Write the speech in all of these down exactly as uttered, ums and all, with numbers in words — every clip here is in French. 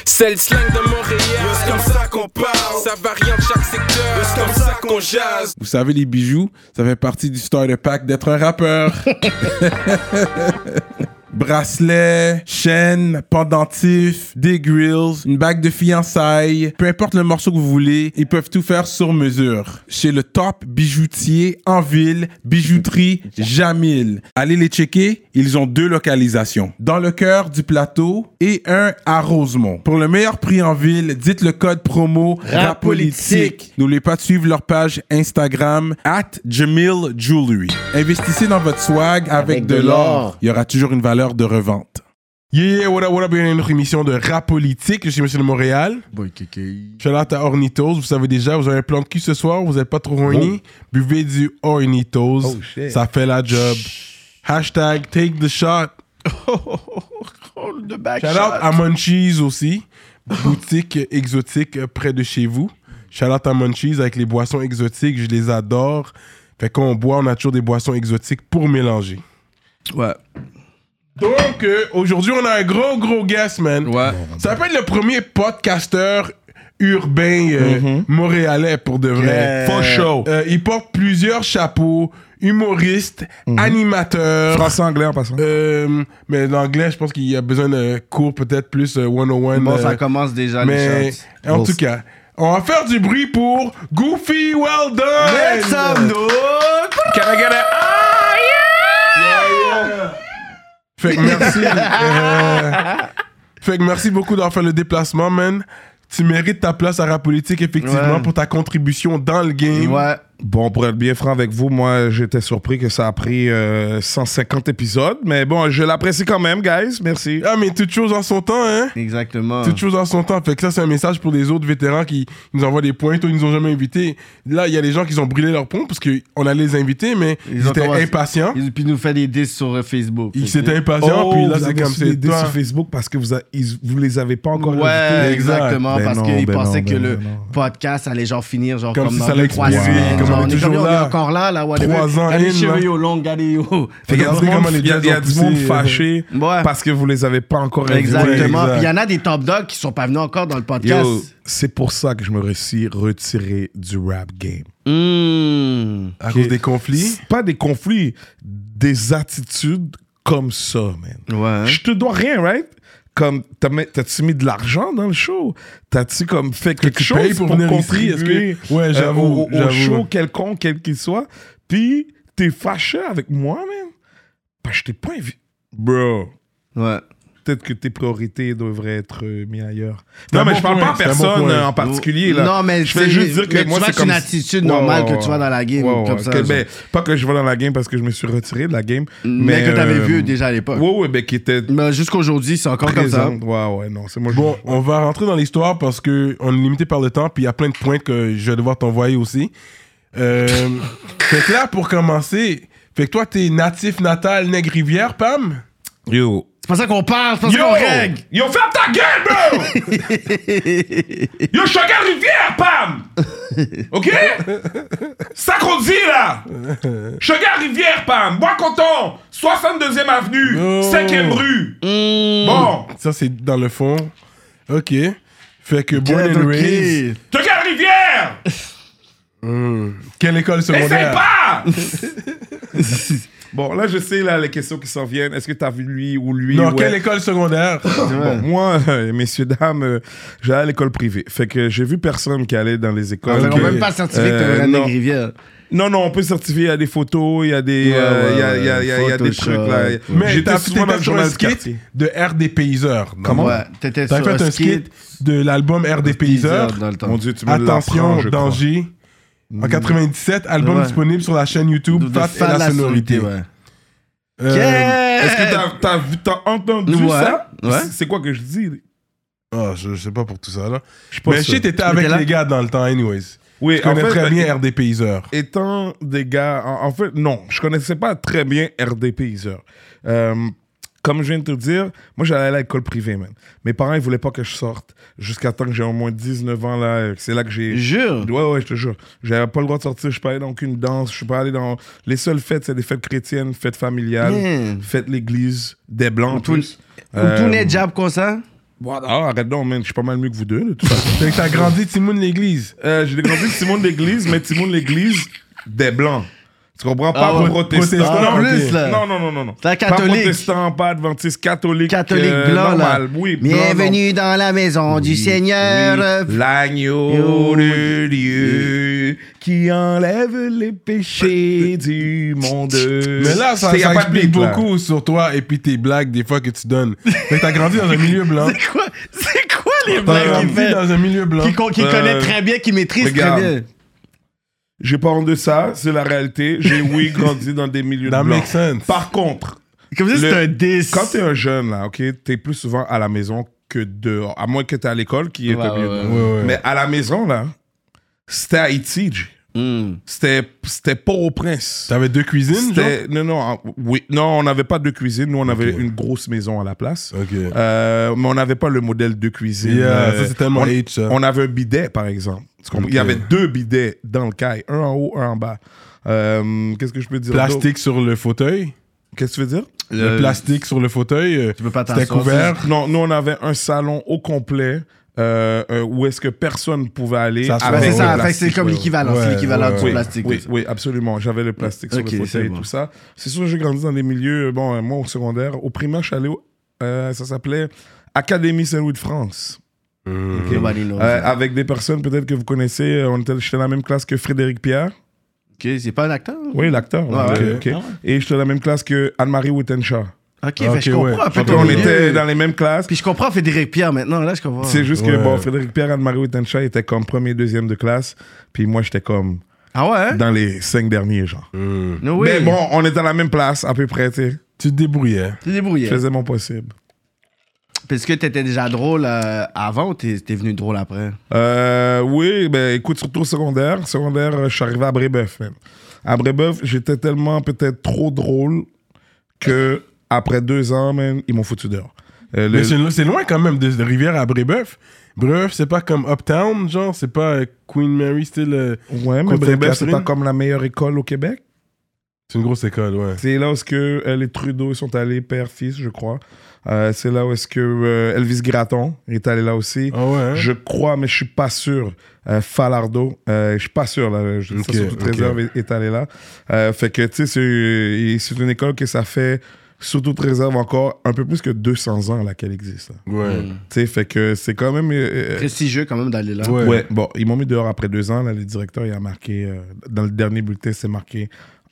C'est le slang de Montréal, c'est comme ça qu'on parle. Ça varie en chaque secteur, c'est comme ça qu'on jase. Vous savez, les bijoux, ça fait partie du starter pack d'être un rappeur. Bracelet, chaîne, pendentif, des grills, une bague de fiançailles, peu importe le morceau que vous voulez, ils peuvent tout faire sur mesure. Chez le top bijoutier en ville, bijouterie Jamil. Allez les checker, ils ont deux localisations. Dans le cœur du plateau et un à Rosemont. Pour le meilleur prix en ville, dites le code promo RAPOLITIQUE. N'oubliez pas de suivre leur page Instagram at Jamil Jewelry. Investissez dans votre swag avec, avec de, de l'or. l'or. Il y aura toujours une valeur de revente. Yeah, what up, what up, bienvenue à notre émission de Rap Politique. Je suis Monsieur de Montréal. Boy, kéké. Shout out à Ornitos. Vous savez déjà, vous avez un plan de cul ce soir, vous n'êtes pas trop horny. Oh. Buvez du Ornitos. Oh, shit. Ça fait la job. Hashtag take the shot. Oh, the back Shout shot. out à Munchies aussi. Boutique exotique près de chez vous. Shout out à Munchies avec les boissons exotiques. Je les adore. Fait qu'on boit, on a toujours des boissons exotiques pour mélanger. Ouais. Donc, euh, aujourd'hui, on a un gros, gros guest, man. Ouais. Ça peut être le premier podcasteur urbain euh, mm-hmm. montréalais, pour de vrai. Yeah. For show. Euh, il porte plusieurs chapeaux. Humoriste, mm-hmm. animateur. Français-anglais en passant. Euh, mais l'anglais, je pense qu'il y a besoin de cours peut-être plus euh, one oh one. Bon, euh, ça commence déjà mais, les shots. En Bon. tout cas, on va faire du bruit pour Goofy Well Done. Make some noise. Can I get a... Ah, yeah! Yeah, yeah! Fait que merci. euh, fait que merci beaucoup d'avoir fait le déplacement, man. Tu mérites ta place à Rap Politique, effectivement, ouais. pour ta contribution dans le game. Ouais. Bon, pour être bien franc avec vous, moi, j'étais surpris que ça a pris euh, cent cinquante épisodes. Mais bon, je l'apprécie quand même, guys. Merci. Ah, mais toute chose en son temps, hein? Exactement. Toute chose en son temps. Fait que ça, c'est un message pour les autres vétérans qui nous envoient des points. Toi, ils nous ont jamais invités. Là, il y a des gens qui ont brûlé leur pont parce qu'on allait les inviter, mais ils, ils étaient commencé, impatients. Ils, puis ils nous fait des disques sur euh, Facebook. Ils étaient impatients, oh, puis là, c'est c'est comme c'est des sur Facebook parce que vous, a, ils, vous les avez pas encore ouais, invités. exactement. Ben parce non, qu'ils ben pensaient non, que ben le non. podcast allait genre finir genre comme, comme si dans ça allait trois exploser, semaines. comme on est toujours on est là. encore là, là. Whatever. Trois ans Regardez in, Cherio, long, regardez yo. Fait qu'il y a du monde, il y a, il y a du monde poussé, fâché ouais. parce que vous les avez pas encore invités. Exactement. Ouais, exact. Puis il y en a des top dogs qui sont pas venus encore dans le podcast. Yo, c'est pour ça que je me suis retiré du rap game. Mmh. À Okay. cause des conflits? C'est pas des conflits, des attitudes comme ça, man. Ouais. Je te dois rien, right? Comme, t'as mis- t'as-tu mis de l'argent dans le show? T'as-tu comme fait quelque tu chose payes pour venir ici? Est-ce contribuer, que- Ouais, j'avoue, euh, au, au j'avoue. show quelconque, quel qu'il soit? Puis, t'es fâché avec moi, man? Parce que je t'ai pas invité. Bro, Ouais. peut-être que tes priorités devraient être euh, mises ailleurs. C'est Non, un mais bon je parle point, pas à c'est un bon personne point. euh, en particulier, là. Non, mais je fais juste dire que mais moi, tu vois, c'est c'est comme... une attitude Ouais, normale ouais, que ouais. tu vas dans la game, Ouais, comme ouais. ça. Que- genre. ben, pas que je vais dans la game parce que je me suis retiré de la game. mais, Mais, que t'avais euh, vu déjà à l'époque. Ouais, ouais, ben qui était Mais jusqu'aujourd'hui, c'est encore comme ça. présente. Ouais, ouais, non, c'est moi. je- Bon, on va rentrer dans l'histoire parce qu'on est limité par le temps, puis il y a plein de points que je vais devoir t'envoyer aussi. Euh, fait que là, pour commencer, fait que toi, t'es natif natal Nègre-Rivière, Pam? Yo. C'est pas ça qu'on parle, c'est pas Yo! ça qu'on règle. Yo, ferme ta gueule, bro! Yo, je suis à Rivière, Pam! OK? Ça qu'on dit, là! Je suis à Rivière, Pam! Bois-Coton! soixante-deuxième avenue! Oh. cinquième rue! Mmh. Bon! Ça, c'est dans le fond. OK. Fait que born and Ok. raised. Je suis à Rivière! Hmm. Quelle école Essaye secondaire? pas! Bon, là, je sais, là, les questions qui s'en viennent. Est-ce que t'as vu lui ou lui? Non, ouais. quelle école secondaire? Bon, moi, euh, messieurs, dames, euh, j'allais à l'école privée. Fait que j'ai vu personne qui allait dans les écoles. On Ok. n'a même pas certifié que Euh, t'es non. un Rivière. Non, non, on peut certifier. Il y a des photos, il y a des, Ouais, euh, il y a, ouais, il y a, il y a, il y a des Photoshop. trucs là. Mais J'étais t'as souvent dans le t'étais sur un journal de skit quartier. de R D Payseur. non? Comment? Ouais, t'étais T'as sur fait un skit de l'album R D Payseur. dans le temps. Mon Dieu, tu me Attention, l'apprends, je crois. danger. En quatre-vingt-dix-sept, album Ouais. disponible sur la chaîne YouTube De Fat faire et la sonorité. ouais. Euh, Yeah! Est-ce que t'as, t'as, vu- t'as entendu Ouais, ça? ouais. C'est, c'est quoi que je dis? ah, je, je sais pas pour tout ça, là. Je suis pas Mais je sûr. sais, t'étais Mais avec t'es là? les gars dans le temps, anyways. Oui, Je connais en fait, très euh, bien R D Payseur. Étant des gars... En, en fait, non, je connaissais pas très bien R D Payseur. Euh, comme je viens de te dire, moi, j'allais à l'école privée, man. Mes parents, ils voulaient pas que je sorte jusqu'à temps que j'ai au moins dix-neuf ans, là. C'est là que j'ai... Jure. Ouais, ouais, je te jure. J'avais pas le droit de sortir, je suis pas allé dans aucune danse, je suis pas allé dans... Les seules fêtes, c'est des fêtes chrétiennes, fêtes familiales, Man. fêtes l'église, des blancs en Tout- plus. Ou Euh, tout n'est jab comme ça? Voilà, arrête donc, man. Je suis pas mal mieux que vous deux, de toute façon. Fait que t'as grandi Timon de l'église. Euh, j'ai grandi Timon de l'église, mais Timon de l'église des blancs. Tu comprends? Pas Ah ouais, protestant. protestant, en non, plus, ok. là. non, non, non, non, non. C'est un Pas catholique. protestant, pas adventiste, catholique. Catholique euh, blanc, normal. là. Oui, blanc, Bienvenue dans la maison du Seigneur. oui. L'agneau de Dieu qui enlève les péchés du monde. Mais là, ça, C'est- y a ça pas de explique beat, là. beaucoup sur toi et puis tes blagues des fois que tu donnes. Fait que t'as grandi dans un milieu blanc. C'est quoi, c'est quoi les T'as blagues qu'il grandi fait? dans un milieu blanc. Qui, qui Euh, connaît très bien, qui maîtrise regarde. très bien. J'ai pas honte de ça, c'est la réalité. J'ai, oui, grandi dans des milieux That de blancs. makes sense. Par contre, Comme si Le- c'était un dix. quand t'es un jeune, là, ok, t'es plus souvent à la maison que dehors. À moins que t'es à l'école, qui est Ouais, au milieu de ouais, blanc. ouais, ouais. Mais à la maison, là, c'était Haïti, G. Hmm. C'était, c'était Port-au-Prince. T'avais deux cuisines, genre? C'était, non, non, en- oui, non, on n'avait pas de cuisine. Nous, on avait Ok. une grosse maison à la place. Ok. Euh, mais on n'avait pas le modèle de cuisine. Yeah, Euh, ça c'est tellement on, H, ça. on avait un bidet, par exemple. Tu comprends? Il y Ok. avait deux bidets dans le caille, un en haut, un en bas. Euh, qu'est-ce que je peux dire d'autre? Plastique sur le fauteuil. Qu'est-ce que tu veux dire? Le plastique sur le fauteuil. euh, Tu peux pas C'était t'asseoir. couvert. Non, nous, on avait un salon au complet euh, euh, où est-ce que personne pouvait aller. Ça se Ouais, avec c'est le ça, fait que plastique. c'est comme ouais. l'équivalent, Ouais, c'est l'équivalent ouais, du ouais. plastique. Oui, ça. oui, absolument. J'avais le plastique Ok, sur le c'est fauteuil et bon. tout ça. C'est sûr, j'ai grandi dans des milieux. euh, Bon, euh, moi, au secondaire, au primaire, je suis allé au- euh, ça s'appelait Académie Saint-Louis de France. Hmm. Ok. Nobody knows. Euh, avec des personnes peut-être que vous connaissez. euh, On était, j'étais dans la même classe que Frédéric Pierre. Ok, c'est pas un acteur? Oui, l'acteur. Ah ok, ouais. ok. Ah ouais. Et j'étais dans la même classe que Anne-Marie Wittenshaw. Ok, Ah, fait que je ok, comprends ouais. un peu Donc, ton on milieu. était dans les mêmes classes. Puis je comprends Frédéric Pierre maintenant, là, je comprends. C'est juste que, Ouais. bon, Frédéric Pierre, Anne-Marie Wittenshaw étaient comme premier, deuxième de classe. Puis moi, j'étais comme Ah ouais? hein? dans les cinq derniers, genre. Hmm. No way. Mais bon, on était à la même place, à peu près, tu sais. Tu te débrouillais. Tu t'es débrouillé. Je faisais mon possible. Puis est-ce que t'étais déjà drôle euh, avant ou t'es t'es venu drôle après? Euh, oui, ben écoute, surtout au secondaire. Secondaire, euh, je suis arrivé à Brébeuf, même. À Brébeuf, j'étais tellement peut-être trop drôle que après deux ans, man, ils m'ont foutu dehors. Euh, le- Mais c'est c'est loin quand même de, de Rivière à Brébeuf. Brébeuf, c'est pas comme Uptown, genre, c'est pas euh, Queen Mary, style. euh, Ouais, mais Côte Brébeuf, c'est Sainte-Catherine. pas comme la meilleure école au Québec. C'est une grosse école, ouais. C'est là où est-ce que euh, les Trudeau sont allés, père-fils, je crois. Euh, c'est là où est-ce que euh, Elvis Gratton est allé là aussi. Ah ouais, hein? Je crois, mais je suis pas sûr. Euh, Falardeau, euh, je suis pas sûr. Là, je dis Ok, ça sur toute ok. réserve, est, est allé là. Euh, fait que, tu sais, c'est, c'est une école que ça fait, sous toute réserve encore, un peu plus que deux cents ans là, qu'elle existe. là. Ouais. Hmm. Tu sais, fait que c'est quand même... euh, Prestigieux quand même d'aller là. Ouais. ouais, bon, ils m'ont mis dehors après deux ans. Là, le directeur, il a marqué... euh, dans le dernier bulletin, c'est marqué...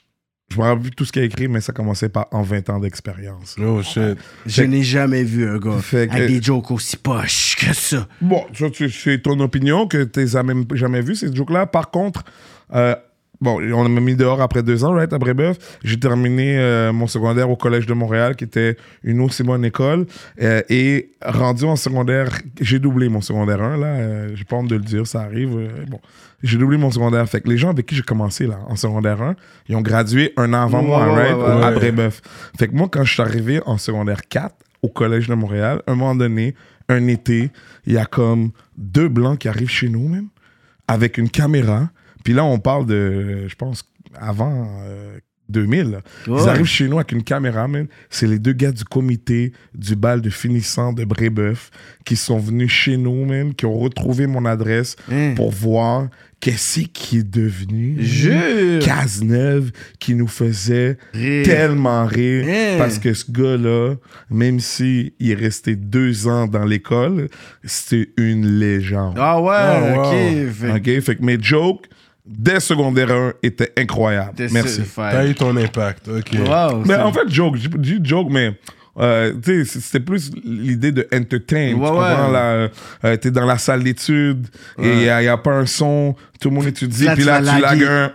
Je me rappelle plus tout ce qu'il a écrit, mais ça commençait par en vingt ans d'expérience. Oh shit. Je n'ai jamais vu un gars Fait que- avec des jokes aussi poches que ça. Bon, ça, tu- c'est ton opinion que tu n'as même jamais vu ces jokes-là. Par contre, euh, bon, on m'a mis dehors après deux ans, right, à Brébeuf. J'ai terminé euh, mon secondaire au Collège de Montréal, qui était une aussi bonne école. Euh, et rendu en secondaire, j'ai doublé mon secondaire un, là. Euh, j'ai pas honte de le dire, ça arrive. euh, bon, j'ai doublé mon secondaire. Fait que les gens avec qui j'ai commencé, là, en secondaire un, ils ont gradué un an avant Ouais, moi, ouais, right, ouais, au- à ouais. Brébeuf. Fait que moi, quand je suis arrivé en secondaire quatre, au Collège de Montréal, à un moment donné, un été, il y a comme deux blancs qui arrivent chez nous, même, avec une caméra. Puis là, on parle de, je pense, avant euh, deux mille. là. Ouais. Ils arrivent chez nous avec une caméra, man. C'est les deux gars du comité du bal de finissant de Brébeuf qui sont venus chez nous, man, qui ont retrouvé mon adresse Hein. pour voir qu'est-ce qui est devenu. Jure. Cazeneuve qui nous faisait Rire. tellement rire Hein. parce que ce gars-là, même s'il est resté deux ans dans l'école, c'est une légende. Ah ouais, Ah, wow. ok. Fait OK? Fait que mes jokes, dès secondaire un, étaient incroyables. T'es Merci. certified. T'as eu ton impact, ok. Wow. Mais c'est- en fait, joke, j'ai dit joke, mais euh, tu sais, c'était plus l'idée de entertain. Ouais, tu comprends, ouais. là, euh, t'es dans la salle d'études et il Ouais. n'y a, pas un son, tout le monde étudie, Là, puis tu là, vas tu laguer. lagues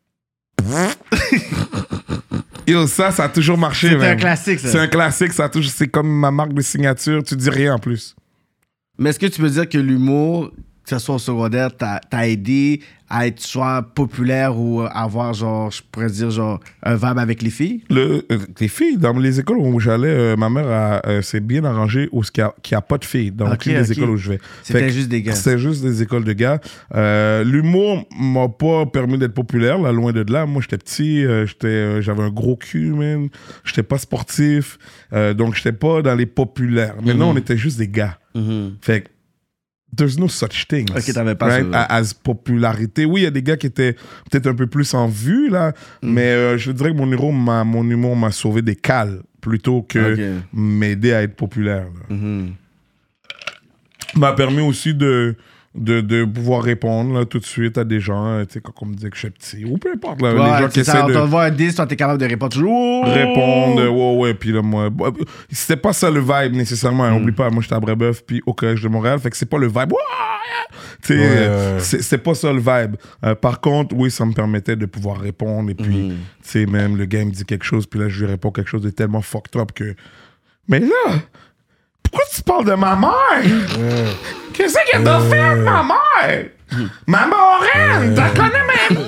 un. Yo, ça, ça a toujours marché. C'est un man. classique, ça. C'est un classique, ça a toujours, c'est comme ma marque de signature, tu dis rien en plus. Mais est-ce que tu peux dire que l'humour, que ce soit au secondaire, t'a t'a aidé à être soit populaire ou euh, avoir, genre, je pourrais dire, genre, un vibe avec les filles? Le, euh, les filles, dans les écoles où j'allais, euh, ma mère a, euh, s'est bien arrangée où il n'y a, qu'il y a pas de filles dans Ok, aucune des ok. écoles où je vais. C'était Fait que juste des gars. C'était juste des écoles de gars. Euh, L'humour m'a pas permis d'être populaire, là, loin de là. Moi, j'étais petit, euh, j'étais, euh, j'avais un gros cul, man. J'étais pas sportif, euh, donc j'étais pas dans les populaires. Mais non, on était juste des gars. Mm-hmm. Fait que, there's no such thing. Ok, t'avais pas right? ça. As popularité. Oui, il y a des gars qui étaient peut-être un peu plus en vue, là, Mm. mais euh, je dirais que mon humour m'a, mon humour m'a sauvé des cales plutôt que Ok. m'aider à être populaire. Là. Mm-hmm. M'a permis aussi de, de, de pouvoir répondre là, tout de suite à des gens, tu sais, quand on me disait que je suis petit, ou peu importe, là, Ouais, les gens qui c'est essaient ça, on de te voit un dix, toi, t'es capable de répondre toujours. répondre, ouais, ouais, puis là, moi, bah, c'était pas ça le vibe nécessairement, hein, oublie pas, moi j'étais à Brébeuf, puis au Collège de Montréal, fait que c'est pas le vibe, tu sais, Ouais, euh, ouais. c'est, c'est pas ça le vibe. Euh, par contre, oui, ça me permettait de pouvoir répondre, et puis, tu sais, même le gars il me dit quelque chose, puis là, je lui réponds quelque chose de tellement fucked up que, mais là, pourquoi tu parles de ma mère? Qu'est-ce qu'elle t'a fait, ma mère? Ma moraine, t'as connais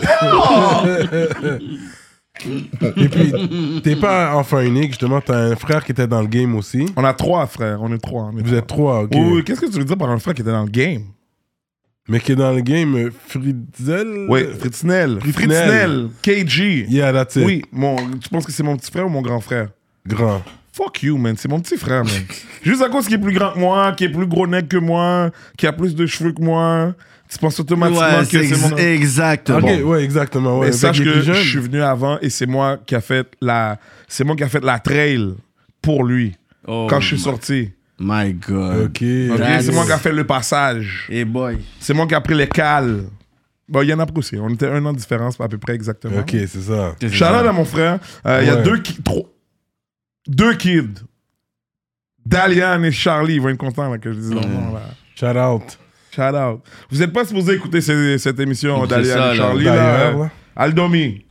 même pas! Et puis, t'es pas enfant unique, justement, t'as un frère qui était dans le game aussi. On a trois frères, on est trois. On est Vous trois. êtes trois, ok. Oui, oui, qu'est-ce que tu veux dire par un frère qui était dans le game? Mais qui est dans le game, euh, Fritzel. Oui, Fritznel. Fritznel. K G. Yeah, that's it. Oui, mon, tu penses que c'est mon petit frère ou mon grand frère? Grand. Fuck you, man. C'est mon petit frère, man. Juste à cause qu'il est plus grand que moi, qu'il est plus gros nec que moi, qu'il a plus de cheveux que moi. Tu penses automatiquement Ouais, que c'est c'est ex- mon... exactement. Ok, ouais, exactement. Ouais. Mais Fait sache qu'il est que plus jeune. je suis venu avant et c'est moi qui a fait la, c'est moi qui a fait la trail pour lui Oh quand je suis sorti. My God. Ok. Ok, That's- c'est moi qui a fait le passage. Hey boy. C'est moi qui a pris les cales. Bon, il y en a pas aussi. On était un an de différence à peu près exactement. Ok, c'est ça. Shout out à mon frère. Euh, Il y a Ouais. deux ki- trois, deux kids. Dalian et Charlie, ils vont être contents là, que je dise leur nom. Là. Shout out. Shout out. Vous n'êtes pas supposé écouter ce- cette émission, C'est Dalian ça, et là. Charlie. D'ailleurs, Là, là. Aldomi.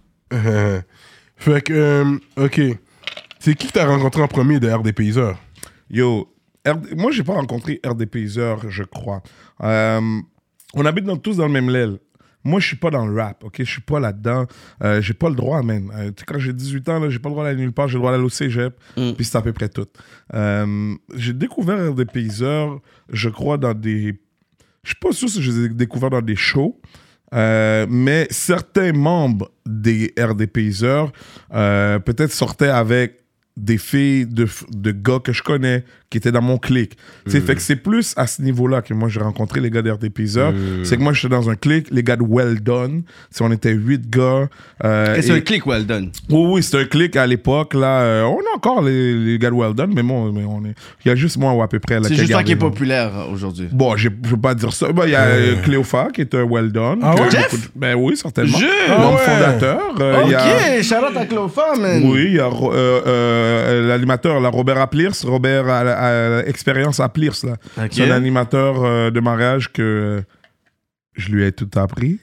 Fait que, euh, ok. C'est qui que t'as rencontré en premier de R D Payseur? Yo, R D moi, j'ai pas rencontré R D Payseur, je crois. Euh, on habite dans, tous dans le même l'aile. Moi, je suis pas dans le rap, ok? Je suis pas là-dedans. Euh, j'ai pas le droit, man. Euh, tu sais, quand j'ai dix-huit ans, là, j'ai pas le droit d'aller nulle part. J'ai le droit d'aller au cégep. Mm. Puis c'est à peu près tout. Euh, j'ai découvert R D Payseur, je crois, dans des... Je suis pas sûr si je les ai découverts dans des shows. Euh, mais certains membres des R D Payseur euh, peut-être sortaient avec des filles de, de gars que je connais qui étaient dans mon clique. Tu sais, fait que c'est plus à ce niveau-là que moi j'ai rencontré les gars d'R D Payseur. Euh. C'est que moi j'étais dans un clique, les gars de Well Done. Si on était huit gars. euh, Et c'est et- un click well done. oui, oui, c'était un clic à l'époque. Là, euh, on a encore les, les gars de Well Done, mais bon, mais on est. Il y a juste moi ou à peu près. Là, C'est qui a juste toi qui est gardé, populaire aujourd'hui. Bon, je je veux pas dire ça. Ben, il y a euh, Cléopha qui est un Well Done. Ah que ouais? j'écoute- Jeff? Ben oui, certainement. Je- Membre Ah ouais. fondateur. Euh, il y a- Ok, shout out à Clofa, man. oui, il y a Ro- euh, euh, l'animateur, là, Robert Aplirs, Robert à, à, à Expérience Aplirs, là. Ok. C'est un animateur euh, de mariage que euh, je lui ai tout appris.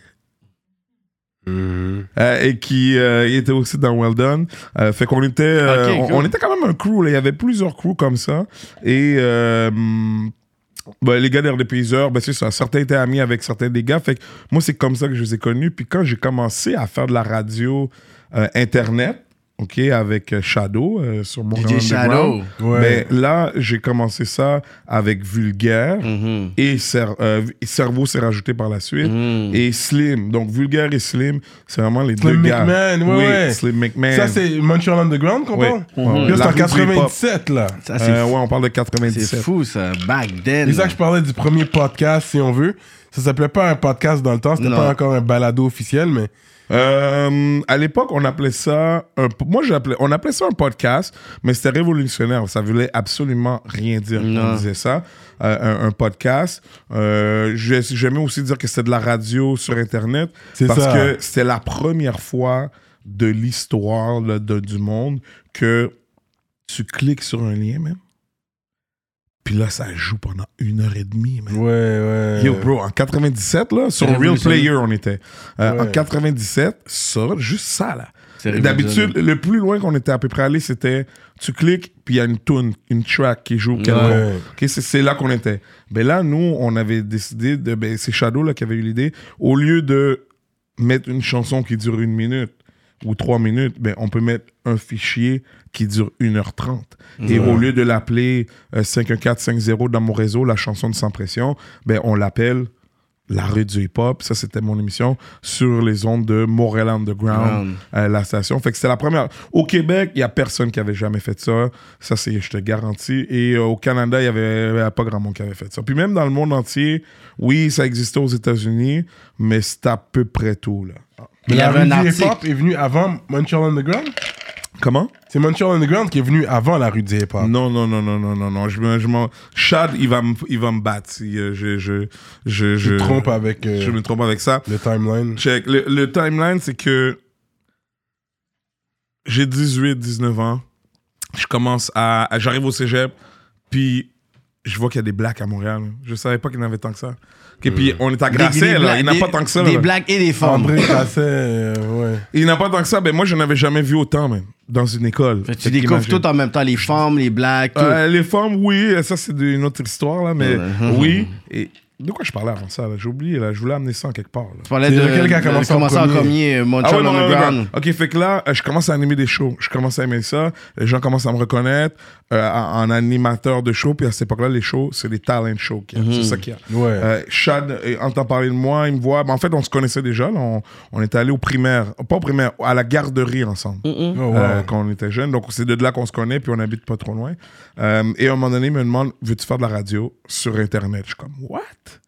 Mhm. Euh, et qui euh, il était aussi dans Well Done. Euh, fait qu'on était, euh, Ok, on, cool. on était quand même un crew. Là. Il y avait plusieurs crews comme ça. Et euh, ben, les gars d'R D Payseur, ben, c'est ça. Certains étaient amis avec certains des gars. Fait que moi, c'est comme ça que je les ai connus. Puis quand j'ai commencé à faire de la radio euh, Internet, ok, avec euh, Shadow euh, sur mon D J Shadow. Ouais. ben, là, j'ai commencé ça avec Vulgaire. Mhm. Et Cer- euh, Cerveau s'est rajouté par la suite. Mhm. Et Slim. Donc, Vulgaire et Slim, c'est vraiment les Slim deux gars. McMahon, ouais, oui, ouais. Slim McMahon. Ça, c'est Montreal Underground qu'on Oui. parle? Mhm. Là, c'est La en rue du quatre-vingt-dix-sept, là. Ça, c'est Euh, fou. ouais, on parle de C'est quatre-vingt-dix-sept. fou, ça. Back then. C'est ça que je parlais du premier podcast, si on veut. Ça s'appelait pas un podcast dans le temps, c'était Non. pas encore un balado officiel, mais Euh, à l'époque, on appelait ça... Un, moi, j'appelais, on appelait ça un podcast, mais c'était révolutionnaire. Ça voulait absolument rien dire quand Non. on disait ça. Euh, un, un podcast. Euh, j'ai- J'aimais aussi dire que c'était de la radio sur Internet. C'est parce ça. que c'était la première fois de l'histoire là, de- du monde que tu cliques sur un lien, même. Puis là, ça joue pendant une heure et demie, man. ouais, ouais. Yo, bro, en quatre-vingt-dix-sept, là, sur Real révolutionnaire. Player, on était. Euh, Ouais. En quatre-vingt-dix-sept, ça, juste ça, là. C'est D'habitude, le plus loin qu'on était à peu près allé, c'était tu cliques, puis il y a une tune, une track qui joue quelconque. Ouais. Ok, c'est, c'est là qu'on était. Ben là, nous, on avait décidé, de, ben, c'est Shadow là, qui avait eu l'idée, au lieu de mettre une chanson qui dure une minute ou trois minutes, ben, on peut mettre un fichier qui dure une heure trente. Et au lieu de l'appeler euh, cinq un quatre cinq zéro dans mon réseau, la chanson de Sans Pression, ben, on l'appelle La rue du hip-hop. Ça, c'était mon émission sur les ondes de Montréal Underground, euh, la station. Fait que c'était la première. Au Québec, il n'y a personne qui avait jamais fait ça. Ça, c'est, je te garantis. Et euh, au Canada, il n'y avait, avait pas grand monde qui avait fait ça. Puis même dans le monde entier, oui, ça existait aux États-Unis, mais c'est à peu près tout, là. Mais Il y la avait rue un du article. hip-hop est venue avant Montreal Underground? Comment? C'est Montreal Underground qui est venu avant la rue du hip-hop. Non, non, non, non, non, non, non. Je, me- je m'en... Chad, il va me, il va me battre si euh, je, je, je, Je me trompe avec euh, Je me trompe avec ça. le timeline. Check. Le, le timeline, c'est que j'ai dix-huit, dix-neuf ans. Je commence à, à- J'arrive au cégep, puis je vois qu'il y a des blacks à Montréal. Je savais pas qu'il y en avait tant que ça. Et puis on est à Des- Grasset, des là. blagues- Il n'y en a des- pas tant que ça. Des là. blagues et des femmes. André Casset, euh, ouais. Il n'y en a pas tant que ça. Ben moi, je n'avais jamais vu autant, même, dans une école. Fait que Fait tu découvres qu'imagine. tout en même temps, les femmes, les blagues, tout. Euh, les femmes, oui, ça c'est une autre histoire, là, mais Ouais. oui. Et de quoi je parlais avant ça, là? J'ai oublié, là. Je voulais amener ça en quelque part, là. Tu parlais C'est de, lequel qui a de- commencé de en commencer en premier? premier, euh, Ah Montreal ouais, non, non, non, Underground. non. Ok, fait que là, euh, je commence à animer des shows. Je commence à aimer ça. Les gens commencent à me reconnaître euh, en, en animateur de show. Puis à cette époque-là, les shows, c'est des talent shows. qu'il y a. C'est ça qu'il y a. Ouais. Euh, Chad euh, entend parler de moi, il me voit. Ben, en fait, on se connaissait déjà. Là. On, on était allé au primaire, pas au primaire, à la garderie ensemble. Oh, wow. Euh, quand on était jeunes. Donc, c'est de là qu'on se connaît, puis on habite pas trop loin. Euh, et à un moment donné, il me demande, veux-tu faire de la radio sur Internet? Je suis comme, what?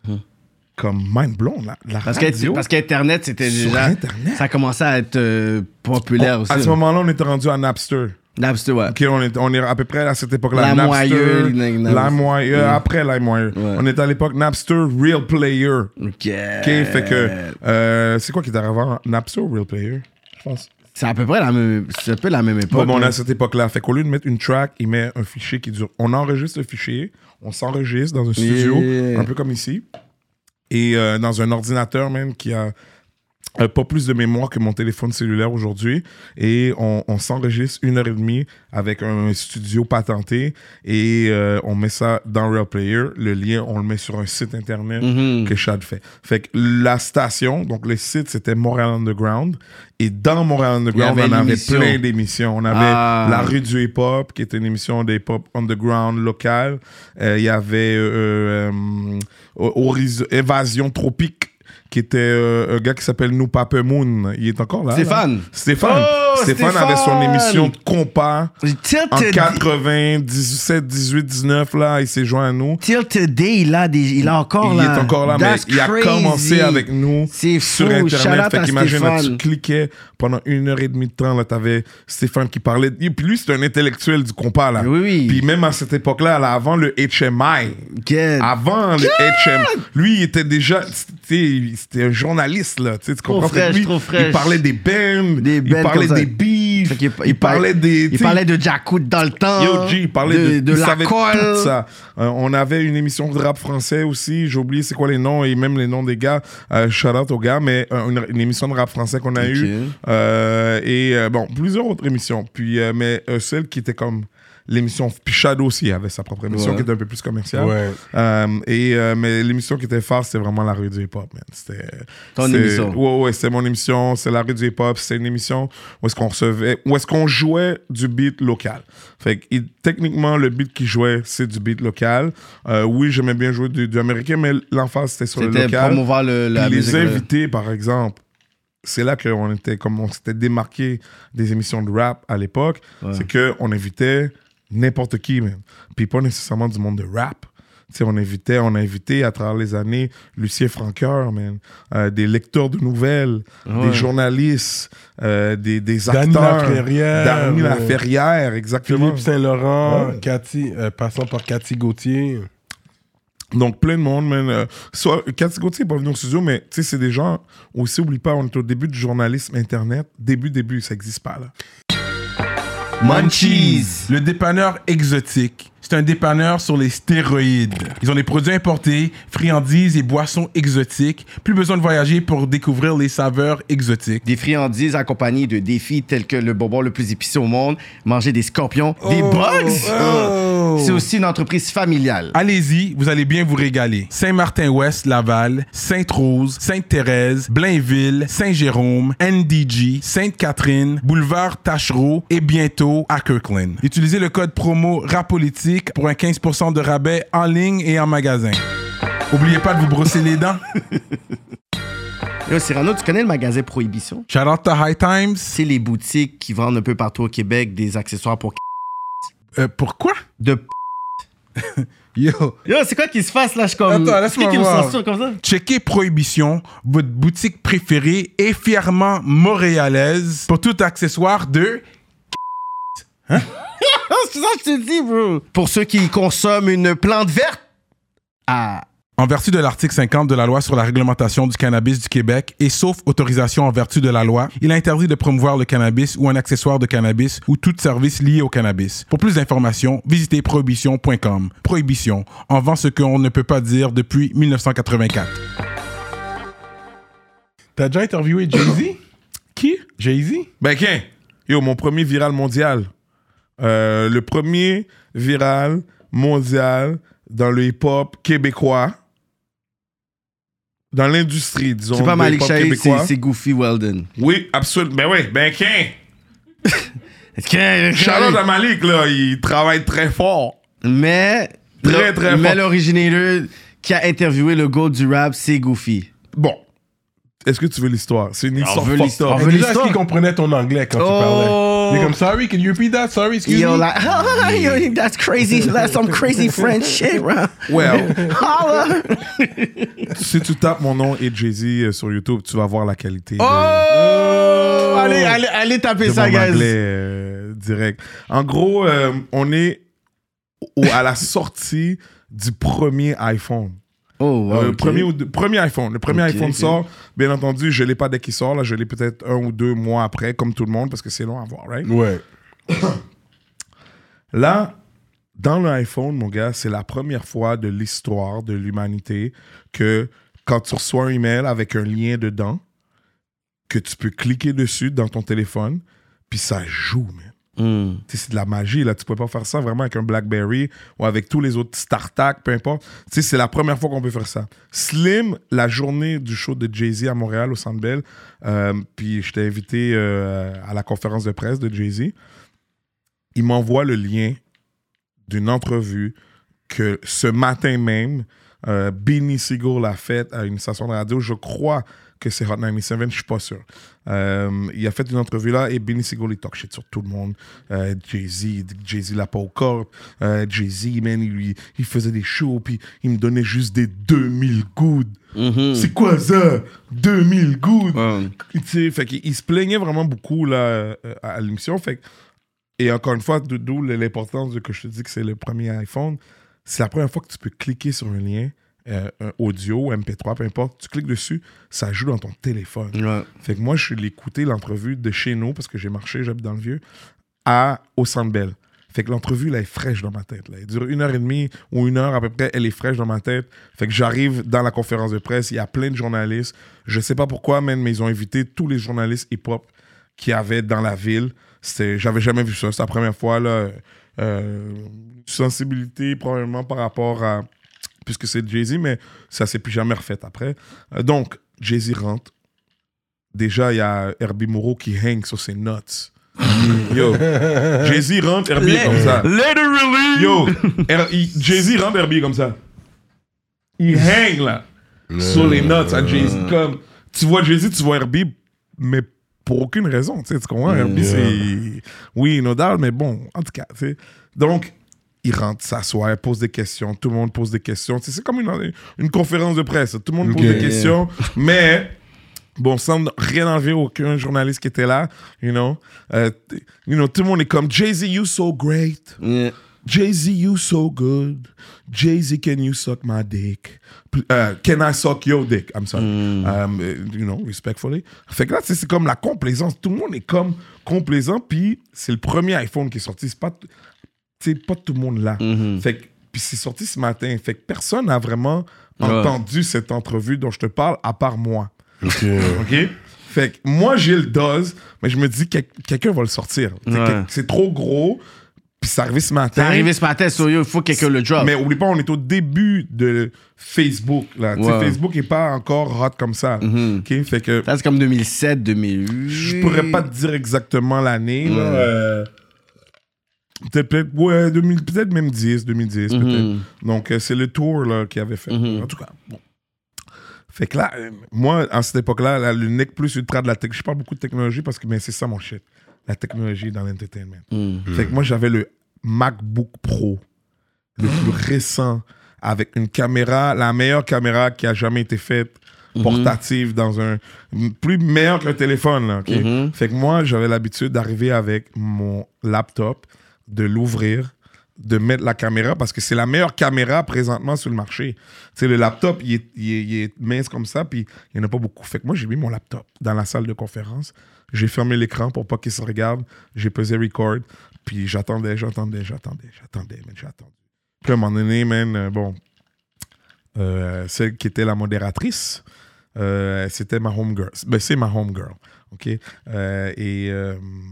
Comme mind blown, la, la Parce, radio. que, parce qu'Internet, c'était Sur déjà. Internet? Ça commençait à être euh, populaire On- aussi. à ce moment-là, on était rendu à Napster. Napster, ouais. Ok, on est, on est à peu près à cette époque-là. LimeWire, Napster, Napster. LimeWire, Mm. après LimeWire. Ouais. On est à l'époque Napster Real Player. Ok. Ok, fait que. euh, c'est quoi qui était avant Napster ou Real Player? Je pense. C'est à peu près la même, c'est un peu la même Bon, époque. bon, on est là. à cette époque-là. Fait qu'au lieu de mettre une track, il met un fichier qui dure. On enregistre le fichier, on s'enregistre dans un studio, Yeah. un peu comme ici, et euh, dans un ordinateur même qui a euh, pas plus de mémoire que mon téléphone cellulaire aujourd'hui. Et on, on s'enregistre une heure et demie avec un studio patenté et euh, on met ça dans Real Player. Le lien, on le met sur un site internet Mhm. que Chad fait. Fait que la station, donc le site, c'était Montréal Underground. Et dans Montréal Underground, Il y avait on avait l'émission. plein d'émissions. On avait Ah. La Rue du Hip-Hop, qui était une émission d'hip-hop underground local. Euh, Il y avait euh, euh, Horiz- Évasion Tropique, qui était euh, un gars qui s'appelle Nou Pape Moon. Il est encore là. Stéphane. Là. Stéphane. Oh, Stéphane Stéphane. avait son émission de compas Tilt en Today- quatre-vingt-dix-sept, dix-huit, dix-neuf, là. Il s'est joint à nous. Till Today, il a, des, il a encore il là. est encore là, mais That's il a crazy. commencé avec nous C'est sur fou. Shout Internet. out Fait à qu'imagine, là, tu Stéphane. cliquais pendant une heure et demie de temps, là, t'avais Stéphane qui parlait. Et puis lui, c'est un intellectuel du compas, là. Oui, oui. Puis même à cette époque-là, là, avant le H M I, Get. avant le H M I, lui, il était déjà, tu sais, c'était un journaliste, là. Tu sais, tu Trop comprends? Fait que fraîche, lui, trop fraîche. il parlait des bands, Des il bands parlait comme ça. des beefs, Fait qu'il- il, parlait des... Il tu sais, parlait de Jackout dans le temps. Yo, G, il parlait de, de il la savait colle. tout ça. Euh, on avait une émission de rap français aussi. J'ai oublié c'est quoi les noms et même les noms des gars. Euh, shout out aux gars, mais euh, une, une émission de rap français qu'on a Ok. eue. Euh, et euh, bon, plusieurs autres émissions. Puis, euh, mais euh, celle qui était comme l'émission. Puis Shadow aussi avait sa propre émission Ouais. qui était un peu plus commerciale. Ouais. Euh, et, euh, mais l'émission qui était phare, c'était vraiment La Rue du Hip-Hop, man. C'était. Ton c'est- émission. Ouais, ouais, c'était mon émission. C'est La Rue du Hip-Hop. C'était une émission où est-ce qu'on recevait, où est-ce qu'on jouait du beat local. Fait que, il- techniquement, le beat qui jouait, c'est du beat local. Euh, oui, j'aimais bien jouer du, du américain, mais l'emphase, c'était sur le C'était local. promouvoir le, la Puis musique. les là. invités, par exemple, c'est là qu'on était, comme on s'était démarqué des émissions de rap à l'époque, Ouais. c'est qu'on invitait n'importe qui, même. Puis pas nécessairement du monde de rap. Tu sais, on invitait, on a invité à travers les années Lucien Francoeur, man, euh, des lecteurs de nouvelles, Ouais. des journalistes, euh, des, des Dany acteurs. Laferrière, Dany ouais. Laferrière, exactement. Philippe Saint-Laurent, Ouais. Cathy, euh, passant par Cathy Gauthier. Donc, plein de monde, man. Euh, soit, Cathy Gauthier n'est pas venu au studio, mais tu sais, c'est des gens, aussi, oublie pas, on est au début du journalisme Internet. Début, début, ça n'existe pas, là. Munchies. Le dépanneur exotique. C'est un dépanneur sur les stéroïdes. Ils ont des produits importés, friandises et boissons exotiques. Plus besoin de voyager pour découvrir les saveurs exotiques. Des friandises accompagnées de défis tels que le bonbon le plus épicé au monde, manger des scorpions, des Oh, bugs. oh. C'est aussi une entreprise familiale. Allez-y, vous allez bien vous régaler. Saint-Martin-Ouest, Laval, Sainte-Rose, Sainte-Thérèse, Blainville, Saint-Jérôme, N D G, Sainte-Catherine, Boulevard Tachereau et bientôt à Kirkland. Utilisez le code promo RAPOLITIQUE pour un quinze pour cent de rabais en ligne et en magasin. Oubliez pas de vous brosser les dents. Yo, Cyrano, tu connais le magasin Prohibition? Shout out to High Times. C'est les boutiques qui vendent un peu partout au Québec des accessoires pour... Euh, pourquoi? De p... Yo. Yo, c'est quoi qui se passe là? Je suis comme... Attends, laisse-moi C'est qui qui me voir. censure comme ça? Checkez Prohibition, votre boutique préférée et fièrement montréalaise pour tout accessoire de... Hein? C'est ça que je te dis, bro. Pour ceux qui consomment une plante verte. Ah... En vertu de l'article cinquante de la loi sur la réglementation du cannabis du Québec et sauf autorisation en vertu de la loi, il est interdit de promouvoir le cannabis ou un accessoire de cannabis ou tout service lié au cannabis. Pour plus d'informations, visitez prohibition point com. Prohibition, en vend ce qu'on ne peut pas dire depuis dix-neuf cent quatre-vingt-quatre. T'as déjà interviewé Jay-Z? Qui? Jay-Z? Ben, qui? Yo, mon premier viral mondial. Euh, le premier viral mondial dans le hip-hop québécois. Dans l'industrie, disons. C'est pas de Malik hip-hop Shahid, québécois. c'est, c'est Goofy Weldon. Oui, absolument. Ben oui, ben qui? Que- Charlotte à Malik, là, il travaille très fort. Mais... Très, le- très Mais fort. l'originateur qui a interviewé le GOAT du rap, c'est Goofy. Bon. Est-ce que tu veux l'histoire? C'est une histoire veut fucked l'histoire. up. On veut Déjà, est-ce l'histoire? qu'il comprenait ton anglais quand tu Oh. parlais? Il est comme, sorry, can you repeat that? Sorry, excuse Yo, me. like, ah, yo, that's crazy. That's some crazy French shit, bro. Well, Holla. si tu tapes mon nom et Jay-Z euh, sur YouTube, tu vas voir la qualité de- Oh! Allez, allez, allez taper de ça, mon guys. anglais euh, direct. En gros, euh, on est au- à la sortie du premier iPhone. Oh, wow, Euh, ok. premier, ou deux- premier iPhone. Le premier Ok, iPhone ok. sort. Bien entendu, je ne l'ai pas dès qu'il sort. Là, je l'ai peut-être un ou deux mois après, comme tout le monde, parce que c'est long à voir, right? Ouais. Là, dans l'iPhone, mon gars, c'est la première fois de l'histoire de l'humanité que quand tu reçois un email avec un lien dedans, que tu peux cliquer dessus dans ton téléphone, puis ça joue, man. Mm. Tu sais, c'est de la magie, là. Tu peux pas faire ça vraiment avec un BlackBerry ou avec tous les autres StarTAC, peu importe. Tu sais, c'est la première fois qu'on peut faire ça. Slim, la journée du show de Jay-Z à Montréal, au Centre Bell, euh, puis je t'ai invité euh, à la conférence de presse de Jay-Z. Il m'envoie le lien d'une entrevue que ce matin même, euh, Benny Siegel l'a faite à une station de radio. Je crois que c'est Hot quatre-vingt-dix-sept, je suis pas sûr. Euh, il a fait une entrevue là et Benny Siegel, il talk shit sur tout le monde. Euh, Jay-Z, il dit que Jay-Z l'a pas au corps. Euh, Jay-Z, man, il, lui, il faisait des shows puis il me donnait juste des deux mille goods. Mhm. C'est quoi ça? deux mille goods? Ouais. Tu sais, fait qu'il il se plaignait vraiment beaucoup là, euh, à l'émission. Fait que- et encore une fois, d'où l'importance de que je te dis que c'est le premier iPhone. C'est la première fois que tu peux cliquer sur un lien, euh, un audio, M P trois, peu importe. Tu cliques dessus, ça joue dans ton téléphone. Ouais. Fait que moi, je suis écouté l'entrevue de chez nous, parce que j'ai marché, j'habite dans le Vieux, à, au Centre Bell. Fait que l'entrevue, là, est fraîche dans ma tête. Là. Elle dure une heure et demie ou une heure à peu près, elle est fraîche dans ma tête. Fait que j'arrive dans la conférence de presse, il y a plein de journalistes. Je sais pas pourquoi, même, mais ils ont invité tous les journalistes hip-hop qu'il y avait dans la ville. C'était, j'avais jamais vu ça. C'est la première fois, là. Euh, sensibilité, probablement, par rapport à... Puisque c'est Jay-Z, mais ça s'est plus jamais refait après. Euh, donc, Jay-Z rentre. Déjà, il y a Herbie Moreau qui hang sur ses notes. Yo, Jay-Z rentre, Herbie est comme ça. Literally. Yo, Her- il- Jay-Z rentre, Herbie est comme ça. Il hang là, sur les notes à Jay-Z. Comme, tu vois Jay-Z, tu vois Herbie, mais pour aucune raison. Tu sais, tu comprends? Herbie, c'est. Oui, no doubt, mais bon, en tout cas. Tu sais. Donc, il rentre, s'assoit, pose des questions. Tout le monde pose des questions. Tu sais, c'est comme une, une conférence de presse. Tout le monde pose Ok. des questions, mais. Bon, sans rien enlever aucun journaliste qui était là, you know. Euh, t- you know, tout le monde est comme Jay-Z, you so great. Yeah. Jay-Z, you so good. Jay-Z, can you suck my dick? Pl- euh, can I suck your dick? I'm sorry. Um, euh, you know, respectfully. Fait que là, tu sais, c'est comme la complaisance. Tout le monde est comme complaisant. Puis c'est le premier iPhone qui est sorti. C'est pas, t- tu sais, pas tout le monde là. Fait que, puis c'est sorti ce matin. Fait que personne n'a vraiment entendu cette entrevue dont je te parle, à part moi. Ok. OK? Fait que moi, j'ai le dose, mais je me dis que quelqu'un va le sortir. Tu sais, Ouais. que- C'est trop gros. Puis c'est arrivé ce matin. T'es arrivé ce matin, so yo, il faut que quelqu'un le drop. Mais oublie pas, on est au début de Facebook. Là. Tu sais, Ouais. Facebook n'est pas encore hot comme ça. OK? Fait que Ça, c'est comme deux mille sept, deux mille huit. je pourrais pas te dire exactement l'année. là. Ouais. Euh, Peut-être, peut-être, ouais, deux mille, peut-être même dix, deux mille dix, Mhm. peut-être. Donc, euh, c'est le tour là, qu'il avait fait. Mhm. En tout cas, bon. Fait que là, euh, moi, à cette époque-là, là, le nec plus ultra de la tech, je parle beaucoup de technologie parce que ben, c'est ça mon shit. La technologie dans l'entertainment. Mhm. Fait que moi, j'avais le MacBook Pro, le plus récent, avec une caméra, la meilleure caméra qui a jamais été faite, portative, dans un. Plus meilleur qu'un téléphone, là, OK? Mhm. Fait que moi, j'avais l'habitude d'arriver avec mon laptop, de l'ouvrir, de mettre la caméra, parce que c'est la meilleure caméra présentement sur le marché. Tu sais, le laptop, il est, il est- il est mince comme ça, puis il n'y en a pas beaucoup. Fait que moi, j'ai mis mon laptop dans la salle de conférence. J'ai fermé l'écran pour pas qu'il se regarde. J'ai pesé record, puis j'attendais, j'attendais, j'attendais, j'attendais, mais j'attendais. Puis à un moment donné, man, euh, bon, euh, celle qui était la modératrice, euh, c'était ma homegirl. Ben, c'est ma homegirl, OK? Euh, et... Euh,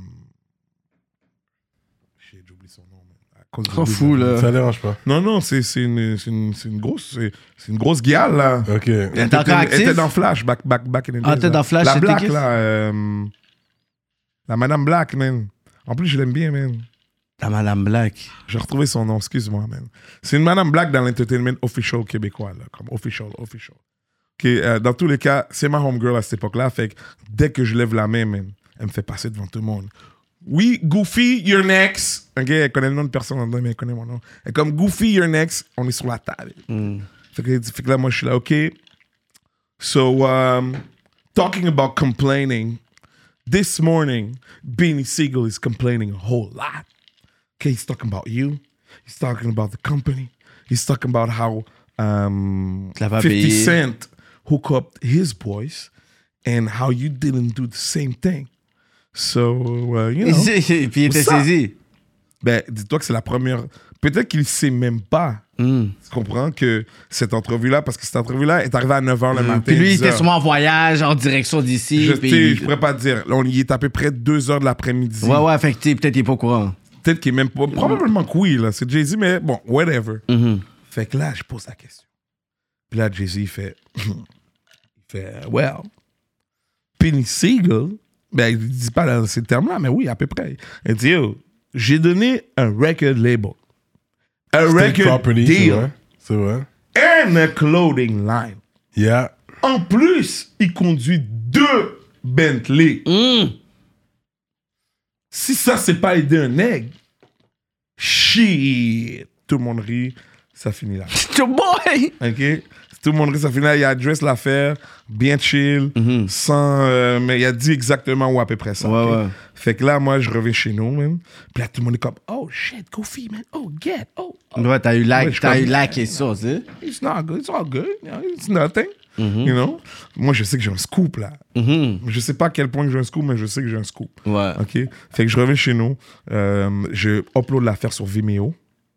j'ai oublié son nom, man. À cause Trop de- fou, là. Ça dérange pas. Non, non, c'est c'est une, c'est une, c'est une grosse... C'est c'est une grosse guiale, là. Ok. Elle Elle était encore était, elle active? était dans Flash, back, back, back in the Ah, days, t'es là. dans Flash, La c'était Black, qui? là. euh, la Madame Black, man. En plus, je l'aime bien, man. La Madame Black. J'ai retrouvé son nom, excuse-moi, man. C'est une Madame Black dans l'entertainment official québécois, là, comme official, official. Ok, euh, dans tous les cas, c'est ma homegirl à cette époque-là, fait que dès que je lève la main, man, elle me fait passer devant tout le monde. Oui, Goofy, you're next. Ok, elle connaît le nom de personne en dedans, mais elle connaît mon nom. Elle est comme Goofy, you're next. On est sur la table. Mm. Fait que, fait que là, moi, je suis là, OK. So, um, talking about complaining, this morning, Beanie Siegel is complaining a whole lot. Okay, he's talking about you. He's talking about the company. He's talking about how um, Tu l'as pas fifty payé. Cent hook up his boys and how you didn't do the same thing. So, uh, you know. Et puis il était What's up? saisi. Ben, dis-toi que c'est la première. Peut-être qu'il ne sait même pas. Mm. Tu comprends que cette entrevue-là, parce que cette entrevue-là est arrivée à neuf heures le matin. Puis lui, il dix était heures. sûrement en voyage, en direction d'ici. Je puis sais, il- je pourrais pas te dire. Là, on y est à peu près deux heures de l'après-midi. Ouais, ouais, fait que tu sais, peut-être il est pas au courant. Peut-être qu'il est même pas. Probablement que oui, là. C'est Jay-Z, mais bon, whatever. Mhm. Fait que là, je pose la question. Puis là, Jay-Z, il fait. il fait, well, Beanie Siegel. Ben, il dit pas dans ces termes-là, mais oui, à peu près. Il dit, yo, j'ai donné un record label. Un State record property, c'est deal. vrai. C'est vrai. And a clothing line. Yeah. En plus, il conduit deux Bentley. Mm. Si ça, c'est pas aider un nègre, shit. Tout le monde rit, ça finit là. Your boy! OK? Tout le monde rit, ça finit là. Il adresse l'affaire, bien chill, Mhm. sans... euh, mais il a dit exactement où à peu près ça. Ouais, OK? ouais. Fait que là, moi, je reviens chez nous, man. Puis là, tout le monde est comme, oh, shit, Goofy, man. Oh, get, oh, oh. Ouais, t'as eu la, Ouais, je t'as eu comprends. la question, tu sais. It's not good, it's all good. You know, it's nothing. Mhm. You know? Moi, je sais que j'ai un scoop, là. Mhm. Je sais pas à quel point j'ai un scoop, mais je sais que j'ai un scoop. Ouais. OK? Fait que je reviens chez nous. euh, je upload l'affaire sur Vimeo.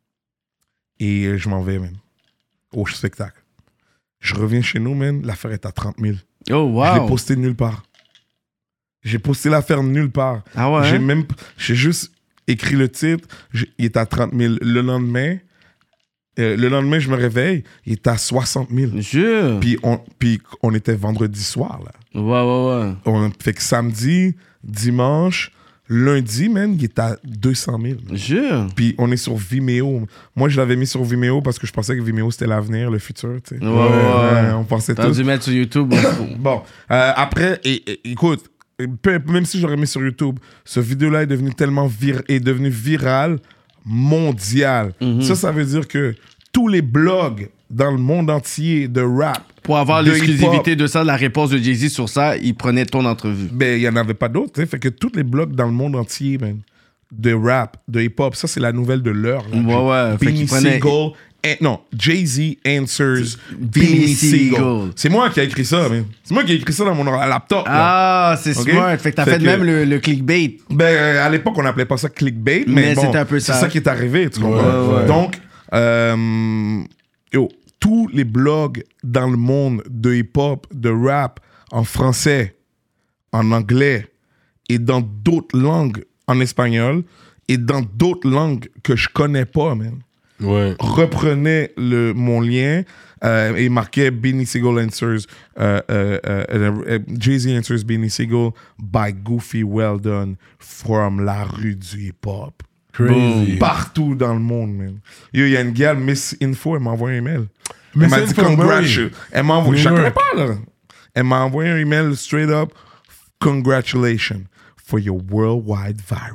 Et euh, je m'en vais, man. Au spectacle. Je reviens chez nous, man. L'affaire est à trente mille. Oh, Je l'ai wow. posté nulle part. J'ai posté l'affaire nulle part. Ah ouais? J'ai hein? même... J'ai juste écrit le titre. J'ai- il est à trente mille. Le lendemain... euh, le lendemain, je me réveille. Il est à soixante mille. Jure. Puis on, puis on était vendredi soir, là. Ouais, ouais, ouais. On, fait que samedi, dimanche, lundi, man, il est à deux cent mille. Jure. Puis on est sur Vimeo. Moi, je l'avais mis sur Vimeo parce que je pensais que Vimeo, c'était l'avenir, le futur, tu sais. Ouais, ouais, ouais. on pensait T'as tout. dû mettre sur YouTube. Bon, euh, après, et, et- écoute, peu- même si j'aurais mis sur YouTube, ce vidéo-là est devenu tellement vir est devenu viral, mondial. Mhm. Ça, ça veut dire que tous les blogs dans le monde entier de rap, Pour avoir de l'exclusivité hip-hop, de ça, de la réponse de Jay-Z sur ça, il prenait ton entrevue. ben, il n'y en avait pas d'autres. tu sais. Fait que tous les blogs dans le monde entier, man, de rap, de hip-hop, ça, c'est la nouvelle de l'heure. là. Ouais, ouais. Fait Beanie qu'il prenait- Siegel, eh, non, Jay-Z answers Beanie Beanie Siegel. Siegel. C'est moi qui ai écrit ça, man. C'est moi qui ai écrit ça dans mon laptop. là. Ah, c'est Ok? smart. Fait que t'as Fait fait, que- même le, le clickbait. Ben, euh, à l'époque, on n'appelait pas ça clickbait, mais, Mais bon, c'était un peu c'est ça. ça qui est arrivé, tu comprends? Ouais, ouais. Donc, euh, yo, tous les blogs dans le monde de hip-hop, de rap, en français, en anglais et dans d'autres langues, en espagnol, et dans d'autres langues que je connais pas, man, Ouais. reprenaient le, mon lien euh, et marquaient Beanie Siegel answers, euh, euh, euh, euh, Jay-Z answers Beanie Siegel by Goofy Well Done from la rue du hip-hop. Crazy. Partout dans le monde, man. Yo, il y a une gars, Miss Info, elle m'a envoyé un email. Elle Miss m'a dit Info, congratulations. oui. Elle m'a envoyé, je New ne York. pas, là. Elle m'a envoyé un email straight up. Congratulations for your worldwide viral.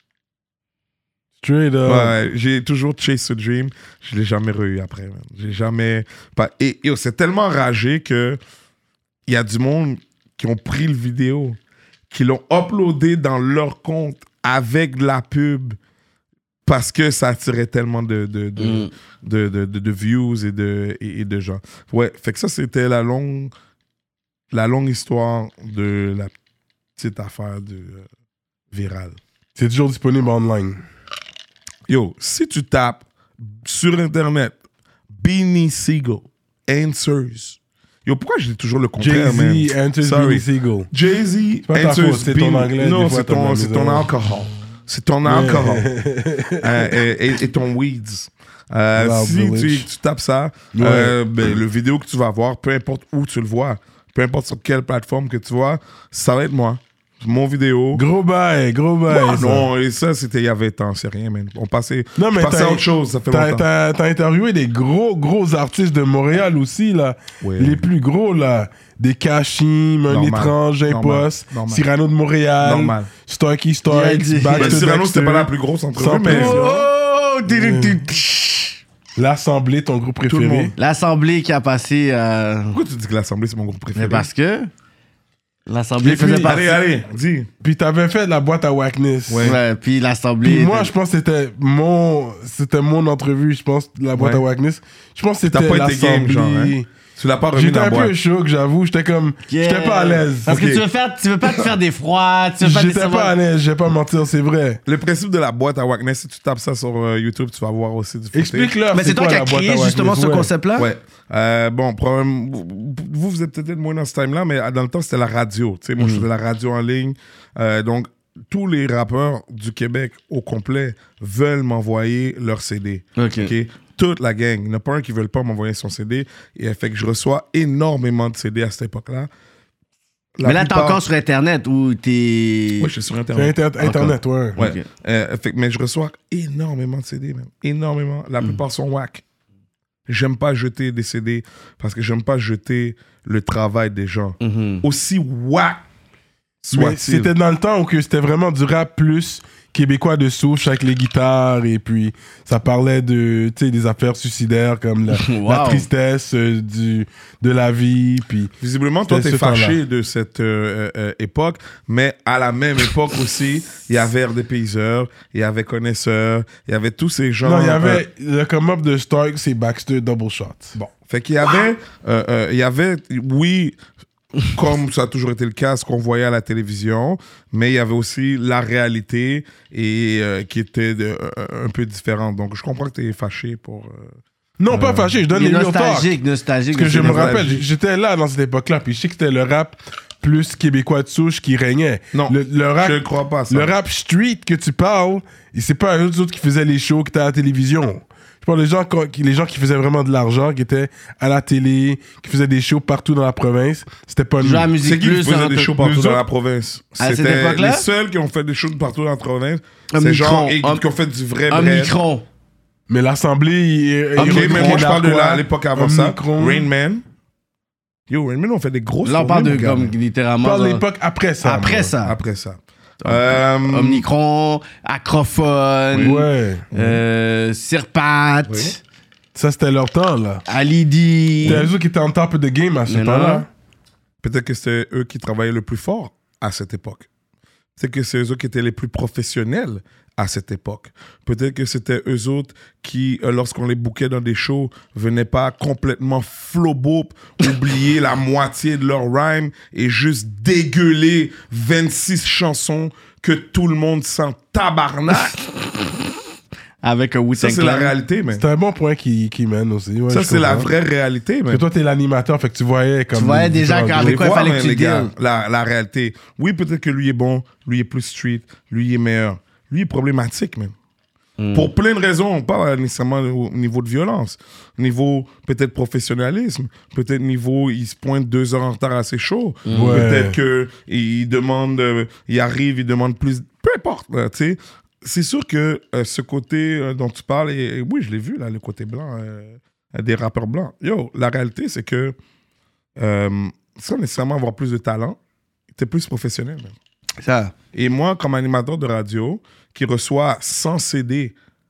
Straight up. Ouais, j'ai toujours chase ce dream. Je l'ai jamais eu après, man. J'ai jamais... Pas... Et, et c'est tellement enragé que il y a du monde qui ont pris le vidéo, qui l'ont uploadé dans leur compte avec de la pub parce que ça attirait tellement de, de, de, Mm. de, de, de, de views et de, et, et de gens. Ouais, fait que ça, c'était la longue, la longue histoire de la petite affaire de euh, virale. C'est toujours disponible online. Yo, si tu tapes sur Internet Beanie Siegel Answers. Yo, pourquoi j'ai toujours le contraire, man? Jay-Z, Answers, Sorry. Beanie Siegel. Jay-Z, pas ta Answers, faute, c'est ton Beanie- anglais, Non, des fois, c'est t'as de la ton, c'est ton misère. alcool. C'est ton alcool. Euh, et, et- et ton weeds. Euh, Wow, si tu, village. tu tapes ça, Ouais. euh, ben, le vidéo que tu vas voir, peu importe où tu le vois, peu importe sur quelle plateforme que tu vois, ça va être moi. Mon vidéo. Gros bail, gros bail. Ah, ça. non, et ça, c'était il y avait temps, c'est rien, man. On passait, Non, mais je passais t'as- à autre chose, ça fait T'as, longtemps. t'as, t'as interviewé des gros, gros artistes de Montréal aussi, là. Ouais. Les plus gros, là. Des Kashim, Un Normal. Étrange, Normal. Impost, Normal. Cyrano de Montréal, Normal. Starkey Il a Starks, dit- Back Ben, to Cyrano, Dexter, c'était pas la plus grosse entrevue, Sans mais... pression. Oh, du- du- du- L'Assemblée, ton groupe Tout le préféré. monde. L'Assemblée qui a passé. euh, Pourquoi tu dis que l'Assemblée, c'est mon groupe préféré? Mais parce que. L'Assemblée Et puis- faisait partie. Allez, allez, dis. Puis t'avais fait la boîte à Wackness. Ouais. Ouais, puis l'Assemblée. Puis moi, était- je pense que c'était mon, c'était mon entrevue, je pense, la boîte Ouais. à Wackness. Je pense que T'as c'était pas été game, genre, l'Assemblée. hein? Tu l'as pas remis J'étais dans la un peu boîte. choc, j'avoue. J'étais comme, Yeah. j'étais pas à l'aise. Parce Ok. que tu veux, faire, tu veux pas te faire des froids, tu veux pas te J'étais savoir- pas à l'aise, je vais pas mentir, c'est vrai. Le principe de la boîte à Wackness, si tu tapes ça sur euh, YouTube, tu vas voir aussi du footage. Explique-leur. Mais c'est toi quoi, qui la as boîte à créé justement Wackness, ce ouais. concept-là? Ouais. Euh, bon, problème, vous, vous êtes peut-être moins dans ce time-là, mais dans le temps, c'était la radio. Tu sais, moi, je faisais la radio en ligne. Euh, donc, tous les rappeurs du Québec au complet veulent m'envoyer leur C D. Ok. OK? Toute la gang. Il n'y en a pas un qui ne veut pas m'envoyer son C D. Et fait que je reçois énormément de C D à cette époque-là. La Mais là, t'es plupart- encore sur Internet ou t'es. Ouais, je suis sur Sur Internet. Inter- Internet, ouais. Ouais. Ok. Euh, fait que- mais je reçois énormément de C D, même. Énormément. La plupart sont whack. J'aime pas jeter des C D parce que j'aime pas jeter le travail des gens. Mhm. Aussi whack Mais soit-il. c'était dans le temps où que c'était vraiment du rap plus québécois de souche avec les guitares et puis ça parlait de, tu sais, des affaires suicidaires comme la, Wow. la tristesse euh, du, de la vie. Puis Visiblement, toi, C'était t'es ce temps-là. fâché de cette euh, euh, époque, mais à la même époque aussi, il y avait R D Payseur, il y avait Connaisseur, il y avait tous ces gens. non, il y euh, avait le come-up de Stark, c'est Baxter Double Shot. Bon, fait qu'il y avait, euh, euh, il y avait, oui, comme ça a toujours été le cas, ce qu'on voyait à la télévision, mais il y avait aussi la réalité et euh, qui était de- euh, un peu différente. Donc, je comprends que tu es fâché pour. euh, Non, pas fâché, je donne Il est les real talk. nostalgique, nostalgique. Parce que je de me ces- rappelle, j'étais là dans cette époque-là, puis je sais que c'était le rap plus québécois de souche qui régnait. Non, le, le rap, je ne crois pas à ça. le rap street que tu parles, et c'est pas eux autres qui faisaient les shows qui étaient à la télévision. Je parle des gens, qui- les gens qui faisaient vraiment de l'argent, qui étaient à la télé, qui faisaient des shows partout dans la province. C'était pas nous. Jouer à la musique C'est qui plus. qui faisait en des tout- shows partout Nous dans autres- la province? À cette C'était époque-là? les seuls qui ont fait des shows partout dans la province. Un C'est micron, genre, et un- qui ont fait du vrai Un bread. micron. Mais l'Assemblée, il, il Ok, recréait mais moi je parle de quoi? la- l'époque avant Un ça. micron. Rain Man. Yo, Rain Man, on fait des grosses Là, on parle tournées, de mon gars. comme Je littéralement. parle de genre, l'époque après ça. Après moi. ça. Après ça. Euh, Omnicron, Acrophone, Ouais. euh, Sirpat, Oui. Ça, c'était leur temps, là. Alidi. C'était eux qui étaient en top of the game à ce Mais non. temps-là. Peut-être que c'était eux qui travaillaient le plus fort à cette époque. Peut-être que c'est eux autres qui étaient les plus professionnels à cette époque. Peut-être que c'était eux autres qui, euh, lorsqu'on les bouquait dans des shows, venaient pas complètement flobo, oublier la moitié de leur rhyme et juste dégueuler vingt-six chansons que tout le monde s'en tabarnak. Avec un Ça, Wu-Tang c'est la Clan. réalité, man. C'est un bon point qui, qui mène aussi. Ouais, Ça, je c'est la comprends. vraie réalité, Parce man. que toi, t'es l'animateur, fait que tu voyais comme. Tu voyais les déjà différents qu'avec groupes. quoi il fallait man, que tu les gars, deals. la, la réalité. Oui, peut-être que lui est bon, lui est plus street, lui est meilleur. Lui est problématique, man. Hmm. Pour plein de raisons, pas nécessairement au niveau de violence, niveau peut-être professionnalisme, peut-être niveau il se pointe deux heures en retard à ses shows, Ouais. peut-être que il demande, euh, il arrive, il demande plus, peu importe, là, tu sais. c'est sûr que euh, ce côté euh, dont tu parles, et, et oui, je l'ai vu, là, le côté blanc, euh, des rappeurs blancs. Yo, la réalité, c'est que euh, sans nécessairement avoir plus de talent, t'es plus professionnel. Même. Ça. Et moi, comme animateur de radio, qui reçoit cent C D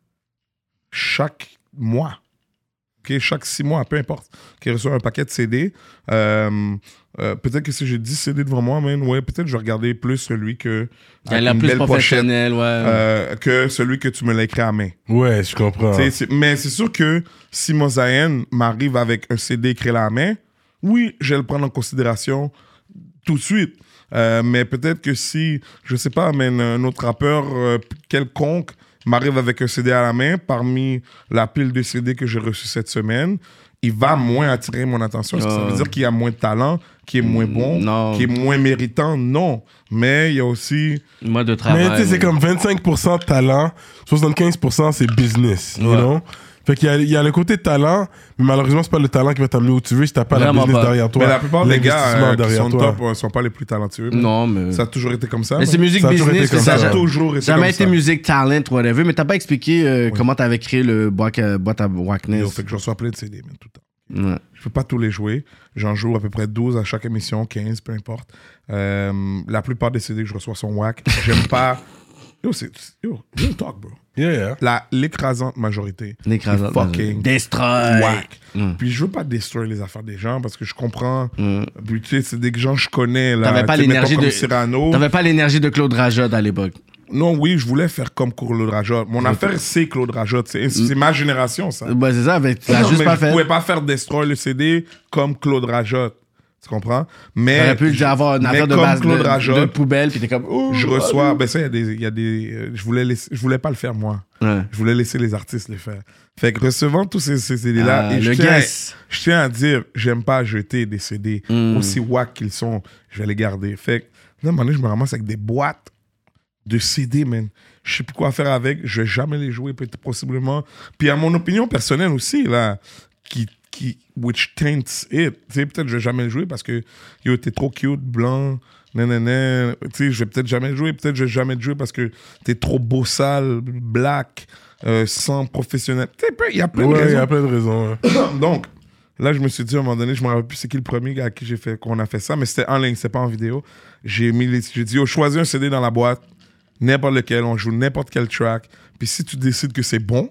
chaque mois, okay, chaque six mois, peu importe, qui reçoit un paquet de C D, euh, euh, peut-être que si j'ai dix C D devant moi, man, ouais, peut-être je vais regarder plus celui que Il a l'air une plus belle professionnel, pochette, ouais. euh, que celui que tu me l'as écrit à main. Ouais, je comprends. T'sais, c'est- mais c'est sûr que si Mozaïen m'arrive avec un C D écrit à la main, oui, je vais le prendre en considération tout de suite. Euh, mais peut-être que si, je sais pas, mais un autre rappeur euh, quelconque m'arrive avec un C D à la main, parmi la pile de C D que j'ai reçu cette semaine, il va moins attirer mon attention. Est-ce que ça veut dire qu'il y a moins de talent, qu'il est moins bon, Non. qu'il est moins méritant? Non. Mais il y a aussi... Mode de travail. Mais tu sais, c'est ouais. comme vingt-cinq pour cent talent, soixante-quinze pour cent c'est business, you Ouais. know? Fait qu'il y a, il y a le côté talent, mais malheureusement, c'est pas le talent qui va t'amener où tu veux si t'as pas Vraiment la business pas. derrière toi. mais la plupart des gars l'investissement euh, qui derrière sont toi. top ne sont pas les plus talentueux. Non, mais... Ça a toujours été comme ça. Mais c'est musique Ça a toujours business, été comme ça ça. a Ça a ja- toujours été jamais comme été ça. musique talent, whatever, mais t'as pas expliqué euh, comment t'avais créé le boîte à, boîte à Yo, Wackness. fait que je reçois plein de C D, man, tout le temps. Ouais. Je peux pas tous les jouer. J'en joue à peu près douze à chaque émission, quinze, peu importe. Euh, la plupart des C D que je reçois sont whack. J'aime pas... Yo, c'est... Yo, real talk, bro. Yeah, yeah. La, l'écrasante majorité. L'écrasante est fucking Destroy. whack. Mm. Puis je veux pas destroy les affaires des gens parce que je comprends. Mm. Puis tu sais, c'est des gens que je connais, là. T'avais pas Tu sais, l'énergie mettons de- comme Cyrano. T'avais pas l'énergie de Claude Rajot à l'époque. Non, oui, je voulais faire comme Claude Rajot. Mon affaire, c'est Claude Rajot. C'est, c'est ma génération, ça. Bah, c'est ça, mais tu l'as Non, juste mais pas je fait. pouvais pas faire Destroy le C D comme Claude Rajot. Tu comprends? Mais, T'aurais pu déjà avoir une mais affaire de comme base Claude de, Rajot, de poubelle, puis t'es comme... Oh, je reçois... Ben ça, il y a des... il Y a des euh, je, voulais laisser- je voulais pas le faire, moi. Ouais. Je voulais laisser les artistes le faire. Fait que recevant tous ces, ces C D-là, Ah, et je le tiens, à, guess. je tiens à dire, j'aime pas jeter des C D Mm. aussi wack qu'ils sont. Je vais les garder. Fait que, là, à un moment donné, je me ramasse avec des boîtes de C D, man. Je sais plus quoi faire avec. Je vais jamais les jouer, peut-être, possiblement. Puis à mon opinion personnelle aussi, là, qui... qui which taints it. Tu sais, peut-être que je vais jamais le jouer parce que, yo, t'es trop cute, blanc, nanana. Tu sais, je vais peut-être jamais le jouer. Peut-être que je vais jamais le jouer parce que t'es trop beau, sale, black, euh, sans professionnel. Tu sais, il y a plein de Ouais, il y raisons. a plein de raisons. ouais. Donc, là, je me suis dit à un moment donné, je me rappelle plus c'est qui le premier gars à qui j'ai fait, qu'on a fait ça, mais c'était en ligne, c'était pas en vidéo. J'ai mis les, j'ai dit, oh, choisis un C D dans la boîte, n'importe lequel, on joue n'importe quel track. Puis si tu décides que c'est bon,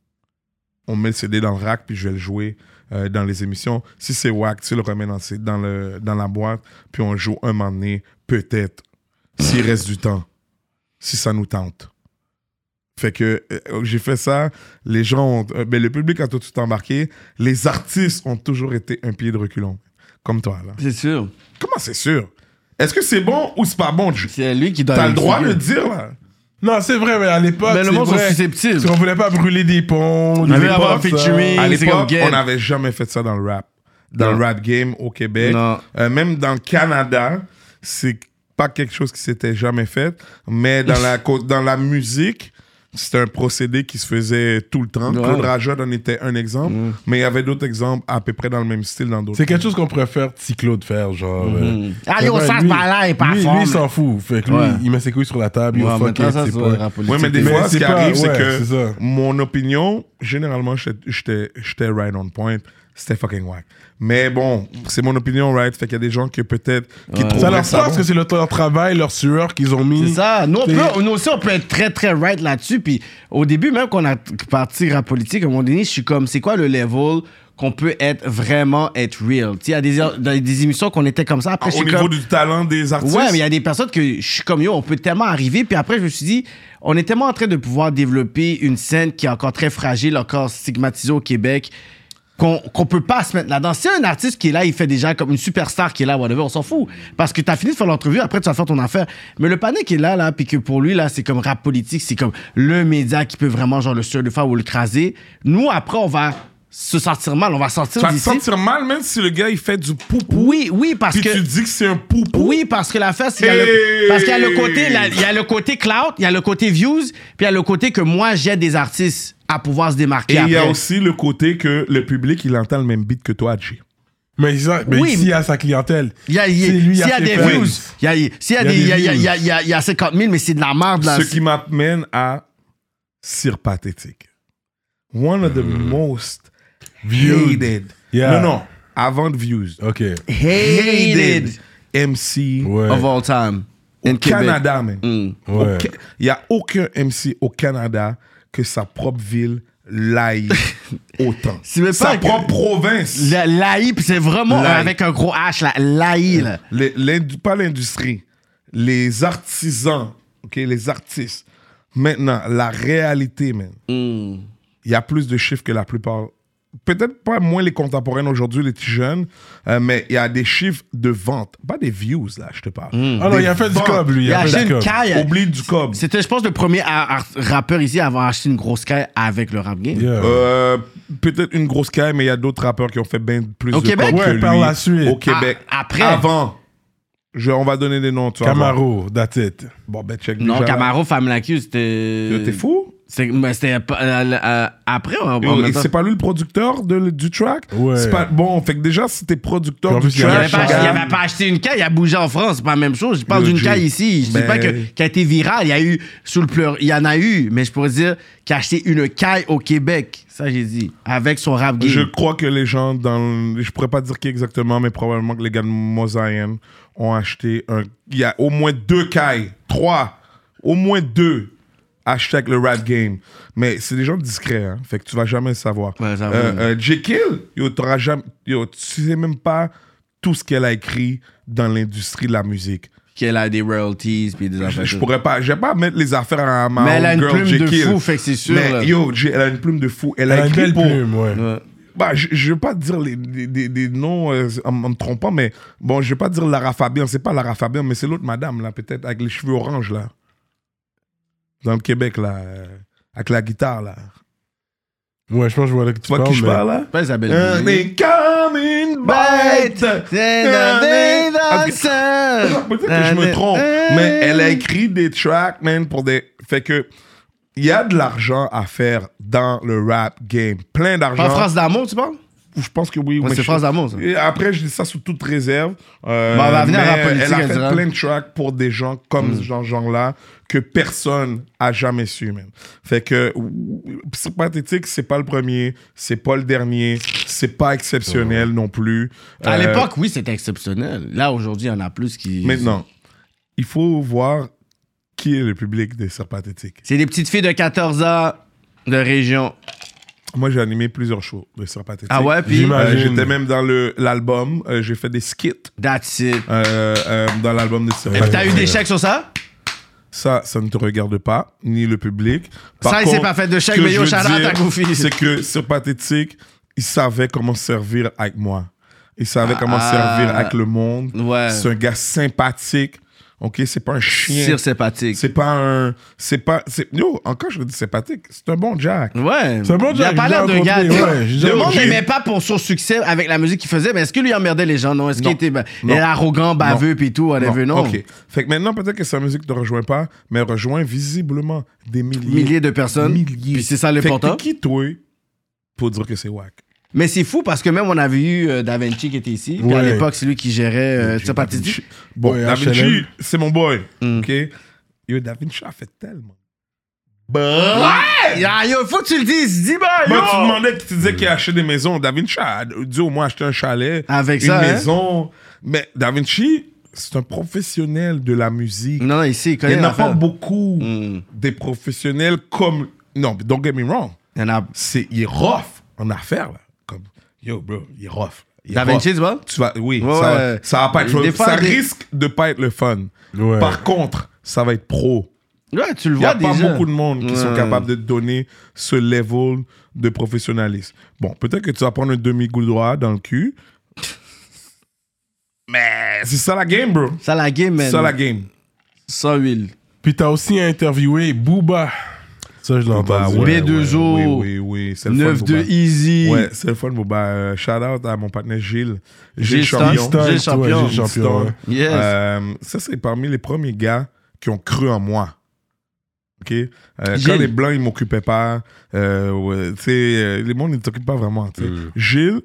on met le C D dans le rack, puis je vais le jouer euh, dans les émissions. Si c'est wack, tu le remets dans, le- dans, le, dans la boîte, puis on joue un moment donné, peut-être, s'il reste du temps, si ça nous tente. Fait que euh, j'ai fait ça, les gens ont, euh, ben, le public a tout de suite embarqué, les artistes ont toujours été un pied de reculon, comme toi là. C'est sûr. Comment c'est sûr? Est-ce que c'est bon ou c'est pas bon? Ju- C'est lui qui doit... T'as le droit de l'expliquer. le dire là. Non, c'est vrai, mais à l'époque, Mais le c'est monde sont vrai. susceptibles. Parce qu'on voulait pas brûler des ponts. On des veut avoir un portes, ça. featuring. À c'est l'époque, comme get. on n'avait jamais fait ça dans le rap. Dans Non. le rap game au Québec. Non. Euh, même dans le Canada, c'est pas quelque chose qui s'était jamais fait. Mais dans la, co- dans la musique, c'était un procédé qui se faisait tout le temps. Ouais. Claude Rajot en était un exemple. Mm. Mais il y avait d'autres exemples à peu près dans le même style dans d'autres. C'est quelque chose qu'on préfère petit Claude faire, genre. euh, Ah, yo, ouais, ça, ce lui- bail-là est pas lui, fort, lui, il mais- s'en fout. Fait que lui, Ouais. il met ses couilles sur la table, il Ouais, fuck maintenant, it, ça, c'est c'est pas... rap Oui, politique. mais des Mais fois, ce c'est qui pas- arrive, c'est ouais, que c'est ça. mon opinion, généralement, j'étais- j'étais j'étais right on point. C'était fucking whack. Mais bon, c'est mon opinion, right? Fait qu'il y a des gens qui peut-être qui Ouais. trouvent Ça leur ça passe bon. que c'est le- leur travail, leur sueur qu'ils ont mis. C'est ça. Nous, on C'est- peut- nous aussi, on peut être très, très right là-dessus. Puis au début, même qu'on a parti rap politique, à un moment donné, je suis comme, c'est quoi le level qu'on peut être vraiment être real? Tu sais, il y a des, dans des émissions qu'on était comme ça. Après, je Au suis niveau comme... du talent des artistes. Ouais, mais il y a des personnes que je suis comme yo, on peut tellement arriver. Puis après, je me suis dit, on est tellement en train de pouvoir développer une scène qui est encore très fragile, encore stigmatisée au Québec, qu'on qu'on peut pas se mettre là-dedans. Si un artiste qui est là, il fait déjà comme une superstar qui est là, whatever, on s'en fout. Parce que t'as fini de faire l'entrevue, après tu vas faire ton affaire. Mais le panier qui est là, là, puis que pour lui, là, c'est comme rap politique, c'est comme le média qui peut vraiment, genre, le sueur de faire ou le craser. Nous, après, on va se sentir mal, on va sortir Tu vas te d'ici. sentir mal même si le gars il fait du poupou. Oui, oui, parce Puis que... tu dis que c'est un poupou. Oui, parce que l'affaire, c'est qu'il y a Hey! le, parce qu'il y a le côté, la- il y a le côté clout, il y a le côté views, puis il y a le côté que moi, j'aide des artistes à pouvoir se démarquer Et il y a après. aussi le côté que le public il entend le même beat que toi, G. Mais, ça, mais Oui, ici, il y a sa clientèle. Il y a, il y a, C'est lui, il y s'il y a a ses des fans. views, il y a, s'il y a des, il y a, il y a, il y a, il y a, il y a cinquante mille, mais c'est de la merde, là. Ce qui m'amène à Sir Pathétique. One of the most Viewed. hated. Yeah. Non, non. Avant de views. OK. Hated M C Ouais. of all time. au In Québec. Canada, man. Mm. Ouais. Il n'y a aucun M C au Canada que sa propre ville l'aille autant. C'est même Sa pas que- propre province. La- L'A I, puis c'est vraiment L'A I. avec un gros H, là. L'A I, là. Les- l'indu- pas l'industrie. Les artisans, ok, les artistes. Maintenant, la réalité, man. Mm. Il y a plus de chiffres que la plupart. Peut-être pas moins les contemporains aujourd'hui, les petits jeunes, euh, mais il y a des chiffres de vente. Pas des views, là, je te parle. Ah non, Des il a fait du ventes. cob, lui. Il a fait acheté du une cob. caille. Oublie du cob. C'était, je pense, le premier a- a- rappeur ici à avoir acheté une grosse caille avec le rap game. Yeah. Euh, Peut-être une grosse caille, mais il y a d'autres rappeurs qui ont fait bien plus Au de Québec? cob que Ouais, lui. par la suite. Au Québec. Ah, après? Avant. Je, on va donner des noms, tu vas voir. Camaro, that's it. Bon, ben, check Non, déjà. Camaro, Femme Lacu, c'était. Yo, T'es fou? C'est- mais c'était pas- euh, euh, après, on, Yo, en même et temps. c'est pas lui le producteur de, du track? Ouais. C'est pas, bon, fait que déjà, si t'es producteur Puis en du plus, il y a Il track, avait, pas, Chacal. il avait pas acheté une caille, il a bougé en France, c'est pas la même chose. Je parle Yo, d'une G. caille ici. Je dis Ben- pas que, qui a été virale. Il y a eu sous le pleur. Il y en a eu, mais je pourrais dire qu'il a acheté une caille au Québec. Ça, j'ai dit. Avec son rap game. je crois que les gens dans le- je pourrais pas dire qui exactement, mais probablement que les gars de Mosaïen ont acheté un. Il y a au moins deux cailles, trois, au moins deux achetés avec le rap game. Mais c'est des gens discrets, hein. Fait que tu vas jamais le savoir. Ouais, ça va. euh, euh, J. Kill, yo, t'auras jamais. Yo, tu sais même pas tout ce qu'elle a écrit dans l'industrie de la musique. Qu'elle a des royalties puis des Je, affaires. je pourrais pas, je vais pas mettre les affaires à ma Mais elle a une girl plume J. de Kill. fou, fait que c'est sûr. Mais là. yo, J- elle a une plume de fou. Elle, Elle a a une écrit belle pour. plume, ouais. Ouais. Bah, je, je vais pas dire les, des, des- des noms euh, en, en me trompant, mais bon, je vais pas dire Lara Fabian. C'est pas Lara Fabian, mais c'est l'autre madame, là, peut-être, avec les cheveux orange, là. Dans le Québec, là. euh, avec la guitare, là. Ouais, je pense que je vois là que tu Tu vois parles. qui je mais- parle, là? Pas Isabelle Uh, Boulay. they come in bite. C'est la vie dans Ok. le sang. Peut-être que je me trompe, mais elle a écrit des tracks, man, pour des. Fait que. Il y a de l'argent à faire dans le rap game. Plein d'argent. En France d'amour, tu parles? Je pense que oui. Ouais, mais c'est je- France d'amour, ça. Et après, je dis ça sous toute réserve. Euh, Bon, on va venir à mais la politique, elle a elle fait dira. plein de tracks pour des gens comme ce genre, genre-là que personne a jamais su, man. Fait que c'est pathétique, c'est pas le premier, c'est pas le dernier, c'est pas exceptionnel non plus. À Euh, l'époque, oui, c'était exceptionnel. Là, aujourd'hui, il y en a plus qui. Maintenant, il faut voir qui est le public des Sœurs Pathétiques. C'est des petites filles de quatorze ans de région. Moi, j'ai animé plusieurs shows de Sœurs Pathétiques. Ah ouais, puis J'imagine. Euh, J'étais même dans le- l'album, euh, j'ai fait des skits that's it. euh, euh, dans l'album des Sœurs Et puis, t'as eu Pathétiques. des chèques sur ça? Ça, ça ne te regarde pas, ni le public. Par Ça, il s'est contre, pas fait de chèque, ce que mais yo, je veux shout out dire, à Goofy. C'est que sur Pathétique, ils savaient comment servir avec moi. Ils savaient comment Ah. servir avec le monde. Ouais. C'est un gars sympathique. OK, c'est pas un chien. Cire sympathique. C'est pas un... C'est pas... c'est- Yo, encore je dis sympathique. C'est un bon Jack. Ouais. C'est un bon Il a Jack, pas j'ai l'air déjà d'un gars. rencontré, ouais, j'ai déjà Le monde rencontré. n'aimait pas pour son succès avec la musique qu'il faisait, mais est-ce qu'il lui emmerdait les gens? Non. Est-ce qu'il Non. était ben, Non. arrogant, baveux, puis tout? whatever, non. OK. Fait que maintenant, peut-être que sa musique ne te rejoint pas, mais rejoint visiblement des milliers... Milliers de personnes. Milliers. Puis c'est ça Fait que l'important. t'es qui, toi, pour dire que c'est wack? Mais c'est fou parce que même on avait eu euh, Da Vinci qui était ici. Puis à Ouais. l'époque, c'est lui qui gérait euh, J'ai ça Da partie Vinci. Bon, Ouais, Da H L M. Vinci, c'est mon boy. Mm. OK? Yo, Da Vinci a fait tellement. Bah! Ouais! Ah, yo, faut que tu le dises. Dis, bah, yo! Moi, tu demandais qui te disait qu'il a acheté des maisons. Da Vinci a dit au moins acheter un chalet. Avec une ça, hein? maison. Mais Da Vinci, c'est un professionnel de la musique. Non, non, ici, il Il connaît n'y en a pas l'affaire. beaucoup Mm. des professionnels comme. Non, mais don't get me wrong. Il y en a. C'est, il est rough en affaires, là. Comme, yo, bro, il est rough. Il est Da rough. Vinci, tu vois? Tu vas, oui, Ouais, ça, ouais. va, ça va pas être Des le- fois, ça des- risque de pas être le fun. Ouais. Par contre, ça va être pro. Ouais, tu le Il n'y vois a pas déjà. beaucoup de monde qui sont Ouais. capables de te donner ce level de professionnalisme. Bon, peut-être que tu vas prendre un demi-goût droit dans le cul. Mais c'est ça la game, bro. Ça, la game, man. C'est ça la game. Sans huile. Puis t'as aussi interviewé Booba. Ça, je l'ai Bah, entendu. ouais, B deux O. ouais, Oui, oui, oui. C'est le fun, neuf deux Booba. Easy. Ouais, c'est le fun, Booba. Euh, shout out à mon partenaire Gilles. Gilles Gilles Champion. Stunt. Gilles Stunt, ouais, Champion. Gilles Champion, ouais. Yes. Euh, ça, c'est parmi les premiers gars qui ont cru en moi. OK? Euh, quand Gilles. les Blancs, ils m'occupaient pas, euh, ouais, tu sais, euh, les mondes, ils ne t'occupent pas vraiment. tu sais. Mm. Gilles,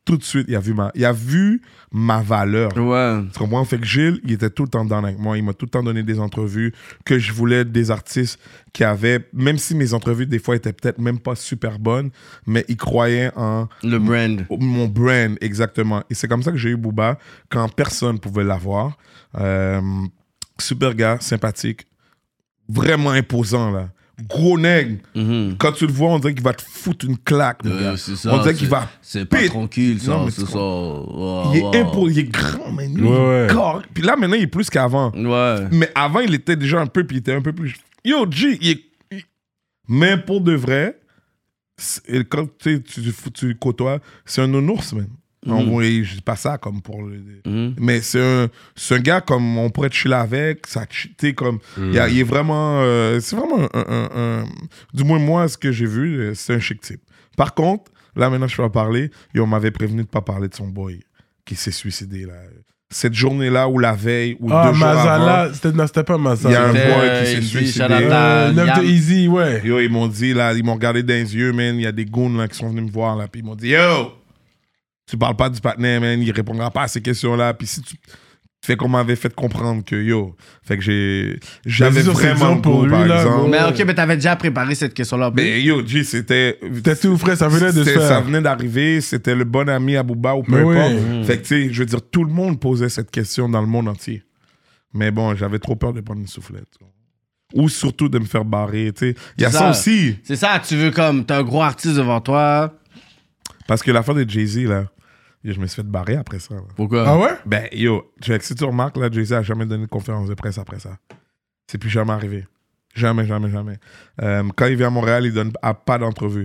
tout de suite, il a vu ma, il a vu ma valeur. Ouais. Tu comprends? Fait que Gilles, il était tout le temps dans avec moi. Il m'a tout le temps donné des entrevues que je voulais des artistes qui avaient, même si mes entrevues, des fois, étaient peut-être même pas super bonnes, mais il croyait en... Le brand. Mon brand, exactement. Et c'est comme ça que j'ai eu Booba quand personne pouvait l'avoir. Euh, super gars, sympathique, vraiment imposant, là. Gros nègre. Mm-hmm. Quand tu le vois, on dirait qu'il va te foutre une claque. mon Euh, gars. c'est ça, on dirait c'est- qu'il va. C'est pas pit- tranquille, ça. Non, mais C'est tu ça. comprends. Wow, Il est wow. impo- il est grand, mais lui, Ouais, il est ouais. corps. Puis là, maintenant, il est plus qu'avant. Ouais. Mais avant, il était déjà un peu, puis il était un peu plus. Yo, G, il est. il- Mais pour de vrai, c'est- quand tu, sais, tu, tu le côtoies, c'est un nounours, man. En vrai, je dis pas ça comme pour le. Mhm. Mais c'est un, c'est un gars comme on pourrait chiller avec, ça, tu sais, comme. Il, y a- il est vraiment. euh, c'est vraiment un, un- un- Du moins, moi, ce que j'ai vu, euh, c'est un chic type. Par contre, là, maintenant, je vais en parler. Et on m'avait prévenu de pas parler de son boy qui s'est suicidé, là. Cette journée-là ou la veille ou Ah, deux jours avant. Mazala, c'était, non, c'était pas Il y a un Mazala. C'était, boy euh, qui s'est il dit, suicidé. shout out à- Euh, neuf de Yam. Easy, ouais. Yo, ils m'ont dit, là, ils m'ont regardé dans les yeux, man. Il y a des goons là, qui sont venus me voir, là. Puis ils m'ont dit, yo, tu parles pas du partenaire, man. Il répondra pas à ces questions-là. Puis si tu fais qu'on m'avait fait comprendre que, yo. Fait que j'ai. J'avais Vas-y, sur cette vraiment zone le pour goût, lui, par là, exemple. gros. Mais ok, mais t'avais déjà préparé cette question-là. Mais yo, G, c'était. C'était tout frais, ça venait de se C'était- Ça faire. venait d'arriver. C'était le bon ami à Booba ou peu Mais importe. oui. Fait que, tu sais, je veux dire, tout le monde posait cette question dans le monde entier. Mais bon, j'avais trop peur de prendre une soufflette. Ou surtout de me faire barrer, tu sais. Il y a C'est ça ça. aussi. C'est ça, tu veux comme, t'as un gros artiste devant toi. Parce que l'affaire de Jay-Z, là, yo, je me suis fait barrer après ça. là. Pourquoi? Ah ouais? Ben, yo, tu- si tu remarques, là, Jay-Z a jamais donné de conférence de presse après ça. C'est plus jamais arrivé. Jamais, jamais, jamais. Euh, quand il vient à Montréal, il donne à pas d'entrevue.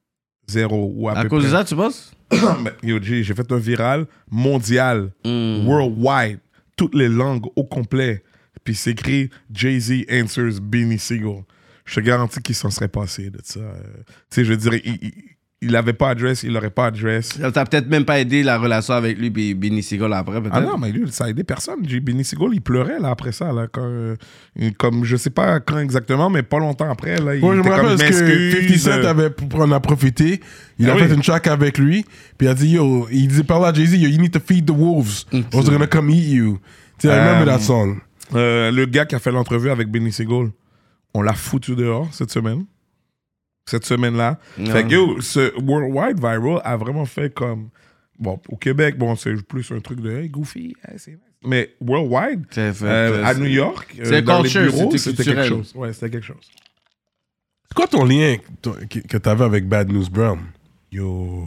Zéro. Ou à, À peu cause de près. ça, tu penses? Ben, yo, G, j'ai fait un viral mondial, Mm. worldwide, toutes les langues au complet. Puis c'est écrit Jay-Z answers Beanie Siegel. Je te garantis qu'il s'en serait passé de ça. Euh, tu sais, je veux dire, il, il, il avait pas adresse, il l'aurait pas adresse. Ça t'a peut-être même pas aidé la relation avec lui et Benny Siegel après, peut-être. Ah non, mais lui, ça a aidé personne. J- Benny Siegel, il pleurait là, après ça. Là, quand, euh, il- comme, je sais pas quand exactement, mais pas longtemps après. Là, il Ouais, je était me rappelle comme, parce que m'excuse, fifty Cent euh, avait, pour en a profité. Il Ah a oui. fait une track avec lui. Puis il a dit, yo, il disait par là à Jay-Z, yo, you need to feed the wolves. Or they're gonna come eat you. Tu sais, I remember Um, that song. euh, le gars qui a fait l'entrevue avec Benny Siegel, on l'a foutu dehors cette semaine. Cette semaine-là. Ouais. Fait que, yo, ce Worldwide Viral a vraiment fait comme. Bon, au Québec, bon, c'est plus un truc de hey, Goofy, hey, c'est nice. Mais Worldwide, C'est fait, euh, euh, à c'est- New York, euh, c'est dans les culture, bureaux, c'était c'était quelque culturel. chose. Ouais, c'était quelque chose. C'est quoi ton lien ton- que, que t'avais avec Bad News Brown? Yo.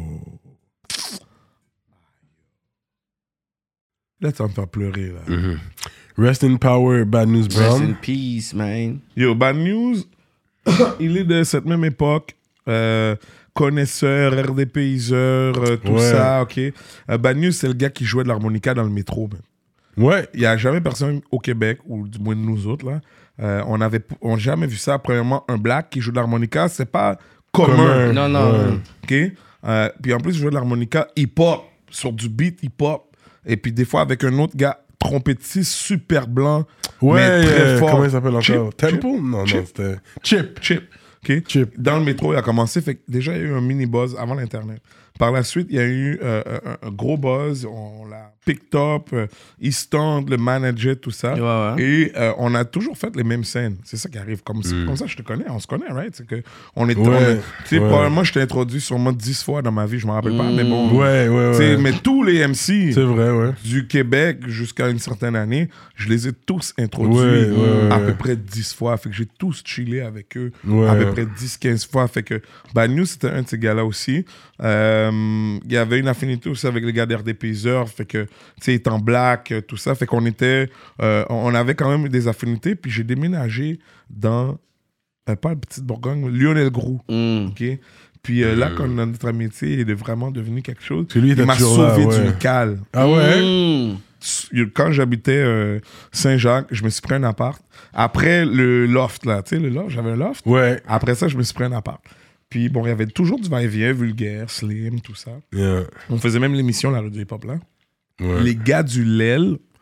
Là, tu vas me faire pleurer, là. Rest in power, Bad News Rest in Brown. peace, man. Yo, Bad News, il est de cette même époque. Euh, connaisseur, R D P-iseur, euh, tout Ouais. ça, ok. Euh, Bad News, c'est le gars qui jouait de l'harmonica dans le métro, man. Ouais. Il n'y a jamais personne au Québec, ou du moins nous autres, là, euh, on n'avait on jamais vu ça. Premièrement, un black qui joue de l'harmonica, c'est pas commun. Commun. Non, non. Ouais. OK? Euh, puis en plus, je jouais de l'harmonica hip-hop, sur du beat hip-hop. Et puis des fois, avec un autre gars, trompettiste super blanc, Ouais, mais très euh, fort. comment il s'appelle Chip, encore? Temple? Chip, Non, Chip. non, c'était Chip. Chip. OK? Chip. Dans le métro, il a commencé. Fait que déjà, il y a eu un mini buzz avant l'Internet. Par la suite, il y a eu euh, un, un gros buzz. On l'a picked up. Euh, Easton, le manager, tout ça. Ouais, ouais. Et euh, on a toujours fait les mêmes scènes. C'est ça qui arrive. Comme, comme ça, je te connais. On se connaît, right? C'est que on est, Ouais, on est- tu sais, ouais. probablement, je t'ai introduit sûrement dix fois dans ma vie. Je me rappelle pas. Mais bon. Ouais, ouais, Tu sais, ouais. Mais tous les M C C'est vrai, ouais. du Québec jusqu'à une certaine année, je les ai tous introduits Ouais, ouais, à ouais. peu près dix fois. Fait que j'ai tous chillé avec eux Ouais. à peu près dix quinze fois. Fait que Bad News, c'était un de ces gars-là aussi. Euh, Il y avait une affinité aussi avec les gars d'R D P-iseur. Fait que, tu sais, étant black, euh, tout ça. Fait qu'on était... euh, on avait quand même des affinités. Puis j'ai déménagé dans... euh, pas la petite Bourgogne, Lionel Groux. Mm. OK? Puis euh, là, quand notre amitié est de- vraiment devenu quelque chose, Puis lui, il il était m'a toujours là, sauvé ouais. d'une cale. Ah ouais? Mm. Quand j'habitais euh, Saint-Jacques, je me suis pris un appart. Après le loft, là, tu sais, le loft, j'avais un loft. Ouais. Après ça, je me suis pris un appart. Puis bon, il y avait toujours du va-et-vient, vulgaire, slim, tout ça. Yeah. On faisait même l'émission, la radio hip-hop, là. Ouais. Les gars du L E L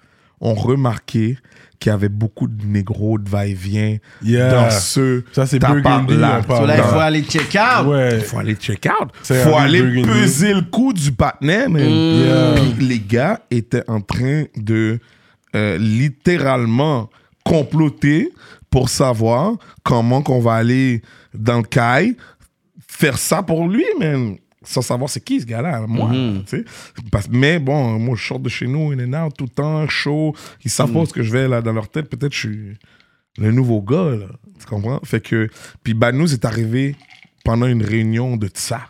ont remarqué qu'il y avait beaucoup de négros de va-et-vient Yeah. dans ce Ça, c'est appart-là. Burgundy, on parle. So là, il Dans- faut aller check out. Ouais. faut aller check out. C'est Faut un aller Burgundy. peser le coup du partenaire, man. Yeah. Puis les gars étaient en train de euh, littéralement comploter pour savoir comment qu'on va aller dans le caille, faire ça pour lui, man. Sans savoir c'est qui ce gars-là, moi. Mm-hmm. tu sais. Parce- mais bon, moi, je sors de chez nous, in and out, tout le temps, chaud. Ils savent Mm. pas ce que je vais là dans leur tête. Peut-être je suis le nouveau gars, là. Tu comprends? Fait que. Puis Bad News est arrivé pendant une réunion de ça.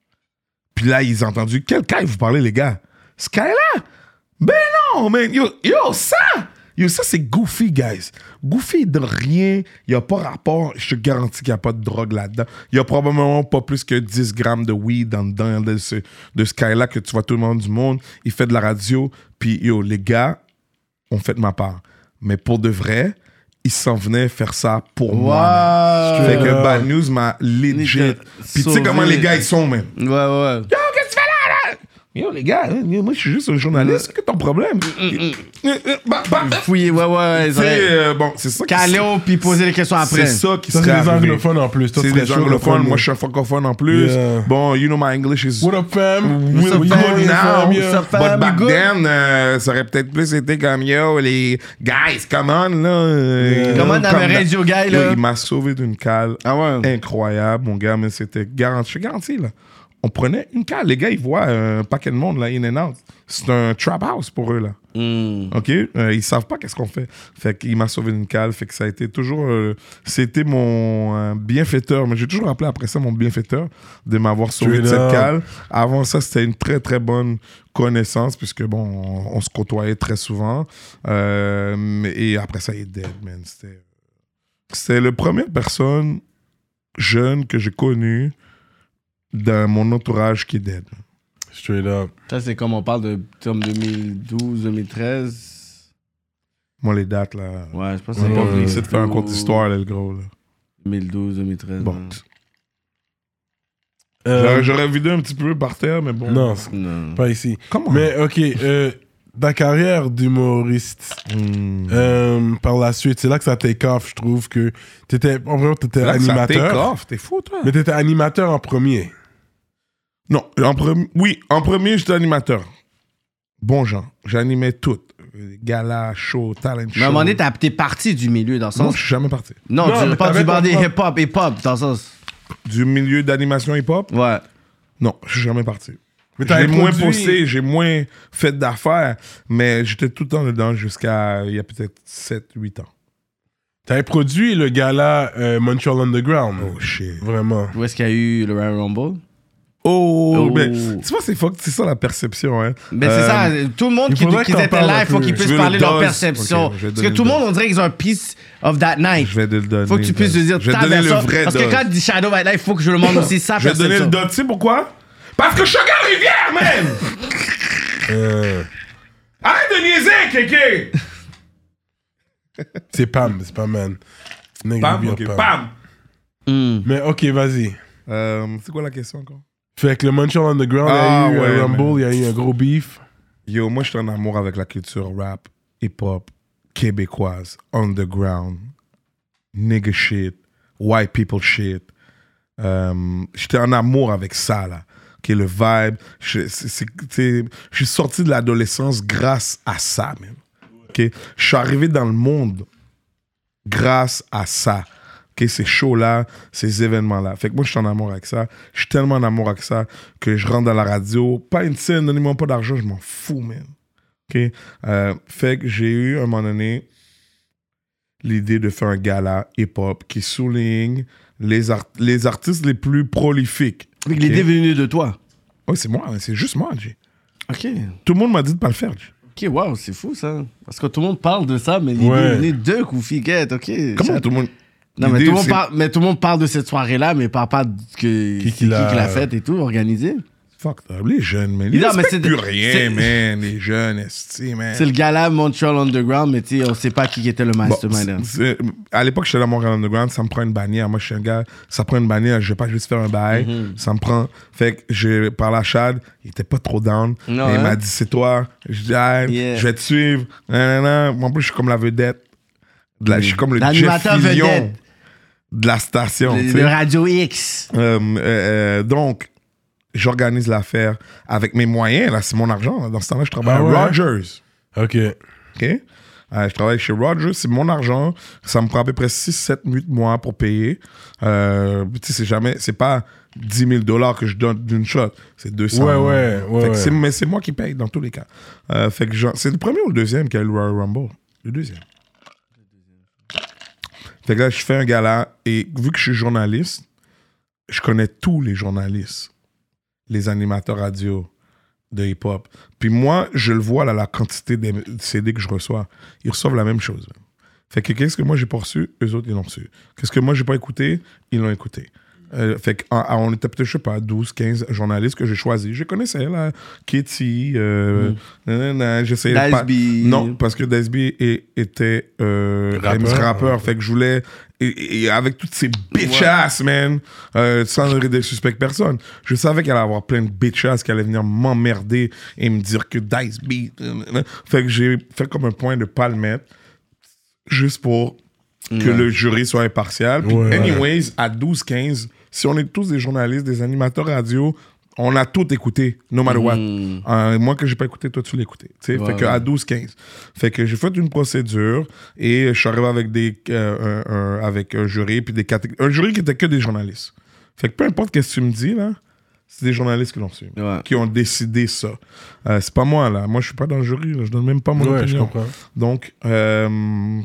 Puis là, ils ont entendu quel caille vous parlez, les gars? Ce caille-là? Ben non, man. Yo, yo ça! Yo, ça, c'est Goofy, guys. Goofy, de rien. Il n'y a pas rapport. Je te garantis qu'il n'y a pas de drogue là-dedans. Il n'y a probablement pas plus que dix grammes de weed en dedans de ce, de ce caille-là que tu vois tout le monde du monde. Il fait de la radio. Puis, yo, les gars ont fait de ma part. Mais pour de vrai, ils s'en venaient faire ça pour moi. man. Wow. Fait que Yeah. Bad News m'a legit. Nickel. Puis tu sais Sauvé. comment les gars ils sont, même. Ouais, ouais. Yo, qu'est-ce que tu fais là, là? Yo, les gars, hein, yo, moi, je suis juste un journaliste. Qu'est-ce que ton problème? Euh, euh, bah, bah, Fouiller, ouais, ouais. tu sais, euh, bon, c'est ça qui Caléo, puis poser les questions après. C'est ça qui Ça, serait c'est des arrivé. anglophones en plus. Toi, C'est tu des serais chaud, anglophones. le Moi, je suis un francophone en plus. Yeah. Bon, you know my English is What up, fam? real up, good fam? now. Fam, yeah. What's up, fam? But back You good? then, euh, ça aurait peut-être plus été comme yo, les guys, come on, là. euh, Comment dans comme le da- radio guy, Yo, là? il m'a sauvé d'une cale Ah ouais. incroyable, mon gars, mais c'était garanti. Je suis garanti, là. On prenait une cale. Les gars, ils voient un paquet de monde, là, in and out. C'est un trap house pour eux, là. Mm. OK? Euh, ils savent pas qu'est-ce qu'on fait. Fait qu'il m'a sauvé d'une cale. Fait que ça a été toujours... euh, c'était mon euh, bienfaiteur. Mais j'ai toujours appelé après ça mon bienfaiteur de m'avoir sauvé de Straight cette up. cale. Avant ça, c'était une très, très bonne connaissance puisque, bon, on, on se côtoyait très souvent. Euh, mais- et après ça, il est dead, man. C'était... C'était la première personne jeune que j'ai connue dans mon entourage qui est dead. Straight up. Ça, c'est comme on parle de comme deux mille douze, deux mille treize. Moi, les dates, là... Ouais, je pense que C'est c'est pas comme venu ici de faire un compte d'histoire, là, le gros, là. deux mille douze, deux mille treize. Bon. ouais. Euh, J'aurais- J'aurais vidé un petit peu par terre, mais bon. Non, c'est Non. pas ici. Comment? Mais ok, euh, ta carrière d'humoriste, Hmm. euh, par la suite, c'est là que ça take off, je trouve que t'étais, en vrai, t'étais Là, ça take animateur. off, t'es fou, toi? Mais t'étais animateur en premier. Non, en premi- oui, en premier, j'étais animateur. Bon genre, j'animais tout. Gala, show, talent show. Mais à un moment donné, t'as- t'es parti du milieu, dans le Non, sens. je suis jamais parti. Non, Non, tu mais pas t'avais du bandé ton hip-hop, hip-hop, dans le sens. Du milieu d'animation hip-hop, Ouais. non, je suis jamais parti. Mais t'avais J'ai moins produit- posté, j'ai moins fait d'affaires, mais j'étais tout le temps dedans jusqu'à il y a peut-être sept huit ans. T'avais produit le gala euh, Montreal Underground. Oh shit. Vraiment. Où est-ce qu'il y a eu le Royal Rumble? Oh, Oh. mais tu vois, c'est fuck- c'est ça la perception, hein. Ben c'est Euh, ça, tout le monde il qui, faudrait qui que t'en était parles là, un il faut peu. qu'ils Tu puissent veux parler le de leur dose? perception. Ok, je vais Parce que donner tout le le monde, on dirait qu'ils ont un piece of that night. Je vais te le donner. Faut que tu puisses te dire Je vais ta te donner le version. vrai Parce que dose. quand il dit Shadow va être là, il faut que je le montre aussi sa Je vais te donner le perception. dot. Tu sais pourquoi? Parce que je suis un gars de Rivière, man! Euh, Arrête de niaiser, Kéké! c'est Pam, c'est pas man. Nègre Bam, bien ok, Pam. bam! Hmm. Mais ok, vas-y. Euh, c'est quoi la question encore? Fait que le Montreal Underground, Ah, il y a eu ouais, un Rumble, man. il y a eu un gros beef. Yo, moi, je suis en amour avec la culture rap, hip-hop, québécoise, underground, nigga shit, white people shit. Euh, J'étais en amour avec ça, là. Ok, le vibe. Je c'est- c'est- c'est- je suis sorti de l'adolescence grâce à ça, même. Ok, je suis arrivé dans le monde grâce à ça. Ok, ces shows-là, ces événements-là. Fait que moi, je suis en amour avec ça. Je suis tellement en amour avec ça que je rentre dans la radio. Pas une scène, donnez-moi pas d'argent, je m'en fous, man. Ok? Euh, fait que j'ai eu, à un moment donné, l'idée de faire un gala hip-hop qui souligne les, art- les artistes les plus prolifiques. Fait que l'idée est venue de toi. Oui, c'est moi, c'est juste moi, G. Ok. Tout le monde m'a dit de pas le faire, G. Ok, wow, c'est fou ça. Parce que tout le monde parle de ça, mais l'idée Ouais. est venue de Kofi Get, ok. Comment Ça- tout le monde... Non, mais l'idée, tout, le monde c'est- parle, mais tout le monde parle de cette soirée-là, mais parle pas de que, Qui qui, qui l'a- qui l'a faite et tout, organisé. Fuck, les jeunes, man. Ils Non, mais respectent c'est- plus rien, c'est- man. Les jeunes, esti, man. C'est le gars-là, Montreal Underground, mais tu sais, on sait pas qui était le Bon, mastermind. hein. c'est- c'est- à l'époque, j'étais dans Montréal Underground, ça me prend une bannière. Moi, je suis un gars, ça prend une bannière, je vais pas juste faire un bail. Mm-hmm. Ça me prend. Fait que j'ai parlé à Chad, il était pas trop down. Non, mais il hein? m'a dit, c'est toi. Je dis, ah, Yeah. je vais te suivre. Nanana. Moi, en plus, je suis comme la vedette. De la- je suis comme le Jeff L'animateur Fillion vedette. de la station. tu Le, sais. le Radio X. Euh, euh, euh, donc, j'organise l'affaire avec mes moyens. Là, c'est mon argent. Là. Dans ce temps-là, je travaille Ah à ouais? Rogers. OK. OK? Euh, je travaille chez Rogers, c'est mon argent. Ça me prend à peu près six sept huit mois pour payer. Euh, tu sais, c'est jamais, c'est pas dix mille dollars que je donne d'une shot. C'est deux cents. Ouais, ouais, ouais, Fait que ouais. c'est- mais c'est moi qui paye dans tous les cas. Euh, fait que genre, c'est le premier ou le deuxième qui a eu le Royal Rumble? Le deuxième. Fait que là, je fais un gala et vu que je suis journaliste, je connais tous les journalistes, les animateurs radio de hip-hop. Puis moi, je le vois, là, la quantité de C D que je reçois. Ils reçoivent la même chose. Même. Fait que qu'est-ce que moi, j'ai pas reçu, eux autres, ils l'ont reçu. Qu'est-ce que moi, j'ai pas écouté, ils l'ont écouté. Euh, fait qu'on était peut-être, je sais pas, douze, quinze journalistes que j'ai choisis. Je connaissais, là, Kitty, euh, Mm. nanana, j'essayais Dice pas... B. Non, parce que Dice B est- était euh, Rappeur. rappeur. Fait que je voulais... Et, et avec toutes ces bitch-ass, man, euh, sans suspecter personne, je savais qu'elle allait avoir plein de bitch-ass qui allaient venir m'emmerder et me dire que Dice B... euh, Fait que j'ai fait comme un point de pas le mettre, juste pour que Ouais. le jury soit impartial. Puis Ouais, anyways, à douze quinze, si on est tous des journalistes, des animateurs radio, on a tout écouté, no matter what. Mm. Euh, moi que j'ai pas écouté, toi tu l'écoutais. Tu sais, Ouais, fait que ouais. à douze quinze. Fait que j'ai fait une procédure et je suis arrivé avec des euh, un, un- avec un jury puis des catégories. Un jury qui était que des journalistes. Fait que peu importe qu'est-ce que tu me dis là, c'est des journalistes qui l'ont su, Ouais. qui ont décidé ça. Euh, c'est pas moi là. Moi je suis pas dans le jury. Là. Je donne même pas mon Ouais, je opinion. comprends. Donc euh,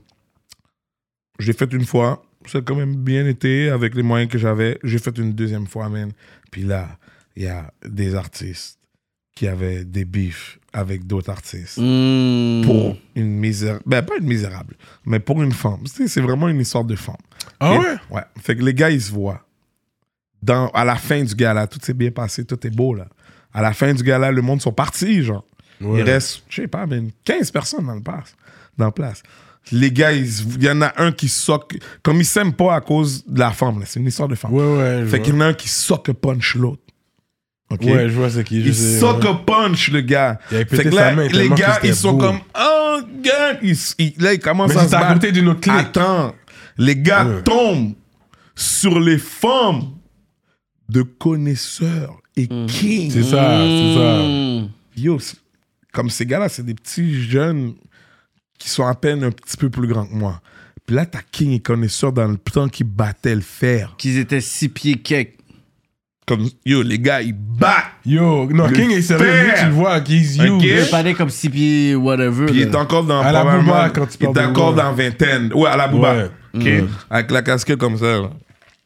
je l'ai fait une fois. Ça a quand même bien été avec les moyens que j'avais. J'ai fait une deuxième fois, man. Puis là, il y a des artistes qui avaient des bifs avec d'autres artistes. Mm. Pour une misérable... Ben, pas une misérable, mais pour une femme. Tu sais, c'est vraiment une histoire de femme. Ah Et- ouais? Ouais. Fait que les gars, ils se voient. Dans, à la fin du gala, tout s'est bien passé, tout est beau, là. À la fin du gala, le monde sont partis, genre. Ouais. Il reste, je sais pas, mais quinze personnes dans le place. Dans le place. Les gars, il il y en a un qui soque... Comme ils s'aiment pas à cause de la femme, là. C'est une histoire de femme. Ouais, ouais. je Fait vois. qu'il y en a un qui soque punch l'autre. OK? Ouais, je vois c'est qui. je Il sais, soque ouais. punch, le gars. Il avait pété Fait que sa là, main les tellement que gars, c'était ils sont beau. comme, oh, gars, ils, ils- là, ils commencent Mais à se c'est à battre. côté d'une autre clique. Attends, les gars Ouais. tombent sur les femmes de connaisseurs et kings. C'est ça, c'est ça. Mm. Yo, c'est- comme ces gars-là, c'est des petits jeunes qui sont à peine un petit peu plus grands que moi. Puis là, t'as king et connaisseur dans le temps qui battaient le fer. Qu'ils étaient six pieds cake. Comme, yo, les gars, ils battent. Yo, non, Le King est sérieux. fer. Lui, tu le vois, he's you. Ok. Il parlait comme six pieds whatever. Puis il est là. encore dans À la probablement- Booba, quand tu il est parles de encore Booba. dans vingtaine. Ouais, à la Booba. Ouais. OK? Mm. Avec la casquette comme ça. là.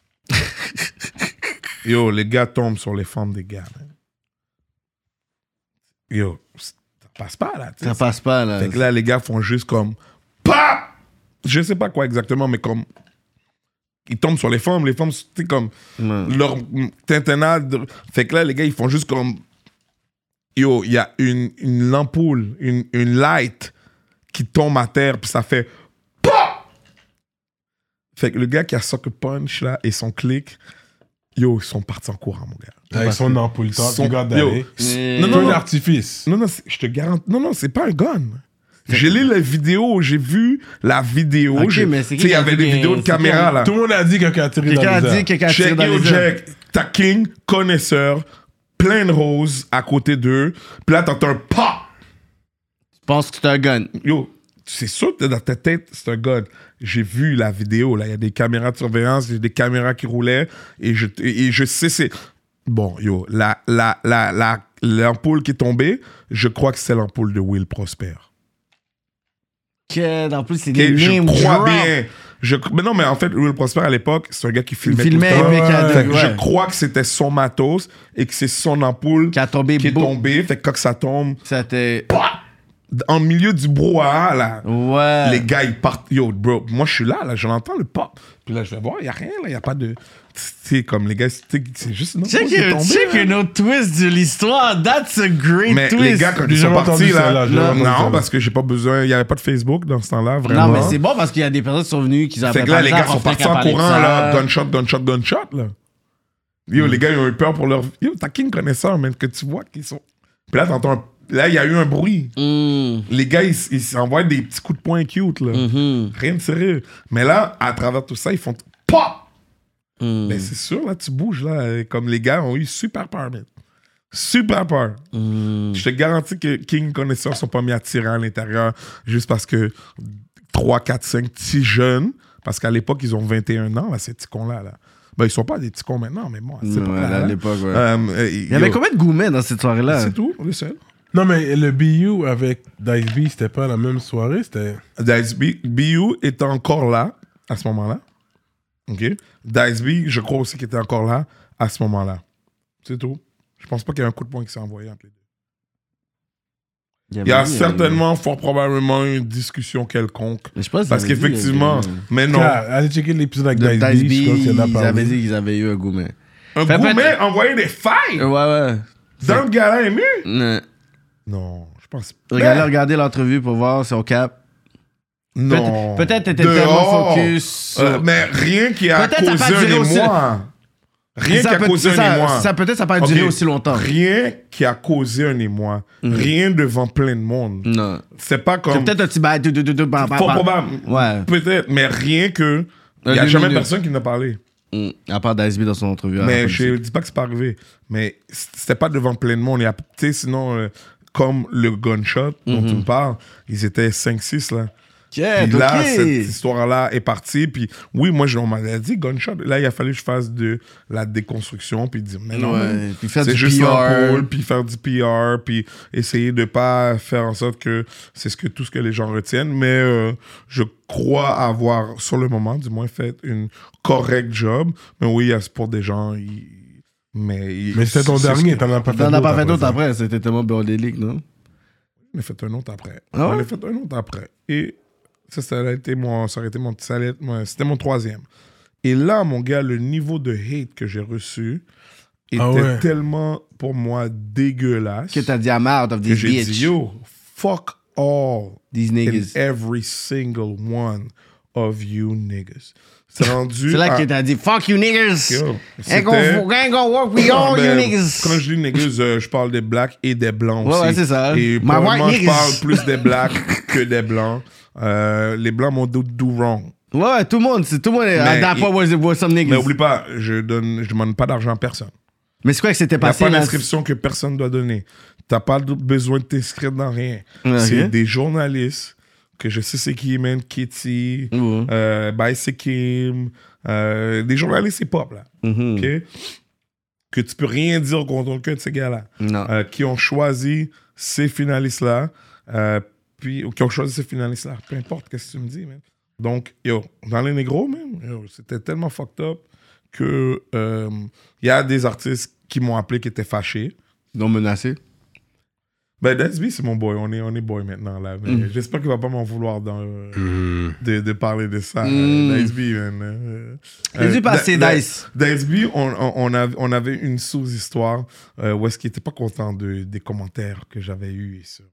Yo, les gars tombent sur les femmes des gars. man. Yo, ça passe pas là. tu sais. Ça passe pas, là. Fait que là, les gars font juste comme PAP! Je sais pas quoi exactement, mais comme. Ils tombent sur les femmes. Les femmes, c'est comme. Ouais. Leur tintinade. Fait que là, les gars, ils font juste comme. Yo, il y a une, une ampoule, une, une light qui tombe à terre, puis ça fait. PAP! Fait que le gars qui a Sucker Punch là et son clic, yo, ils sont partis en courant, mon gars. Avec son ampoule top, Son- il garde yo, d'aller. Mais- Non, Feu non, non. d'artifice. Non, non, c'est- je te garantis. Non, non, c'est pas un gun. J'ai lu la vidéo, j'ai vu la vidéo. Ok, j'ai- mais c'est tu qui sais, il y qui a avait dit des que- vidéos de c'est caméra qui- là. Tout le monde a dit quelqu'un a tiré dans Quelqu'un a les dit airs. quelqu'un a tiré Check, dans yo, les airs. Jack, t'as King, connaisseur, plein de roses à côté d'eux. Puis là, t'entends un pop. Je pense que c'est un gun. Yo, c'est sûr que dans ta tête, c'est un gun. J'ai vu la vidéo, là. Il y a des caméras de surveillance, il y a des caméras qui roulaient. Et je, et je sais, c'est. Bon, yo, la, la, la, la, l'ampoule qui est tombée, je crois que c'est l'ampoule de Will Prosper. Que, en plus, c'est Ok, des je name crois drop. bien. Je, mais non, mais en fait, Will Prosper, à l'époque, c'est un gars qui filmait, filmait, tout le temps. puis qui a- Fait que ouais. Je crois que c'était son matos et que c'est son ampoule Qui a tombé qui est beau. tombée. Fait que quand ça tombe, Ça t'est. en milieu du brouhaha, là, Ouais. les gars, ils partent. Yo, bro, moi, je suis là, là, je l'entends, le pop. Puis là, je vais voir, il n'y a rien, là, il n'y a pas de... Tu sais, comme les gars, c'est c'est juste... Non, Check, qui est tombé, check là. un autre twist de l'histoire. That's a great Mais twist. les gars, quand J'ai ils sont jamais partis, entendu ça, là, là, j'ai jamais entendu ça, non, là. parce que j'ai pas besoin... Il n'y avait pas de Facebook dans ce temps-là, vraiment. Non, mais c'est bon parce qu'il y a des personnes qui sont venues qui avaient Fait que là, les gars sont partis en courant, là, gunshot, gunshot, gunshot, là. Yo, les gars, ils ont eu peur pour leur... Yo, t'as qui une connaisseur, man, que tu vois qu'ils sont... Puis là, t'entends un... Là, il y a eu un bruit. Mm. Les gars, ils ils s'envoient des petits coups de poing cute, là. Mm-hmm. Rien de sérieux. Mais là, à travers tout ça, ils font... Pop! Mm. Mais c'est sûr, là, tu bouges, là. Comme les gars ont eu super peur, man. Super peur. Mm. Je te garantis que King connaisseurs sont pas mis à tirer à l'intérieur juste parce que trois, quatre, cinq petits jeunes, parce qu'à l'époque, ils ont vingt et un ans, là, ces petits cons-là, là. Ben, ils sont pas des petits cons maintenant, mais moi, c'est Ouais, pas à l'époque, ouais. Euh, Il y avait combien de gourmets dans cette soirée-là? C'est tout, le seul. Non, mais le B U avec Dice B, c'était pas la même soirée, c'était... Dice B, B U était encore là, à ce moment-là. OK? Dice B, je crois aussi qu'il était encore là, à ce moment-là. C'est tout. Je pense pas qu'il y ait un coup de poing qui s'est envoyé entre les deux. Il y a certainement, fort probablement, une discussion quelconque. Mais je pense Parce qu'ils avaient dit, qu'effectivement, euh, mais non. Ah, allez checker l'épisode avec de Dice B, Dice B, je pense qu'il y en a ils parlé. avaient dit qu'ils avaient eu un gourmet. Un Fait gourmet peut-être- envoyé des failles Ouais, ouais. dans le gala ému? Ouais. Non, je pense pas. Regardez, regardez l'entrevue pour voir si on cap. Non. Peut- peut-être t'étais Dehors. tellement focus sur- Euh, mais rien qui a Peut-être ça a causé pas un duré aussi- émoi. Rien Ça qui a peut- causé ça- un émoi. Ça peut-être ça n'a pas Ok. duré aussi longtemps. Rien qui a causé un émoi. Rien devant plein de monde. Non. C'est pas comme... C'est peut-être un petit bail. de- de- de- de- bah, bah, Fort bah. probable. Ouais. Peut-être, mais rien que... Il Un n'y a jamais deux-minutes. personne qui n'a parlé. Mm. À part Dice B dans son entrevue. à la Mais police. je dis pas que c'est pas arrivé. Mais c'était pas devant plein de monde. Il y a, tu sais, sinon, euh, comme le gunshot dont tu me parles, ils étaient cinq six là. Yeah, Puis là, ok. cette histoire-là est partie. Puis oui, moi, je- on m'avait dit gunshot. Là, il a fallu que je fasse de la déconstruction. Puis dire, mais non, Ouais, man, puis faire c'est du juste P R. l'ampoule. Puis faire du P R. Puis essayer de pas faire en sorte que c'est ce que, tout ce que les gens retiennent. Mais euh, je crois avoir, sur le moment, du moins, fait une correcte job. Mais oui, il y a pour des gens... ils- Mais, il- Mais c'était ton c'est- dernier, c'est- t'en as pas fait T'en as pas fait d'autres d'autres après. après. C'était tellement bordélique, non? J'en ai fait un autre après. Ah J'en ouais? ai fait un autre après. Et ça, ça a été mon, ça aurait été mon, ça allait être mon- c'était mon troisième. Et là, mon gars, le niveau de hate que j'ai reçu était Ah ouais. tellement, pour moi, dégueulasse Que t'as dit I'm out of que this j'ai bitch. dit, yo, fuck all These and niggas. every single one of you niggas. C'est rendu C'est là à- que t'as dit fuck you niggas. Yo, Ain't c'était- gonna, ain't gonna work with Ah, all you ben, niggas. Quand je dis niggas, euh, je parle des blacks et des blancs Ouais, aussi. ouais, c'est ça. Et My probablement, white je niggas. parle plus des blacks que des blancs. Euh, les blancs m'ont do, do wrong. Ouais, ouais, tout le monde, c'est tout le monde. Mais À that il- point was, was some niggas. Mais oublie pas, je donne, je demande pas d'argent à personne. Mais c'est quoi que c'était Il n'y a passé pas là? d'inscription que personne doit donner. T'as pas de- besoin de t'inscrire dans rien. Ok. C'est des journalistes que je sais c'est qui, man, Kitty, Ouais. euh, Baisekim, euh, des journalistes hip-hop, là. Mhm. OK? Que tu peux rien dire contre aucun de ces gars-là. Non. Euh, qui ont choisi ces finalistes-là, euh, puis ou qui ont choisi ces finalistes-là. Peu importe qu'est-ce que tu me dis, man. Donc, yo, dans les négros, man, yo, c'était tellement fucked up que euh, il y a des artistes qui m'ont appelé qui étaient fâchés. Ils ont menacé. Ben, D S B, c'est mon boy. On est, on est boy maintenant, là. Mais Mm. j'espère qu'il va pas m'en vouloir dans, euh, Hmm. de, de parler de ça. Mm. Euh, D S B, man. Euh, J'ai dû euh, passer D- Dice. D S B, on, on, on, avait, on avait une sous-histoire euh, où est-ce qu'il était pas content de, des commentaires que j'avais eus sur,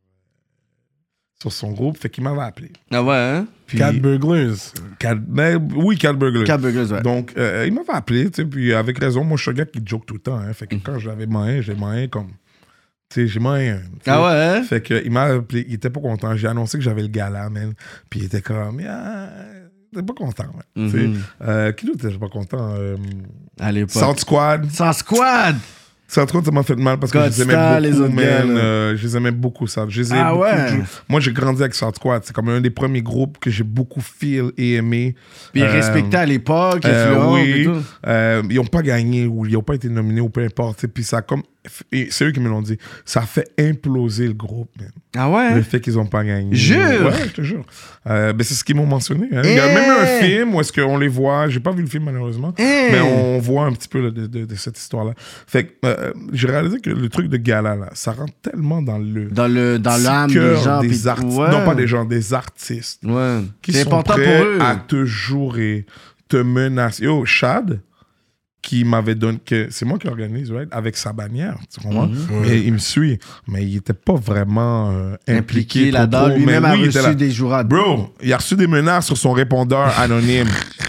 sur son groupe. Fait qu'il m'avait appelé. Ah ouais, hein? Puis, Cat Burglars. Cat- ben, oui, Cat Burglar. Cat Burgers, ouais. Donc, euh, il m'avait appelé, tu sais, puis avec raison, moi, je suis un gars qui joke tout le temps. Hein, fait Mm. que quand j'avais moyen, j'ai moyen comme... Tu sais, j'ai moyen. tu sais. Ah ouais, hein? Fait que, il m'a appelé, il était pas content. J'ai annoncé que j'avais le gala, man. Puis il était comme, ah, il était pas content, man. Tu sais. Mhm. Euh, qui d'autre était pas content? Euh, À l'époque. South Squad. Sans squad! South Squad, ça m'a fait mal parce que je les aimais Godstar, les beaucoup, autres man. gars, là. Euh, je les aimais beaucoup, ça. Je les ai Ah beaucoup ouais? jou- Moi, j'ai grandi avec South Squad. C'est comme un des premiers groupes que j'ai beaucoup feel et aimé. Puis Euh, respecté à l'époque, Euh, influent, oui, et tout. Euh, ils n'ont pas gagné ou ils n'ont pas été nominés ou peu importe. tu sais. Puis ça a comme et c'est eux qui me l'ont dit, ça a fait imploser le groupe, man. Ah ouais? Le fait qu'ils n'ont pas gagné. Jure? Ouais, je te jure. Euh, ben c'est ce qu'ils m'ont mentionné. Hein. Hey. Il y a même un film où est-ce qu'on les voit. J'ai pas vu le film malheureusement, Hey. mais on voit un petit peu là, de, de, de cette histoire-là. Fait que euh, j'ai réalisé que le truc de gala là, ça rentre tellement dans le Dans le dans petit l'âme des cœur gens. des puis- artistes, ouais. non pas des gens, des artistes Ouais. qui C'est sont important prêts pour eux. à te jouer, te menacer. Yo, Chad, qui m'avait donné, que c'est moi qui organise, right, avec sa bannière, tu comprends? Mm-hmm. Mais il me suit, mais il était pas vraiment euh, impliqué, Impliqué trop, là-dedans. trop. Lui-même Mais a oui, il était là. reçu des jourades. Bro, il a reçu des menaces sur son répondeur anonyme.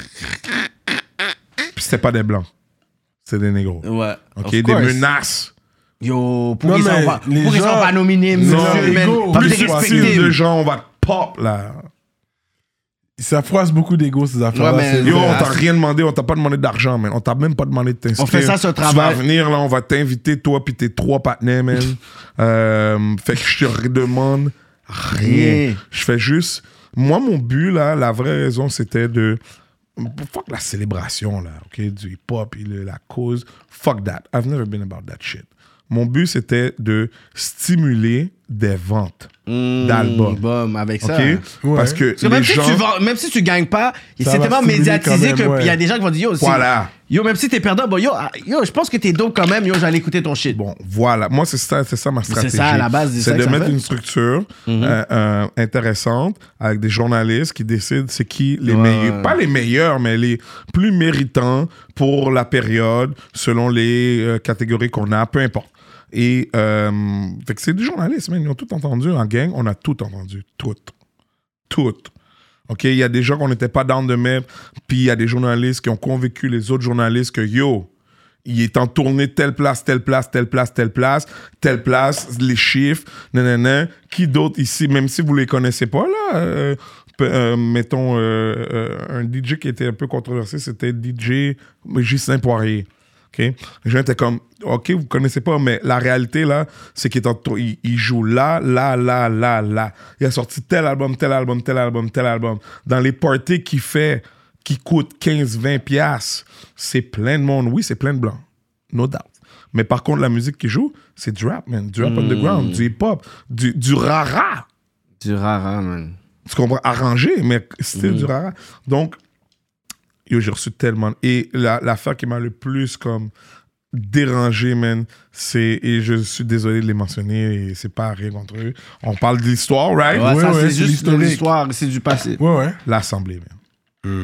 Puis c'était pas des blancs, c'est des négros. Ouais. Ok, Of des course. menaces. Yo, pour Non, qu'ils mais sont pas, les pour qu'ils gens- sont pas nominés, Non, monsieur, man. ego, Pas plus de c'est respecter. Facile de gens, on va te pop là. Ça froisse beaucoup d'ego, ces affaires-là. Ouais, mais- c'est Yo, vrai. on t'a rien demandé, on t'a pas demandé d'argent, man. On t'a même pas demandé de t'inscrire. On fait ça sur le Tu travail. vas venir, là, on va t'inviter, toi puis tes trois partenaires, man. euh, fait que je te redemande rien. Rien. Je fais juste... Moi, mon but, là, la vraie raison, c'était de... Fuck la célébration, là, OK, du hip-hop et le- la cause. Fuck that. I've never been about that shit. Mon but, c'était de stimuler des ventes Mmh, d'albums. Bon, avec ça. OK? Ouais. Parce que Parce que les même, gens... si tu vends, même si tu gagnes pas, c'est Ça va tellement stimuler médiatisé quand qu'il même, ouais. y a des gens qui vont dire yo, c'est- Voilà. yo, même si t'es perdant, bon, yo, ah, yo, je pense que t'es dope quand même, yo, j'allais écouter ton shit. Bon, voilà. Moi, c'est ça, c'est ça ma c'est stratégie. ça, à la base, c'est C'est ça de que ça mettre fait. une structure euh, euh, intéressante avec des journalistes qui décident c'est qui les Ouais. meilleurs. Pas les meilleurs, mais les plus méritants pour la période, selon les euh, catégories qu'on a, peu importe. Et euh, fait que c'est des journalistes, man. Ils ont tout entendu en gang. On a tout entendu. Tout. Tout. OK? Il y a des gens qu'on n'était pas dans de même. Puis il y a des journalistes qui ont convaincu les autres journalistes que yo, il est en tournée telle place, telle place, telle place, telle place, telle place, les chiffres, nanana. Qui d'autre ici, même si vous les connaissez pas, là, euh, pe- euh, mettons, euh, euh, un D J qui était un peu controversé, c'était D J Justin Poirier. OK? Les gens étaient comme, OK, vous connaissez pas, mais la réalité, là, c'est qu'il est en tour- il, il joue là, là, là, là, là. Il a sorti tel album, tel album, tel album, tel album. Dans les parties qu'il fait, qui coûtent quinze, vingt piastres, c'est plein de monde. Oui, c'est plein de blancs. No doubt. Mais par contre, la musique qu'il joue, c'est du rap, man. Du rap underground, du hip-hop, du, du rara. Du rara, man. Tu comprends? Arrangé, mais c'était du rara. Donc, yo, j'ai reçu tellement... Et la- l'affaire qui m'a le plus comme dérangé, man, c'est... Et je suis désolé de les mentionner, et c'est pas rien contre eux. On parle de l'histoire, right? Ouais, Ouais, ça, ouais, c'est c'est juste de l'historique. l'histoire, c'est du passé. Ouais, ouais. L'Assemblée, man.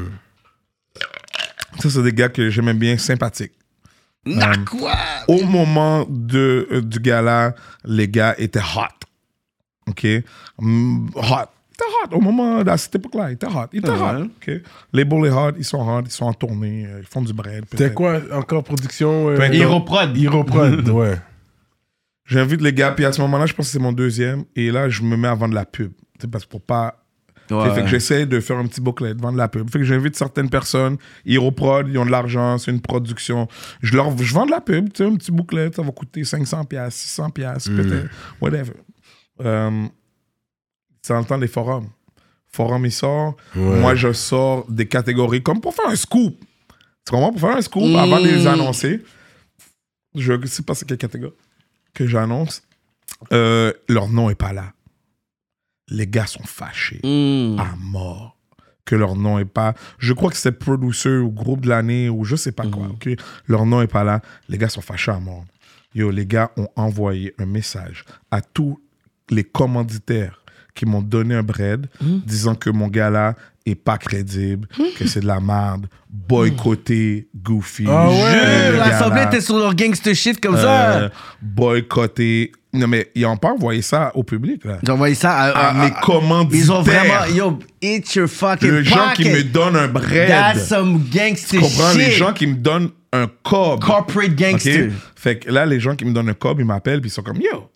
Ça, c'est des gars que j'aimais bien, sympathiques. Nah, quoi? Au moment de, euh, du gala, les gars étaient hot. OK? Mm, hot. Ils étaient hot. Au moment, à cette époque-là, ils étaient hot. Ils étaient Ouais. hot. OK? Les bulls est hot, ils sont hot, ils sont en tournée, euh, ils font du bread. C'était peut-être. quoi encore production? Euh, Peu importe. Héroprod. Héroprod, ouais. J'invite les gars, puis à ce moment-là, je pense que c'est mon deuxième, et là, je me mets à vendre la pub. C'est parce que pour pas. Ouais. Fait que j'essaie de faire un petit bouclet, de vendre la pub. Fait que j'invite certaines personnes, Héroprod, ils ont de l'argent, c'est une production. Je leur je vends de la pub, tu sais, un petit bouclet, ça va coûter cinq cents piastres, six cents piastres, peut-être, whatever. Euh, c'est dans le temps des forums. Forum, il sort. Ouais. Moi, je sors des catégories comme pour faire un scoop. Tu comprends? Pour faire un scoop, avant de les annoncer, je ne sais pas c'est quelle catégorie que j'annonce. Euh, leur nom est pas là. Les gars sont fâchés Mm. à mort que leur nom est pas. Je crois que c'est producer ou groupe de l'année ou je sais pas quoi. Ok, leur nom est pas là. Les gars sont fâchés à mort. Yo, les gars ont envoyé un message à tous les commanditaires qui m'ont donné un bread disant que mon gars là est pas crédible, que c'est de la merde, boycotter Goofy. Ah ouais? le gars L'Assemblée là. était sur leur gangster shit comme Euh, ça. boycotter. Non, mais ils n'ont pas envoyé ça au public, là. J'ai envoyé ça à, À à- mes commanditaires. Ils ont vraiment. Yo, eat your fucking Les gens qui me pocket. donnent un bread. That's some gangster Tu comprends? shit. Les gens qui me donnent un cob. Corporate gangster. OK? Fait que là, les gens qui me donnent un cob, ils m'appellent, puis ils sont comme, yo,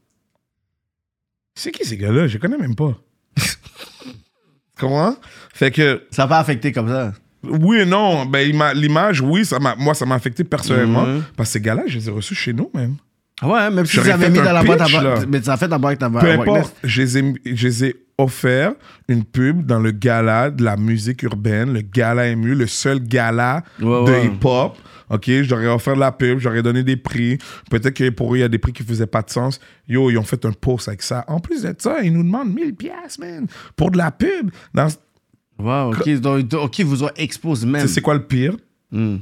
c'est qui ces gars-là? Je les connais même pas. Tu comprends? Fait que, Ça n'a pas affecté comme ça. oui et non. Ben, il m'a- l'image, oui, ça m'a, moi, ça m'a affecté personnellement. Mhm. Parce que ces gars-là, je les ai reçus chez nous, même. Ouais, même si tu J'aurais avais fait mis un dans la boîte à pitch, boîte. là. Mais ça a fait dans la boîte à boîte. Peu importe, je les ai, je les ai offert une pub dans le gala de la musique urbaine, le gala M U, le seul gala Ouais, de ouais. hip-hop. OK, j'aurais offert de la pub, j'aurais donné des prix. Peut-être que pour eux, il y a des prix qui faisaient pas de sens. Yo, ils ont fait un post avec ça. En plus de ça, ils nous demandent mille piastres, man, pour de la pub. Dans... Wow, OK. Donc, OK, ils vous ont exposé même. Tu sais, c'est quoi le pire? Mm.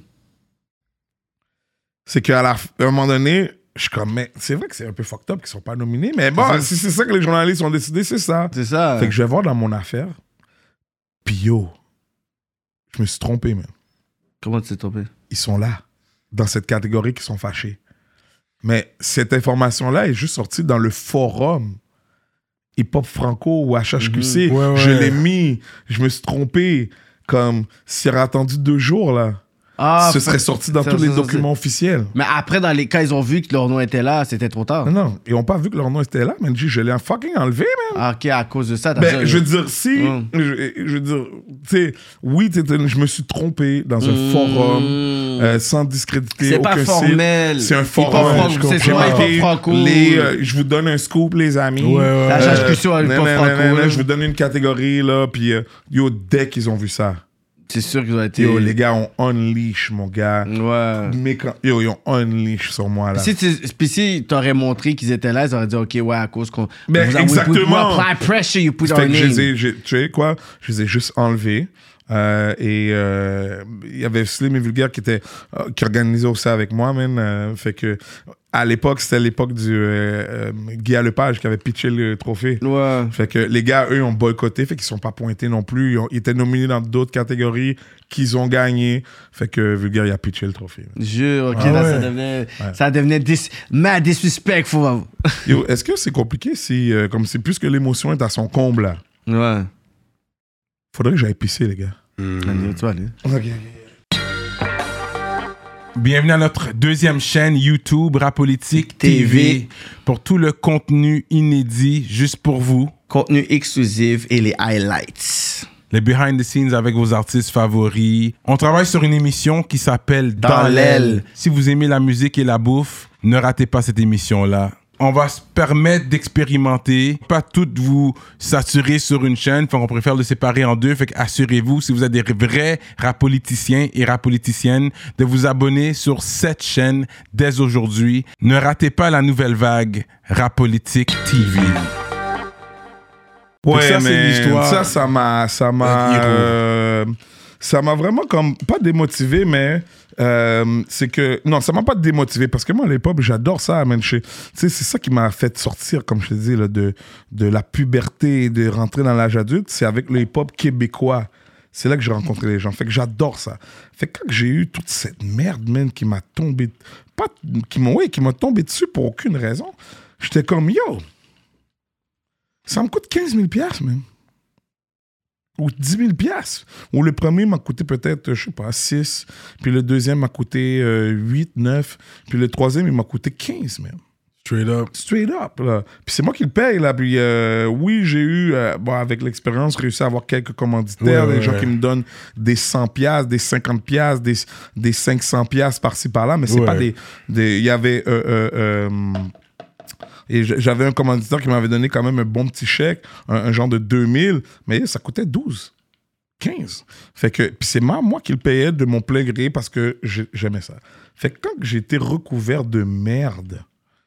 C'est qu'à la... à un moment donné, je suis comme, mais c'est vrai que c'est un peu fucked up qu'ils sont pas nominés, mais bon, C'est ça. si c'est ça que les journalistes ont décidé, c'est ça. C'est ça. Fait que je vais voir dans mon affaire. Puis yo, je me suis trompé, man. Comment tu t'es trompé? Ils sont là, dans cette catégorie qui sont fâchés. Mais cette information-là est juste sortie dans le forum hip-hop franco ou H H Q C. Mm-hmm. Ouais, ouais. Je l'ai mis, je me suis trompé. Comme, s'il aurait attendu deux jours, là, Ah, ce serait sorti dans ça, tous ça, les ça, documents officiels. Mais après, dans les cas, ils ont vu que leur nom était là, c'était trop tard. Non, non, ils n'ont pas vu que leur nom était là, mais je l'ai fucking enlevé, man. Ah, OK, à cause de ça, t'as Ben, dit- je veux dire, si, Mm. je, je veux dire, tu sais, oui, t'es- je me suis trompé dans un Mm. forum, euh, sans discréditer C'est pas aucun formel. site. C'est un Hip-hop forum. franco, je c'est comprends. ça, hip-hop Et franco. les, euh, je vous donne un scoop, les amis. Ouais, ouais. La Euh, H H Q C à hip-hop nan, nan, franco. nan, nan, là. je vous donne une catégorie, là, puis euh, yo, dès qu'ils ont vu ça, C'est sûr qu'ils ont été... yo, les gars ont unleash, mon gars. Ouais. Mais quand, yo, ils ont unleash sur moi, là. Si tu puis si t'aurais montré qu'ils étaient là, ils auraient dit, OK, ouais, à cause qu'on... Ben, vous- we put- exactement. we apply pressure, you put Fait our que je name. les ai, j'ai- tu sais quoi, je les ai juste enlevés. Euh, et euh, il y avait Slim et Vulgaire qui était euh, qui organisait aussi avec moi, man. Euh, fait que à l'époque, c'était l'époque du euh, euh, Guy Lepage qui avait pitché le trophée. Ouais. Fait que les gars, eux, ont boycotté, fait qu'ils sont pas pointés non plus. Ils, ont- ils étaient nominés dans d'autres catégories qu'ils ont gagné. Fait que Vulgaire, il a pitché le trophée. Jure, OK, Ah là, ouais. ça devenait... Ça devenait dis, mad disrespectful. Yo, est-ce que c'est compliqué si, euh, comme c'est plus que l'émotion est à son comble, là? Ouais. Faudrait que j'aille pisser, les gars. Allez, tu vas aller. Ok. Bienvenue à notre deuxième chaîne YouTube Rapolitique T V T V. pour tout le contenu inédit juste pour vous. Contenu exclusif et les highlights. Les behind the scenes avec vos artistes favoris. On travaille sur une émission qui s'appelle Dans, Dans l'aile. l'aile. Si vous aimez la musique et la bouffe, ne ratez pas cette émission-là. On va se permettre d'expérimenter, pas toutes vous saturer sur une chaîne, fait qu'on préfère le séparer en deux, fait qu'assurez-vous, si vous êtes des vrais rapoliticiens et rapoliticiennes, de vous abonner sur cette chaîne dès aujourd'hui. Ne ratez pas la nouvelle vague Rapolitique T V. Ouais, ça, c'est mais l'histoire ça, ça m'a, ça m'a, d'un héros. euh, ça m'a vraiment comme pas démotivé, mais euh, c'est que non, ça m'a pas démotivé parce que moi à l'époque j'adore ça, man. Je- Tu sais, c'est ça qui m'a fait sortir, comme je te dis, là, de de la puberté et de rentrer dans l'âge adulte. C'est avec le hip-hop québécois. C'est là que j'ai rencontré les gens. Fait que j'adore ça. Fait que quand j'ai eu toute cette merde, man, qui m'a tombé, pas, qui m'a, ouais, qui m'a tombé dessus pour aucune raison, j'étais comme yo. Ça me coûte quinze mille piastres, man. Ou dix mille piastres. Ou le premier m'a coûté peut-être, je sais pas, six. Puis le deuxième m'a coûté euh, huit, neuf. Puis le troisième, il m'a coûté quinze, man. Straight up. Straight up, là. Puis c'est moi qui le paye, là. Puis euh, oui, j'ai eu, euh, bon, avec l'expérience, réussi à avoir quelques commanditaires, Ouais, des ouais, gens ouais. qui me donnent des cent piastres, des cinquante piastres, des, des cinq cents piastres par-ci, par-là. Mais c'est Ouais. pas des... des- Il y avait... euh, euh, euh, et j- j'avais un commanditaire qui m'avait donné quand même un bon petit chèque, un, un genre de deux mille, mais ça coûtait douze, quinze. Fait que, puis c'est moi, moi qui le payais de mon plein gré parce que j'ai- j'aimais ça. Fait que quand j'ai été recouvert de merde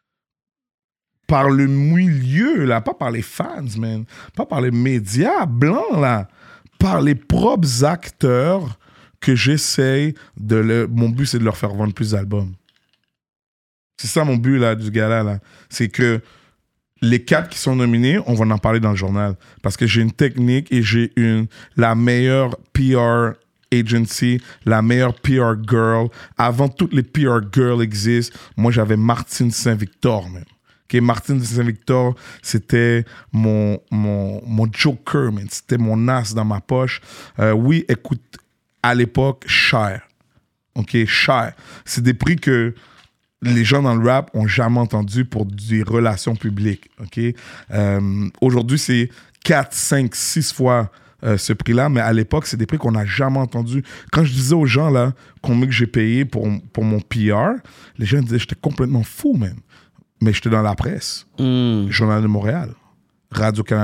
par le milieu, là, pas par les fans, man, pas par les médias blancs, là, par les propres acteurs que j'essaye de... Le, mon but, c'est de leur faire vendre plus d'albums. C'est ça mon but là, du gala. Là. C'est que les quatre qui sont nominés, on va en parler dans le journal. Parce que j'ai une technique et j'ai une, la meilleure P R agency, la meilleure P R girl. Avant toutes les P R girls existent, moi j'avais Martine Saint-Victor même. Okay, Martine Saint-Victor, c'était mon, mon, mon joker, man. C'était mon as dans ma poche. Euh, oui, écoute, à l'époque, cher. OK, cher. C'est des prix que les gens dans le rap ont jamais entendu pour des relations publiques. OK? Euh, aujourd'hui, c'est quatre, cinq, six fois euh, ce prix-là, mais à l'époque, c'est des prix qu'on n'a jamais entendus. Quand je disais aux gens là, combien que j'ai payé pour, pour mon P R, les gens disaient que j'étais complètement fou, man. Mais j'étais dans la presse. Mm. Journal de Montréal, Radio-Canada,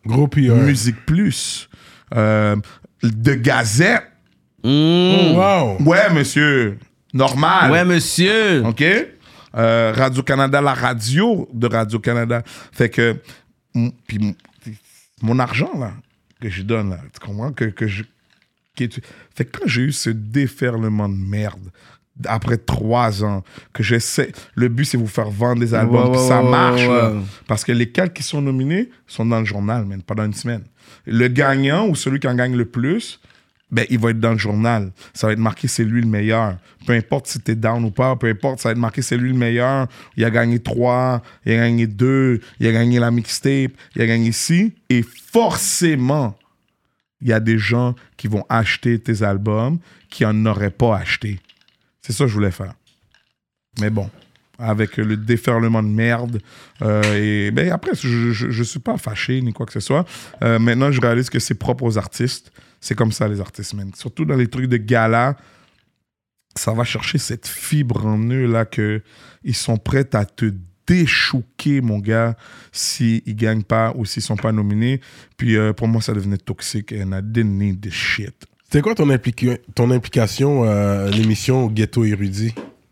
Gros P R. Musique Plus, euh, de Gazette. Mmh. Oh, wow. Ouais, monsieur. Normal. Ouais, monsieur. OK? Euh, Radio-Canada, la radio de Radio-Canada. Fait que, m- puis m- mon argent, là, que je donne, là, tu comprends? Que, que je, qui est- fait que quand j'ai eu ce déferlement de merde, après trois ans, que j'essaie, le but, c'est vous faire vendre des albums, Ouais, puis ouais, ça ouais, marche, ouais, là. ouais. Parce que les quatre qui sont nominés sont dans le journal, man, pendant une semaine. Le gagnant ou celui qui en gagne le plus, ben, il va être dans le journal. Ça va être marqué, c'est lui le meilleur. Peu importe si t'es down ou pas, peu importe, ça va être marqué, c'est lui le meilleur. Il a gagné trois, il a gagné deux, il a gagné la mixtape, il a gagné ci. Et forcément, il y a des gens qui vont acheter tes albums qui en auraient pas acheté. C'est ça que je voulais faire. Mais bon, avec le déferlement de merde. Euh, et ben après, je, je, je suis pas fâché ni quoi que ce soit. Euh, maintenant, je réalise que c'est propre aux artistes. C'est comme ça, les artistes, man. Surtout dans les trucs de gala, ça va chercher cette fibre en eux, là, que ils sont prêts à te déchouquer, mon gars, s'ils ne gagnent pas ou s'ils sont pas nominés. Puis euh, pour moi, ça devenait toxique. And I didn't need this shit. C'était quoi ton, implica- ton implication à l'émission Ghetto Érudit?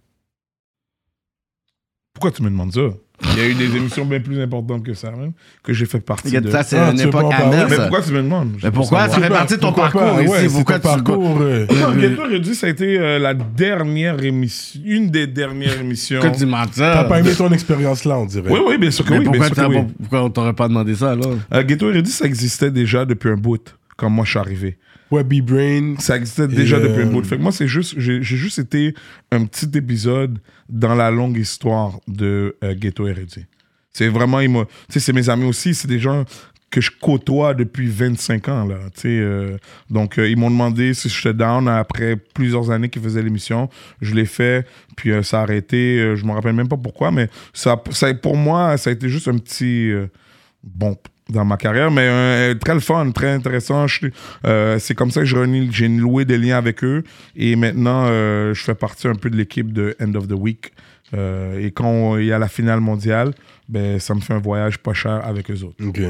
Pourquoi tu me demandes ça? Il y a eu des émissions bien plus importantes que ça, même, que j'ai fait partie Regarde, de. ça, c'est Ah, une tu veux époque pas en parler? amère, Mais ça. pourquoi tu me demandes? Mais pourquoi? Ça fait partie de ton Pourquoi parcours pas? ici. Ouais, c'est Pourquoi ton tu dois- parcours. euh, Non, Ghetto Réduit, ça a été euh, la dernière émission, une des dernières émissions. Pourquoi tu mens ça? T'as pas aimé ton expérience là, on dirait. Oui, oui, bien sûr que Mais oui. Bien pourquoi, sûr que t'as oui. pas- pourquoi on t'aurait pas demandé ça, là? Euh, Ghetto Réduit, ça existait déjà depuis un bout, quand moi je suis arrivé. Ouais, B-Brain. Ça existait déjà Et, depuis euh, un bout. Fait que moi, c'est juste, j'ai j'ai juste été un petit épisode dans la longue histoire de euh, Ghetto Réduit. C'est vraiment, ils m'ont- tu sais, c'est mes amis aussi, c'est des gens que je côtoie depuis vingt-cinq ans, là, tu sais. euh, donc, euh, ils m'ont demandé si j'étais down après plusieurs années qu'ils faisaient l'émission. Je l'ai fait, puis euh, ça a arrêté. euh, je me rappelle même pas pourquoi, mais ça, ça, pour moi, ça a été juste un petit... euh, bon, dans ma carrière, mais euh, très le fun, très intéressant. Je suis- euh, c'est comme ça que je renie- j'ai noué des liens avec eux. Et maintenant, euh, je fais partie un peu de l'équipe de End of the Week. Euh, et quand il y a la finale mondiale, ben, ça me fait un voyage pas cher avec eux autres. Ok.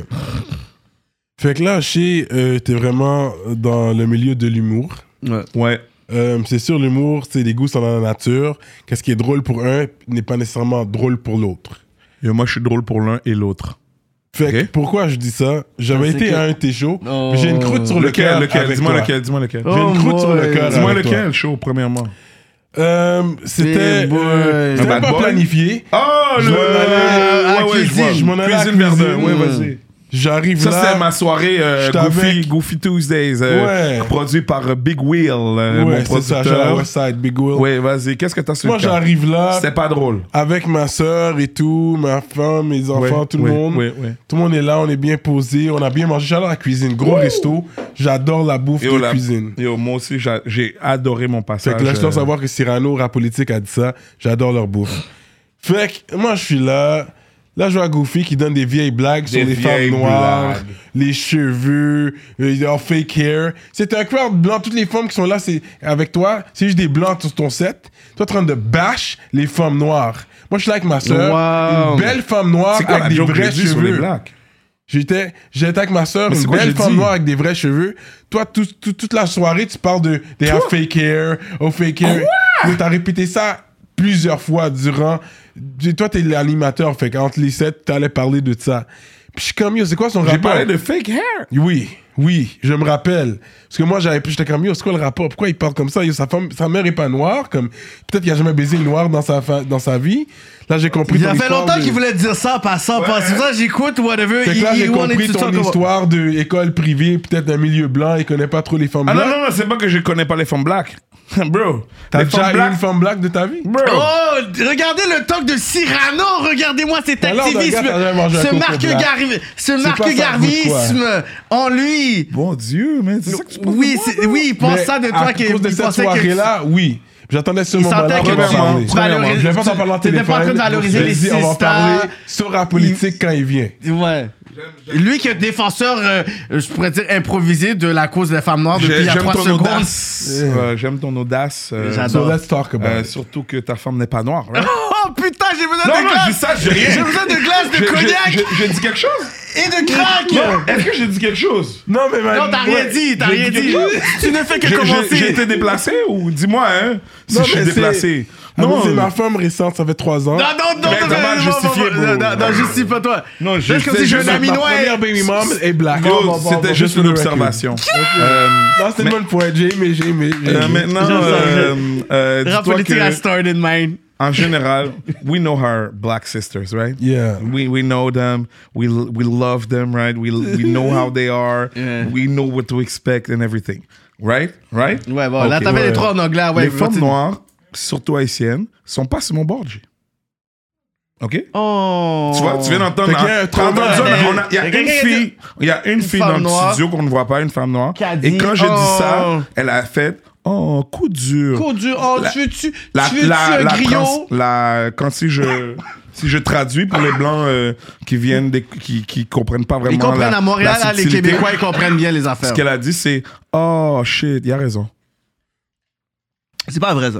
Fait que là, chez, euh, t'es vraiment dans le milieu de l'humour. Ouais. Ouais. Euh, c'est sûr, l'humour, c'est les goûts sont dans la nature. Qu'est-ce qui est drôle pour un n'est pas nécessairement drôle pour l'autre. Et moi, je suis drôle pour l'un et l'autre. Fait que Ok. pourquoi je dis ça? J'avais C'est été que- à un de tes shows, Oh. puis j'ai une croûte sur le Lequel, cœur. lequel? avec Dis-moi toi. lequel, dis-moi lequel. J'ai une Oh croûte sur le boy. cœur. Dis-moi avec toi. lequel, show, premièrement. Euh, c'était Big boy. euh, c'était Un bad pas boy? planifié. Oh, Je le... m'en allais à ouais, ouais, je vois. cuisine, je m'en allais à Cuisine cuisine. Verdun, ouais, vas-y. J'arrive Ça, là. c'était ma soirée euh, j'étais Goofy, avec- Goofy Tuesdays, euh, Ouais. produit par euh, Big Wheel, euh, mon Ouais, c'est ça, j'ai la producteur. Westside, Big Will. Oui, vas-y, qu'est-ce que t'as sur Moi, le cœur? j'arrive là C'était pas drôle. avec ma soeur et tout, ma femme, mes enfants, Ouais, tout ouais, le monde. ouais, ouais. Tout le monde est là, on est bien posé, on a bien mangé. J'adore la cuisine, gros resto. J'adore la bouffe Yo, de la- cuisine. Yo, moi aussi, j'a- j'ai adoré mon passage. Fait que là, je dois euh, savoir que Cyrano, Rap Politique, a dit ça. J'adore leur bouffe. Fait que moi, je suis là. Là, je vois Goofy qui donne des vieilles blagues sur Des les vieilles femmes noires, blagues. les cheveux, euh, leur fake hair. C'est un crowd blanc. Toutes les femmes qui sont là, c'est avec toi, c'est juste des blancs sur ton set. Toi, en train de bash les femmes noires. Moi, je suis là avec ma soeur, Wow. une belle femme noire C'est quoi la avec des joke que vrais j'ai dit sur les cheveux. blacks? J'étais, j'étais avec ma soeur, Mais une c'est quoi belle j'ai femme dit? noire avec des vrais cheveux. Toi, tout- tout- toute la soirée, tu parles de des have fake hair, oh fake hair. Mais t'as répété ça plusieurs fois durant. Toi, t'es l'animateur, fait qu'entre les sets, t'allais parler de ça. Puis je suis comme, yo, c'est quoi son J'ai rapport? parlé de fake hair. Oui, oui, je me rappelle. Parce que moi, j'avais, j'étais comme, yo, c'est quoi le rapport? Pourquoi il parle comme ça? Yo, sa, femme, sa mère est pas noire. Comme, peut-être qu'il a jamais baisé une noire dans sa, fa- dans sa vie. Là, j'ai compris Il ton a fait histoire longtemps de- qu'il voulait dire ça en passant. Ouais. C'est pour ça que j'écoute, whatever. Fait que il- là, j'ai il wanted compris to ton talk about- histoire d'école privée, peut-être d'un milieu blanc, il connaît pas trop les femmes Ah non, blanches. non, non, c'est pas que je connais pas les femmes black. Bro. T'as les déjà femmes eu black. une femme black de ta vie? Bro. Oh, regardez le talk de Cyrano, regardez-moi cet T'as l'air d'un activisme, gars qui a jamais mangé un ce coco marque, black. garvi- ce pas marque ça le goût de garvisme en lui. Bon Dieu, man, c'est ça que tu penses de Oui, moi, c'est- bro? oui, il pense Mais ça de à toi qu'il cause de il cette pensait que- soirée-là, oui. J'attendais ce Il moment-là sentait pour que en tu parler. valorises- Je vais pas t'en parler en t'étais téléphone. pas en train de valoriser Je les dis, on va en sisters. parler sur la politique quand il vient. Ouais. Lui qui est défenseur, euh, je pourrais dire improvisé de la cause des femmes noires depuis J'ai- il y a J'aime trois ton secondes. audace. Euh, J'aime ton audace. euh, J'adore. So let's talk about euh, it. surtout que ta femme n'est pas noire. right? Oh putain, j'ai besoin Non, de non, glace. je dis ça, j'ai rien. J'ai besoin de glace de J'ai- cognac. j'ai- J'ai j'ai dit quelque chose? Et de crack! Est-ce que j'ai dit quelque chose? Non, mais Non, t'as rien dit, t'as J'ai rien dit dit. quelque chose. Tu ne fais que J'ai- commencer. J'ai j'ai été déplacé ou dis-moi, hein, si Non, je suis mais c'est- déplacé. Non, Non, c'est ma femme récente, ça fait trois ans. Non, non, non, Mais non, t'as mal non, justifié, non, bro. non, non, non, justifie pas toi. Non, je- Parce que c'est si je juste un ami Ma noir. première baby mom est black. Yo, Bon, bon, bon, c'était bon, juste for une the record. observation. Euh, Non, c'est une mais- bonne point. J'ai aimé, j'ai aimé. j'ai euh, aimé. maintenant, Genre, euh, euh, Rap dis-toi politique a que, started, man. en général, we know our black sisters, right? Yeah. We we know them. We we love them, right? We we know how they are. Yeah. We know what to expect and everything, right? Right? Ouais, bon, là, Ok, t'avais ouais. les trois en anglais, ouais. les femmes continue. noires, surtout haïtiennes, sont pas sur mon bord, G. OK? Oh. Tu vois, tu viens d'entendre. Fait qu'il y a un T'as trauma. entendu, on a- Il y a Quelqu'un une qui a fille, il y a une fille femme dans le noire studio qu'on ne voit pas, une femme noire. qui a Et dit, quand j'ai oh. dit ça, elle a fait oh coup dur. Coup dur. Oh, La- tu veux-tu La, tu veux-tu la, un la griot? trans- la- quand si je si je traduis pour les blancs euh, qui viennent des, qui qui comprennent pas vraiment Ils comprennent la, à Montréal, la là, les subtilité, Québécois, ils comprennent bien les ce affaires. qu'elle a dit c'est oh shit, il y a raison. C'est pas vrai, ça.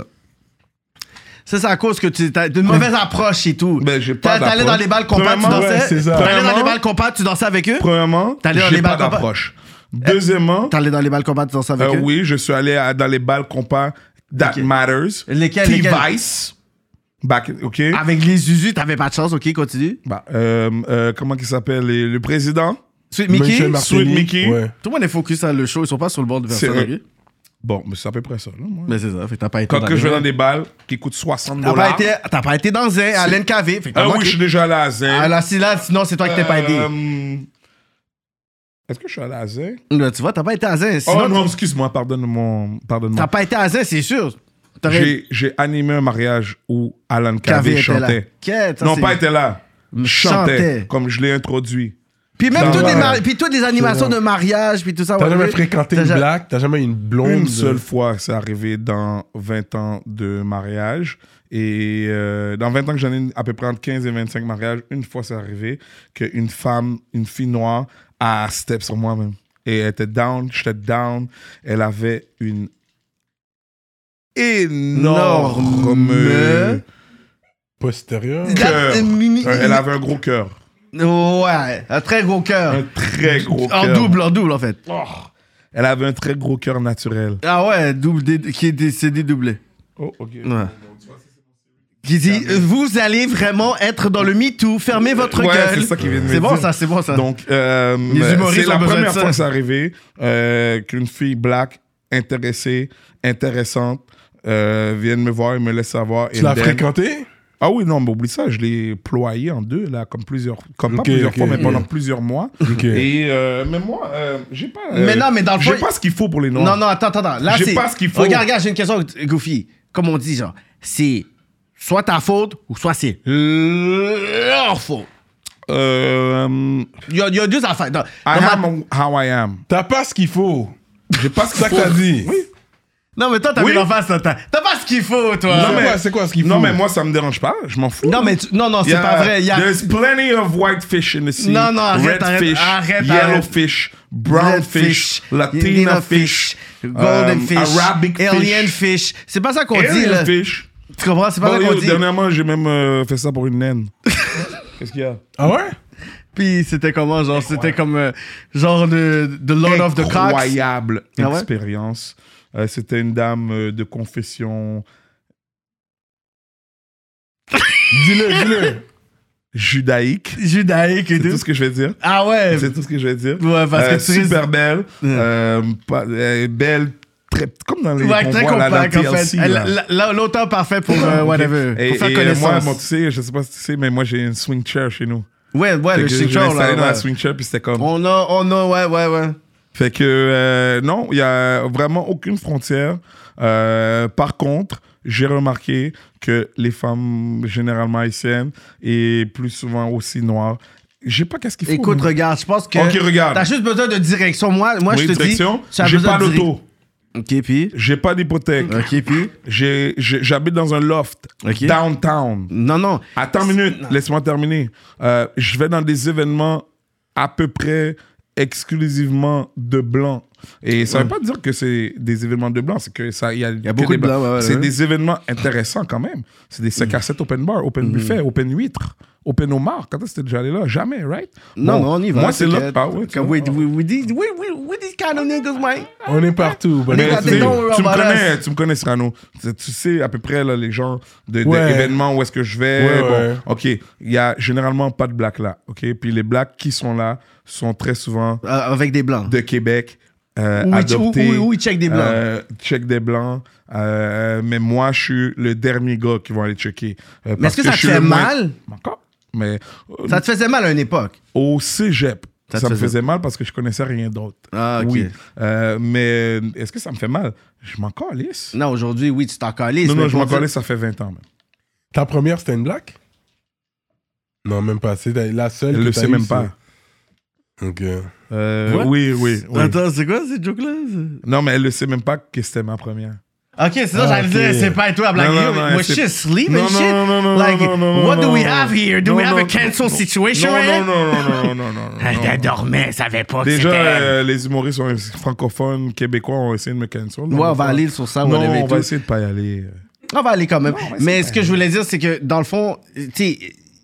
Ça, c'est à cause que tu as une mauvaise approche et tout. Ben, j'ai pas T'as- T'allais d'approche. dans les balles compas, tu Premièrement, dansais? ouais, c'est ça. T'allais dans Premièrement- les balles compas, tu dansais avec eux? Premièrement, T'allais dans j'ai les pas balles compas? d'approche. Deuxièmement, T'allais dans les balles compas, tu dansais avec euh, eux? oui, je suis allé à- dans les balles compas That Ok. Matters. Lesquels, lesquels? T-Vice. Back, OK? Avec les Usus, t'avais pas de chance, ok, continue. Bah, euh, euh, comment il s'appelle? les- Le président? Sweet Mickey, Michel tout Martini. Sweet Mickey. Ouais. le monde est focus sur le show, ils sont pas sur le bord de C'est personne, un- ok? Bon, mais c'est à peu près ça. Là, moi. Mais c'est ça, fait que t'as pas été Quand dans que les je vais balles. dans des balles qui coûtent soixante T'as pas dollars. été, t'as pas été dans un, à l'N K V, fait que t'as Ah oui, manqué. je suis déjà allé à Zin. Ah là, si là, sinon c'est toi qui t'es pas aidé. Euh, Est-ce que je suis allé à Zin? Là, tu vois, t'as pas été à Zin. Oh Sinon, non, excuse-moi, pardonne-moi. t'as Pardonne-moi. pas été à Zin, c'est sûr. T'aurais- J'ai, j'ai animé un mariage où Alan K V K V était là. chantait. Quête, ça, Non, c'est- pas était là. Chantait. Chantait. Comme je l'ai introduit. Puis même Dans toutes les, la- mari- puis toutes les animations C'est de mariage, puis tout ça. T'as ouais, jamais ouais. fréquenté T'as une ja- black? T'as jamais eu une blonde? Une de- seule fois, c'est arrivé dans vingt ans de mariage. Et euh, dans vingt ans que j'en ai à peu près entre quinze et vingt-cinq mariages, une fois c'est arrivé qu'une femme, une fille noire, a step sur moi-même. Et elle était down, j'étais down. Elle avait une énorme Énorme. Postérieur? cœur. La- mini- Euh, Elle avait un gros cœur. Ouais, un très gros cœur. Un très gros En cœur. double, en double, en fait. Elle avait un très gros cœur naturel. Ah ouais, double, dé- qui est décédé doublé. Oh, ok. Ouais. Qui dit, vous allez vraiment être dans le MeToo, fermez votre Ouais, gueule. c'est ça qu'il vient de me C'est bon dire. ça, c'est bon ça. Donc, euh, Les humoristes c'est ont la besoin première de ça. fois que c'est arrivé euh, qu'une fille black, intéressée, intéressante, euh, vienne me voir et me laisse savoir. Tu l'as And then- fréquenté? Ah oui, non, mais oublie ça, je l'ai ployé en deux, là, comme plusieurs, comme Ok, pas plusieurs ok, fois, mais ok. pendant plusieurs mois. Ok. Et, euh, mais moi, euh, j'ai pas. euh, Mais non, mais dans le J'ai fond, pas ce qu'il faut pour les noirs. Non, non, attends, attends, attends. Là, J'ai c'est... pas ce qu'il faut. Regarde, regarde, j'ai une question, Goofy. Comme on dit, genre, c'est soit ta faute ou soit c'est leur faute. Euh, Il y a, il y a deux affaires. Dans- I dans ma- am how I am. T'as pas ce qu'il faut. J'ai pas ce C'est ça qu'il que faut. t'as dit. Oui. Non, mais toi, t'as Oui. mis l'en face, toi. T'as, t'as pas ce qu'il faut, toi. Non, Non, mais mais- quoi, c'est quoi ce qu'il faut? Non, mais moi, ça me dérange pas. Je m'en fous. Non, mais tu- non, non, c'est Il y a- pas vrai. Il y a... There's plenty of white fish in the sea. Non, non, arrête, Red arrête, fish, arrête, yellow arrête. fish, brown Red fish, Latina Latina fish, Golden um, fish, Arabic Alien fish, fish. C'est pas ça qu'on dit, alien là. fish. Tu comprends? C'est pas Bon, ça qu'on yo, dit. dernièrement, j'ai même euh, fait ça pour une naine. Qu'est-ce qu'il y a? Ah ouais? Puis c'était comment? Genre, c'était comme euh, genre de, de Lord of the Cox. Incroyable Ah ouais? expérience. Euh, C'était une dame euh, de confession Dis-le, dis-le. judaïque. Judaïque et C'est tout tout. ce que je vais dire. Ah ouais. C'est tout ce que je vais dire. Ouais, parce Euh, que tu risques- super belle. Ouais. euh, pas- euh, belle, très, comme dans les Ouais, qu'on très voit là, dans compact, en T L C, fait. là. Elle- la- la- L'auteur parfait pour euh, Ok. whatever. Et, Pour faire et, euh, connaissance. moi, bon, tu sais, je sais pas si tu sais, mais moi, j'ai une swing chair chez nous. Ouais, ouais, Fait le que je shit l'ai show, installé là. dans la ouais. swing chair, puis c'était comme... On a, on a, ouais, ouais, ouais. Fait que, euh, non, il y a vraiment aucune frontière. Euh, par contre, j'ai remarqué que les femmes, généralement haïtiennes, et plus souvent aussi noires, j'ai pas qu'est-ce qu'il faut. Écoute, moi. regarde, je pense que. Ok, regarde. T'as juste besoin de direction. Moi, moi Oui, je te direction. dis. tu as J'ai besoin pas de direc- d'auto. Ok, puis. J'ai pas d'hypothèque. Ok, puis. J'ai- j'ai- J'habite dans un loft, Ok. downtown. Non, non. Attends une minute, laisse-moi terminer. Euh, je vais dans des événements à peu près exclusivement de blancs. Et ça Ouais. veut pas dire que c'est des événements de blancs, c'est que ça, il y a, y a beaucoup de blancs, ouais, ouais, c'est ouais. des événements intéressants quand même. C'est des cinq à sept open bar, open buffet, open huître, open homard. Quand est-ce que t'es déjà allé là? Jamais, right? Non, Bon, non, on y va. Moi, c'est là. t'inquiète. Ah ouais, tu Comme vois. we, we, we, these, we, we, we these kind of niggas, man. On est partout. but- Mais got tu the sais, don't worry tu me about connais, us. tu me connais, Cyrano. Tu tu sais à peu près là, les gens de, des Ouais. événements où est-ce que je vais. Ouais, bon, ouais. ok, il y a généralement pas de blacks là. Ok, puis les blacks qui sont là sont très souvent Euh, avec des blancs. de Québec, euh, Où ils- adoptés. où- où- où ils checkent des blancs. euh, check des blancs. Euh, mais moi, je suis le dernier gars qui vont aller checker. Euh, Mais parce est-ce que ça je te suis fait le moins- mal? Encore. Mais euh, Ça te faisait mal à une époque. au cégep, Ça ça, te me faisait- faisait mal parce que je connaissais rien d'autre. Ah, ok. Oui. Euh, mais est-ce que ça me fait mal? Je m'en calisse. Non, aujourd'hui, oui, tu t'en calisses. Non, mais non, je pour m'en dire- calisse, ça fait vingt ans même. Ta première, c'était une black? Non, même pas. C'est la seule Elle que le t'as sait eue, même c'est- pas. Ok. Euh, Quoi? oui, oui, oui. Attends, c'est quoi ces jokes-là? Non, mais elle le sait même pas que c'était ma première. Ok, c'est ça, Ah, j'allais ok. dire, c'est pas toi, Black Non, non, Yo. non, Was c'est- she asleep Non, and non, shit? non, non, non, Like, non, non, what non, do we non. have here? Do Non, we have non, a cancel situation? Non, right? non, non, non, non, non, non, non. Elle dormait, elle savait pas que Déjà, c'était elle. euh, les humoristes sont francophones, québécois ont essayé de me cancel. Ouais, on va aller sur ça, Non, whatever et on va tout. essayer de pas y aller. On va aller quand même. Non, ouais, Mais c'est ce que je voulais dire, c'est que dans le fond, tu sais,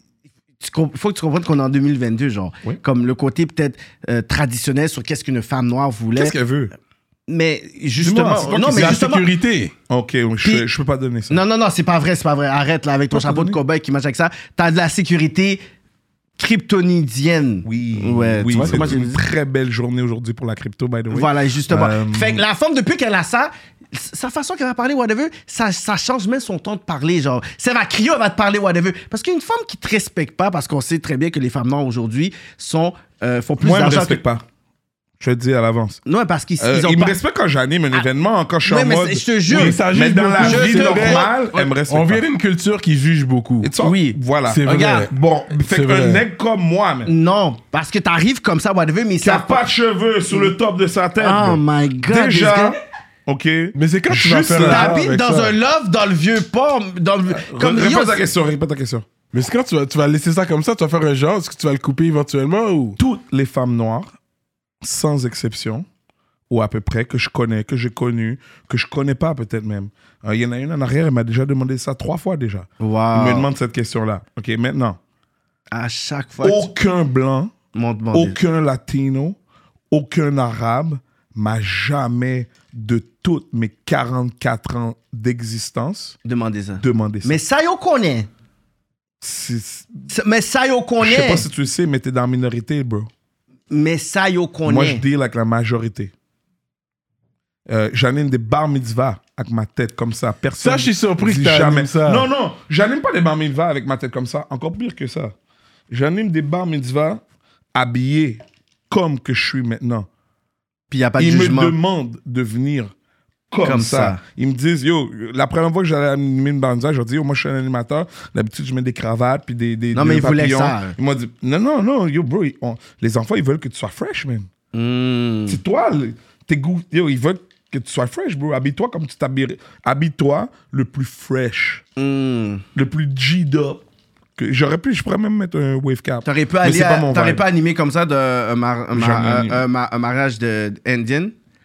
il faut que tu comprennes qu'on est en deux mille vingt-deux, genre. Oui. Comme le côté peut-être euh, traditionnel sur qu'est-ce qu'une femme noire voulait. Qu'est-ce qu'elle veut? Mais justement, c'est toi non, qui- mais C'est la justement. sécurité. Ok, je, Puis- je peux pas donner ça. Non, non, non, c'est pas vrai, c'est pas vrai. Arrête là avec ton Pas chapeau de donné. cow-boy qui marche avec ça. T'as de la sécurité kryptonidienne. Oui, Ouais, oui tu vois c'est comment j'ai une dit? très belle journée aujourd'hui pour la crypto, by the way. Voilà, justement. Euh, Fait que la femme, depuis qu'elle a ça, sa façon qu'elle va parler, whatever, ça, ça change même son ton de parler. Genre, si elle va crier, elle va te parler, whatever. Parce qu'une femme qui te respecte pas, parce qu'on sait très bien que les femmes noires aujourd'hui sont, euh, font plus Moi, elle me d'argent respecte que... pas. Je te dis à l'avance. Non, parce qu'ils Euh, ils ont il pas... me respecte quand j'anime un Ah. événement, quand je suis Ouais, en mais mode. c'est- je te jure. Oui, Ça mais juge dans la beaucoup. vie C'est vrai. normale, elle me respecte On pas. vient d'une culture qui juge beaucoup. It's all- Oui. Voilà. C'est vrai. Regarde. Bon, fait C'est qu'un vrai. nègre comme moi, man, Non, parce que t'arrives comme ça, whatever, mais qui a ça... pas de cheveux sur le top de sa tête. Oh bro. my God. Déjà, this guy- ok. Mais c'est quand tu vas Juste faire là, un genre T'habites avec dans ça. un love dans le vieux port, dans le... Comme Répète yo, ta question, répète ta question. Mais c'est quand tu vas, tu vas laisser ça comme ça, tu vas faire un genre, est-ce que tu vas le couper éventuellement ou? Toutes les femmes noires, sans exception, ou à peu près, que je connais, que j'ai connues, que je connais pas peut-être même. Euh, Il y en a une en arrière, elle m'a déjà demandé ça trois fois déjà. Wow. Il me demande cette question-là. Ok, maintenant, À chaque fois. que aucun blanc, tu m'en demandais. aucun latino, aucun arabe m'a jamais, de toutes mes quarante-quatre ans d'existence, Demandez ça. demandé ça. Mais ça, yo connaît. C'est- C'est- Mais ça, yo Je sais connaît. pas si tu le sais, mais t'es dans la minorité, bro. Mais ça, yo connaît. Moi, je deal avec la majorité. Euh, j'anime des bar mitzvah avec ma tête comme ça. Personne Ça, je suis surpris dit que t'animes jamais. ça. Non, non, j'anime pas des bar mitzvah avec ma tête comme ça. Encore pire que ça. J'anime des bar mitzvah habillés comme que je suis maintenant. Puis il n'y a pas de Ils me jugement. demandent de venir comme, Comme ça. ça. Ils me disent, yo, la première fois que j'allais animer une bar mitzvah, je leur dis, yo, moi je suis un animateur. D'habitude, je mets des cravates puis des, des Non, des mais ils voulaient papillons. ça. Ils m'ont dit, non, non, non, yo, bro, ils- on- les enfants, ils veulent que tu sois fresh, man. Hmm. C'est toi, le- tes goûts. Yo, ils veulent que tu sois fresh, bro. Habille-toi comme tu t'habillerais. Habille-toi le plus fresh, Hmm. le plus G'd up. Que j'aurais pu, je pourrais même mettre un wave cap. T'aurais pu Mais aller c'est pas à- mon t'aurais vibe. pas animé comme ça de, un, mar- un, mar- Jamais un- animé. un ma- un mariage de Indian?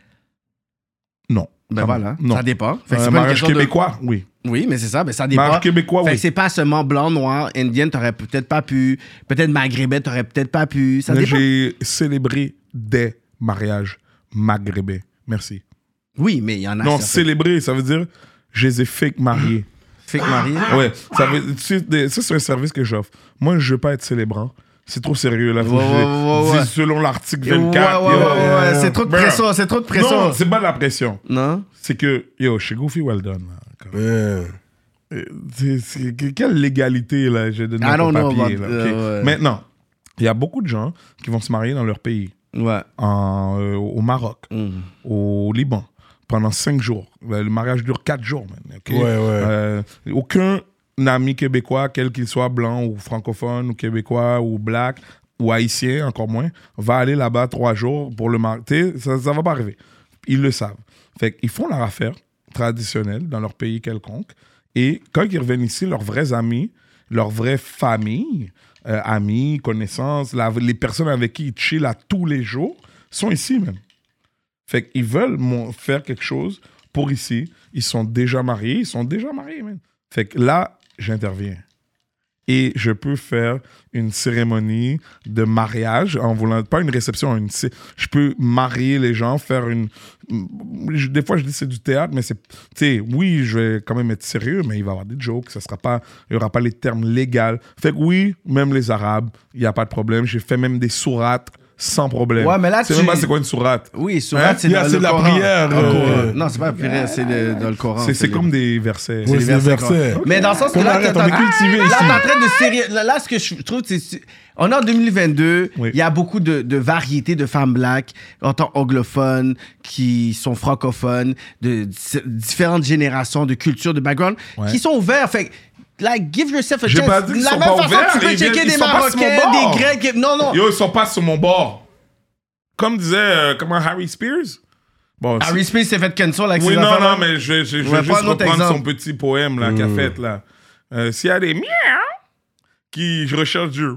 Non. Ben Ah, voilà, non. ça dépend. Fait que Un c'est pas une mariage question de- québécois, oui. Oui, mais c'est ça, ben ça dépend. Mariage québécois, Fait oui. que c'est pas seulement blanc, noir, indien, t'aurais peut-être pas pu. Peut-être maghrébin, t'aurais peut-être pas pu. Ça Mais dépend. j'ai célébré des mariages maghrébins. Merci. Oui, mais il y en a. non, certains. célébrer, ça veut dire je les ai fake mariés. Fake marié. Ouais, ça, veut, tu sais, des- ça, c'est un service que j'offre. Moi, je veux pas être célébrant. C'est trop sérieux, là. Faut Ouais, que je ouais, ouais, dise selon l'article Ouais, vingt-quatre. ouais, yo, ouais, ouais, c'est trop de bruh. pression, c'est trop de pression. Non, c'est pas de la pression. Non? C'est que, yo, chez Goofy Well Done, là, comme- Ouais. euh, c'est- c'est- que- quelle légalité, là, j'ai donné I mon don't know papier, about- là, euh, ok? ouais. Maintenant, il y a beaucoup de gens qui vont se marier dans leur pays, Ouais. en, euh, au Maroc, Mm. au Liban, pendant cinq jours. Le le mariage dure quatre jours, man, ok? Ouais, ouais. Euh, aucun ami québécois, quel qu'il soit blanc ou francophone ou québécois ou black ou haïtien, encore moins, va aller là-bas trois jours pour le mariage. Ça, ça va pas arriver. Ils le savent. Fait qu'ils font leur affaire traditionnelle dans leur pays quelconque. Et quand ils reviennent ici, leurs vrais amis, leur vraie famille, euh, amis, connaissances, la, les personnes avec qui ils chillent à tous les jours sont ici même. Fait qu'ils veulent mon, faire quelque chose pour ici. Ils sont déjà mariés, ils sont déjà mariés même. Fait que là, j'interviens. Et je peux faire une cérémonie de mariage en voulant, pas une réception, une, je peux marier les gens, faire une... Des fois, je dis c'est du théâtre, mais c'est... Tu sais, oui, je vais quand même être sérieux, mais il va y avoir des jokes, ça sera pas... Il n'y aura pas les termes légaux. Fait que oui, même les Arabes, il n'y a pas de problème. J'ai fait même des sourates sans problème. Ouais, mais là, c'est tu... même pas c'est quoi une sourate. Oui, sourate, hein? c'est dans de la Coran. prière. Euh... Non, c'est pas la prière, c'est le, dans le Coran. C'est, c'est le... comme des versets. Oui, c'est des versets. Okay. Mais dans le sens que on là, arrête, t'es on en est cultivé ici. en train de sérieux. Là, là, ce que je trouve, c'est... On est en deux mille vingt-deux, il oui. y a beaucoup de, de variétés de femmes black, en tant anglophones, qui sont francophones, de, de différentes générations, de cultures, de background, ouais. qui sont ouverts. Fait like, give yourself a J'ai chance. Pas dit qu'ils la sont même pas façon ouverts, que tu peux checker viennent, des Marocains, des Grecs. Non, non. Yo, ils sont pas sur mon bord. Comme disait, euh, comment, Harry Spears? Bon, Harry Spears s'est fait cancel avec oui, ses non, affaires. non, mais je, je, je ouais, vais juste reprendre exemple. son petit poème là, mmh. qu'il a fait là. Euh, s'il y a des miens qui recherchent du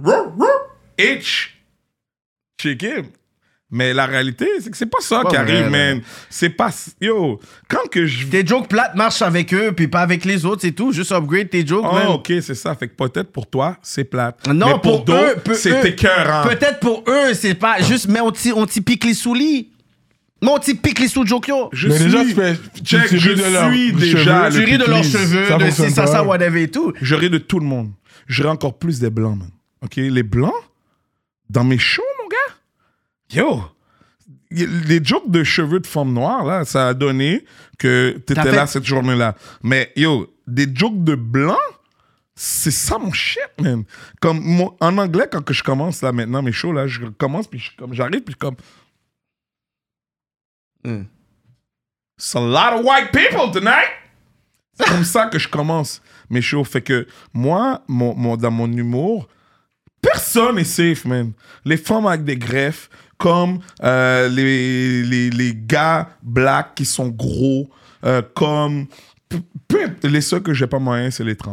H, check him. Mais la réalité, c'est que c'est pas ça ouais, qui arrive, ouais, man. Ouais. C'est pas... Yo, quand que je... Tes jokes plates marchent avec eux, puis pas avec les autres, c'est tout. Juste upgrade tes jokes, oh, man. OK, c'est ça. Fait que peut-être pour toi, c'est plate. Non, mais pour, pour d'autres, eux, c'est écœurant. Peut-être pour eux, c'est pas... Juste, mais on t'y, on t'y pique les soulis. Mais on t'y pique les sous Jokyo. Je mais suis... Déjà, tu fais, Check, tu je de leur suis déjà... Tu ris de leurs cheveux, ça de si ça, ça, whatever et tout. Je ris de tout le monde. Je ris encore plus des Blancs, man. OK? Les Blancs, dans mes shows, mon gars, yo... Les jokes de cheveux de femme noire, là, ça a donné que t'étais fait... là cette journée-là. Mais yo, des jokes de blanc, c'est ça mon shit, man. Comme mon, en anglais, quand que je commence là maintenant mes shows, là, je commence, puis je, comme, j'arrive, puis je comme... Mm. It's a lot of white people tonight! C'est comme ça que je commence mes shows. Fait que moi, mon, mon, dans mon humour, personne est safe, man. Les femmes avec des greffes, comme euh, les, les, les gars blacks qui sont gros, euh, comme... Peu, les seuls que j'ai pas moyen, c'est les trans.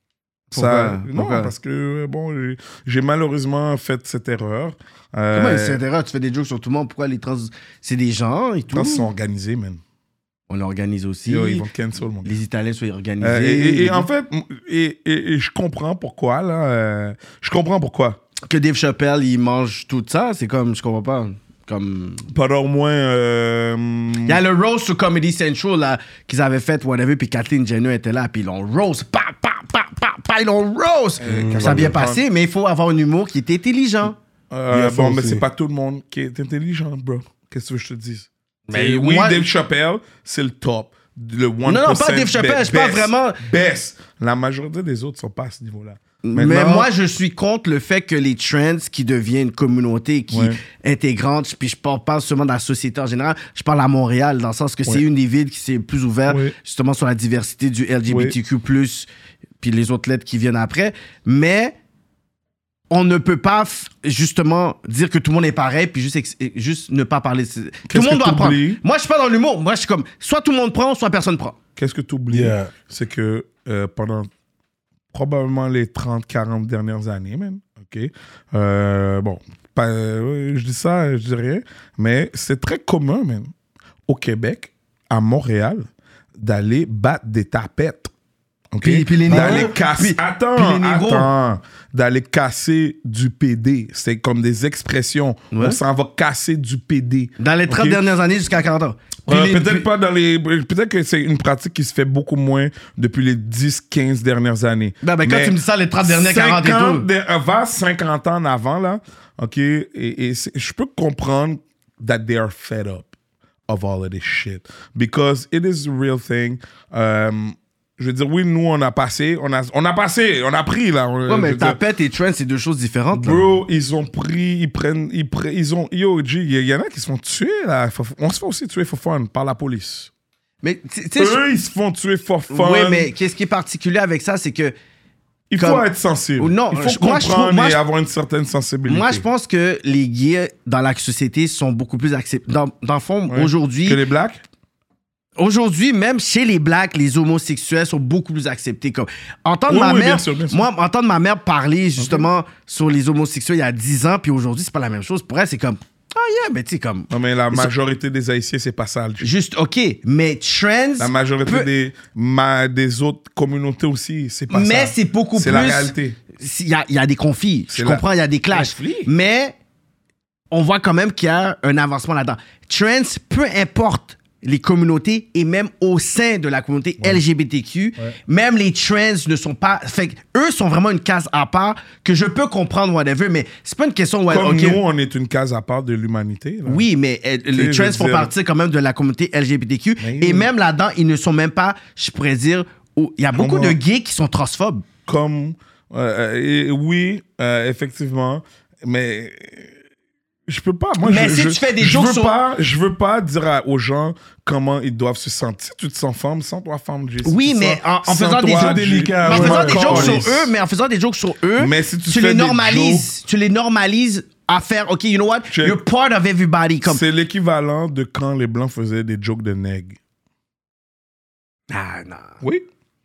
Ça, non, Pourquoi? Parce que, bon, j'ai, j'ai malheureusement fait cette erreur. Euh, Comment c'est cette erreur? Tu fais des jokes sur tout le monde. Pourquoi les trans... C'est des gens et tout. Les trans sont organisés, man. On l'organise aussi. Yo, ils vont cancel, mon gars. Les Italiens sont organisés. Euh, et, et, et en fait, et, et, et je comprends pourquoi, là. Euh, je comprends pourquoi. Que Dave Chappelle, il mange tout ça, c'est comme, je comprends pas. Comme... Pendant au moins... Euh... Il y a le roast sur Comedy Central, là, qu'ils avaient fait, whatever, puis Kathleen Jenner était là, puis ils l'ont roast, pa, pa, pa, pa, pa, ils l'ont roast. Euh, ça a bien passé, mais il faut avoir un humour qui est intelligent. Euh, bon, mais c'est pas tout le monde qui est intelligent, bro. Qu'est-ce que je te dis? Mais oui, moi... Dave Chappelle, c'est le top. Le one percent non, non, pas Dave Chappelle, je parle vraiment... Best. La majorité des autres sont pas à ce niveau-là. Maintenant, mais moi, je suis contre le fait que les trends qui deviennent une communauté qui ouais. intégrante, puis je parle pas seulement de la société en général, je parle à Montréal, dans le sens que ouais. c'est une des villes qui s'est plus ouverte, ouais. justement sur la diversité du L G B T Q plus, puis les autres lettres qui viennent après. Mais on ne peut pas, f- justement, dire que tout le monde est pareil, puis juste, ex- juste ne pas parler. Tout le monde doit prendre. Moi, je suis pas dans l'humour. Moi, je suis comme, soit tout le monde prend, soit personne prend. Qu'est-ce que tu oublies? Yeah. C'est que euh, pendant... probablement les trente quarante dernières années, même. OK? Euh, bon, pas, euh, je dis ça, je dis rien, mais c'est très commun, même, au Québec, à Montréal, d'aller battre des tapettes. OK? Puis, puis les d'aller négros, casser... puis, attends, puis les attends. D'aller casser du P D. C'est comme des expressions. Ouais. On s'en va casser du P D. Dans les trente okay? dernières années jusqu'à quarante ans. Euh, les... Peut-être pas dans les... Peut-être que c'est une pratique qui se fait beaucoup moins depuis les dix quinze dernières années. Ben, ben, quand mais tu me dis ça, les trente dernières, quarante et tout. De, vers cinquante ans en avant, là, OK, et, et je peux comprendre that they are fed up of all of this shit. Because it is a real thing. Um, je veux dire, oui, nous, on a passé, on a, on a passé, on a pris, là. Ouais, mais tapette et trend, c'est deux choses différentes. Bro, là. ils ont pris, ils prennent, ils prennent, ils ont, yo, G, il y en a qui se font tuer, là. On se fait aussi tuer for fun par la police. Mais, tu sais, eux, je... ils se font tuer for fun. Oui, mais qu'est-ce qui est particulier avec ça, c'est que... Il comme... faut être sensible. Non, il faut je, comprendre moi, je trouve, moi, et je... avoir une certaine sensibilité. Moi, je pense que les gays dans la société sont beaucoup plus acceptés. Dans, dans le fond, ouais. aujourd'hui... Que les blacks? Aujourd'hui, même chez les blacks, les homosexuels sont beaucoup plus acceptés. Comme entendre Oui, ma oui, mère, bien sûr, bien sûr. moi, entendre ma mère parler justement okay. sur les homosexuels il y a dix ans, puis aujourd'hui, c'est pas la même chose. Pour elle, c'est comme ah oh yeah, mais tu sais comme. Non mais la majorité des Haïtiens, c'est pas ça. Juste ok, mais trans. La majorité peut... des ma, des autres communautés aussi, c'est pas mais ça. Mais c'est beaucoup c'est plus. C'est la réalité. Il y a, y a des conflits. Je la... comprends, il y a des clashs. Mais on voit quand même qu'il y a un avancement là-dedans. Trans, peu importe les communautés et même au sein de la communauté ouais. L G B T Q, ouais. même les trans ne sont pas... Fait eux sont vraiment une case à part que je peux comprendre, whatever, mais c'est pas une question... Comme okay, nous, on est une case à part de l'humanité. Là. Oui, mais euh, les trans font dire... partie quand même de la communauté L G B T Q mais et oui. même là-dedans, ils ne sont même pas, je pourrais dire... Il y a beaucoup Comment? de gays qui sont transphobes. Comme... Euh, et, oui, euh, effectivement, mais... Je peux pas. Moi, mais je, si je, tu fais des je jokes veux sur... pas, je veux pas dire à, aux gens comment ils doivent se sentir. Si tu te sens femme, sens-toi femme. J. Oui, mais en, en faisant des jokes délicats, en faisant des jokes sur eux, mais en faisant des jokes sur eux, mais si tu, tu les normalises. Jokes, tu les normalises à faire. Ok, you know what? Check. You're part of everybody. Comme... C'est l'équivalent de quand les blancs faisaient des jokes de nègres. Ah non. Oui.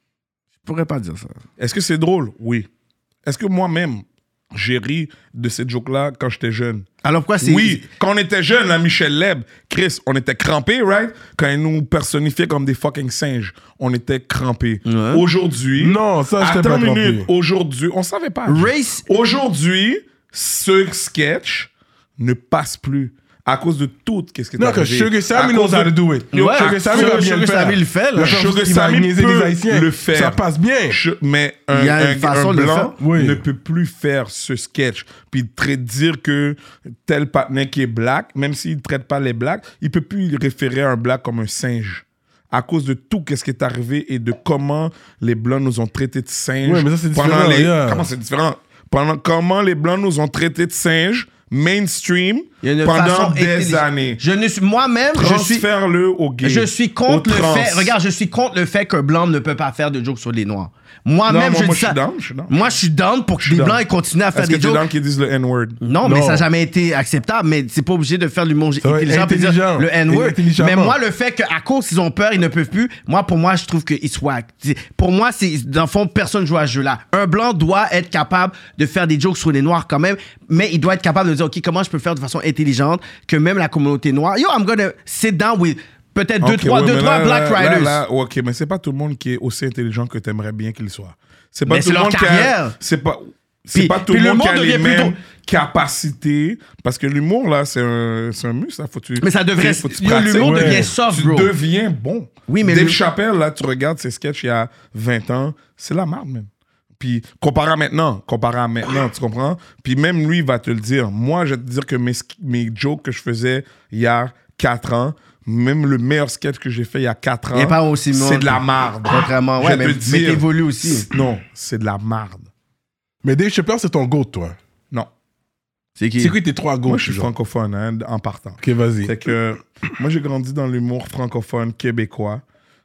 Je pourrais pas dire ça. Est-ce que c'est drôle? Oui. Est-ce que moi-même j'ai ri de ces jokes-là quand j'étais jeune? Alors pourquoi c'est... Oui, quand on était jeune, là, Michel Leb, Chris, on était crampés, right? Quand ils nous personnifiaient comme des fucking singes, on était crampés. Ouais. Aujourd'hui... Non, ça, je Attends une minute. Aujourd'hui, on savait pas. Race... Aujourd'hui, ce sketch ne passe plus. À cause de tout, qu'est-ce qui est non, arrivé. Non, que Sugar Sammy knows how to do it. Ouais, Sugar Sammy va bien le faire. le fait. Là. Sugar Sammy peut le faire. Ça passe bien. Je, mais un, Il y a une un, façon un de blanc le oui. ne peut plus faire ce sketch. Puis traiter dire que tel partenaire qui est black, même s'il ne traite pas les blacks, il ne peut plus référer à un black comme un singe. À cause de tout qu'est-ce qui est arrivé et de comment les blancs nous ont traités de singes. Oui, mais ça, c'est pendant différent. Les... Yeah. Comment c'est différent? Pendant comment les blancs nous ont traités de singes mainstream pendant des années. Je ne suis moi-même, je suis transfère-le au gay. Je suis contre le fait. Regarde, je suis contre le fait qu'un blanc ne peut pas faire de jokes sur les noirs. Moi-même, non, moi, je moi, dis ça. Je suis down, je suis down. Moi, je suis down pour que les blancs ils continuent à faire Est-ce des que jokes. Est-ce que tu es down qu'ils disent le N-word? Non, non, mais ça n'a jamais été acceptable. Mais c'est pas obligé de faire de l'humour intelligent et dire le N-word. Mais moi, le fait qu'à cause ils ont peur, ils ne peuvent plus. Moi, pour moi, je trouve qu'ils swag. Pour moi, c'est dans le fond, personne joue à ce jeu-là. Un blanc doit être capable de faire des jokes sur les noirs quand même, mais il doit être capable de dire ok, comment je peux faire de façon intelligente que même la communauté noire. Yo, I'm gonna sit down with peut-être okay, deux, trois, ouais, deux, trois là, black là, writers. Là, là, ok, mais c'est pas tout le monde qui est aussi intelligent que t'aimerais bien qu'il soit. C'est pas mais tout c'est le monde carrière. qui a. C'est pas. C'est pas tout le monde qui a les mêmes capacités. Parce que l'humour, là, c'est un, c'est un muscle. Là, faut tu, mais ça devrait. Faut tu l'humour ouais. devient soft, tu bro. Tu deviens bon. Oui, mais Dave le... Chappelle, là, tu regardes ses sketchs il y a vingt ans, c'est la merde, même. Puis comparé à maintenant, comparé à maintenant, tu comprends? Puis même lui, il va te le dire. Moi, je vais te dire que mes, mes jokes que je faisais il y a quatre ans, même le meilleur sketch que j'ai fait il y a quatre ans, c'est de la marde. Contrairement, ouais, mais, mais t'évolues aussi. Non, c'est de la marde. Mais Dave Chappelle, c'est ton goat, toi. Non. C'est qui? C'est quoi tes trois goats? Moi, je suis francophone, hein, en partant. Ok, vas-y. C'est que moi, j'ai grandi dans l'humour francophone québécois.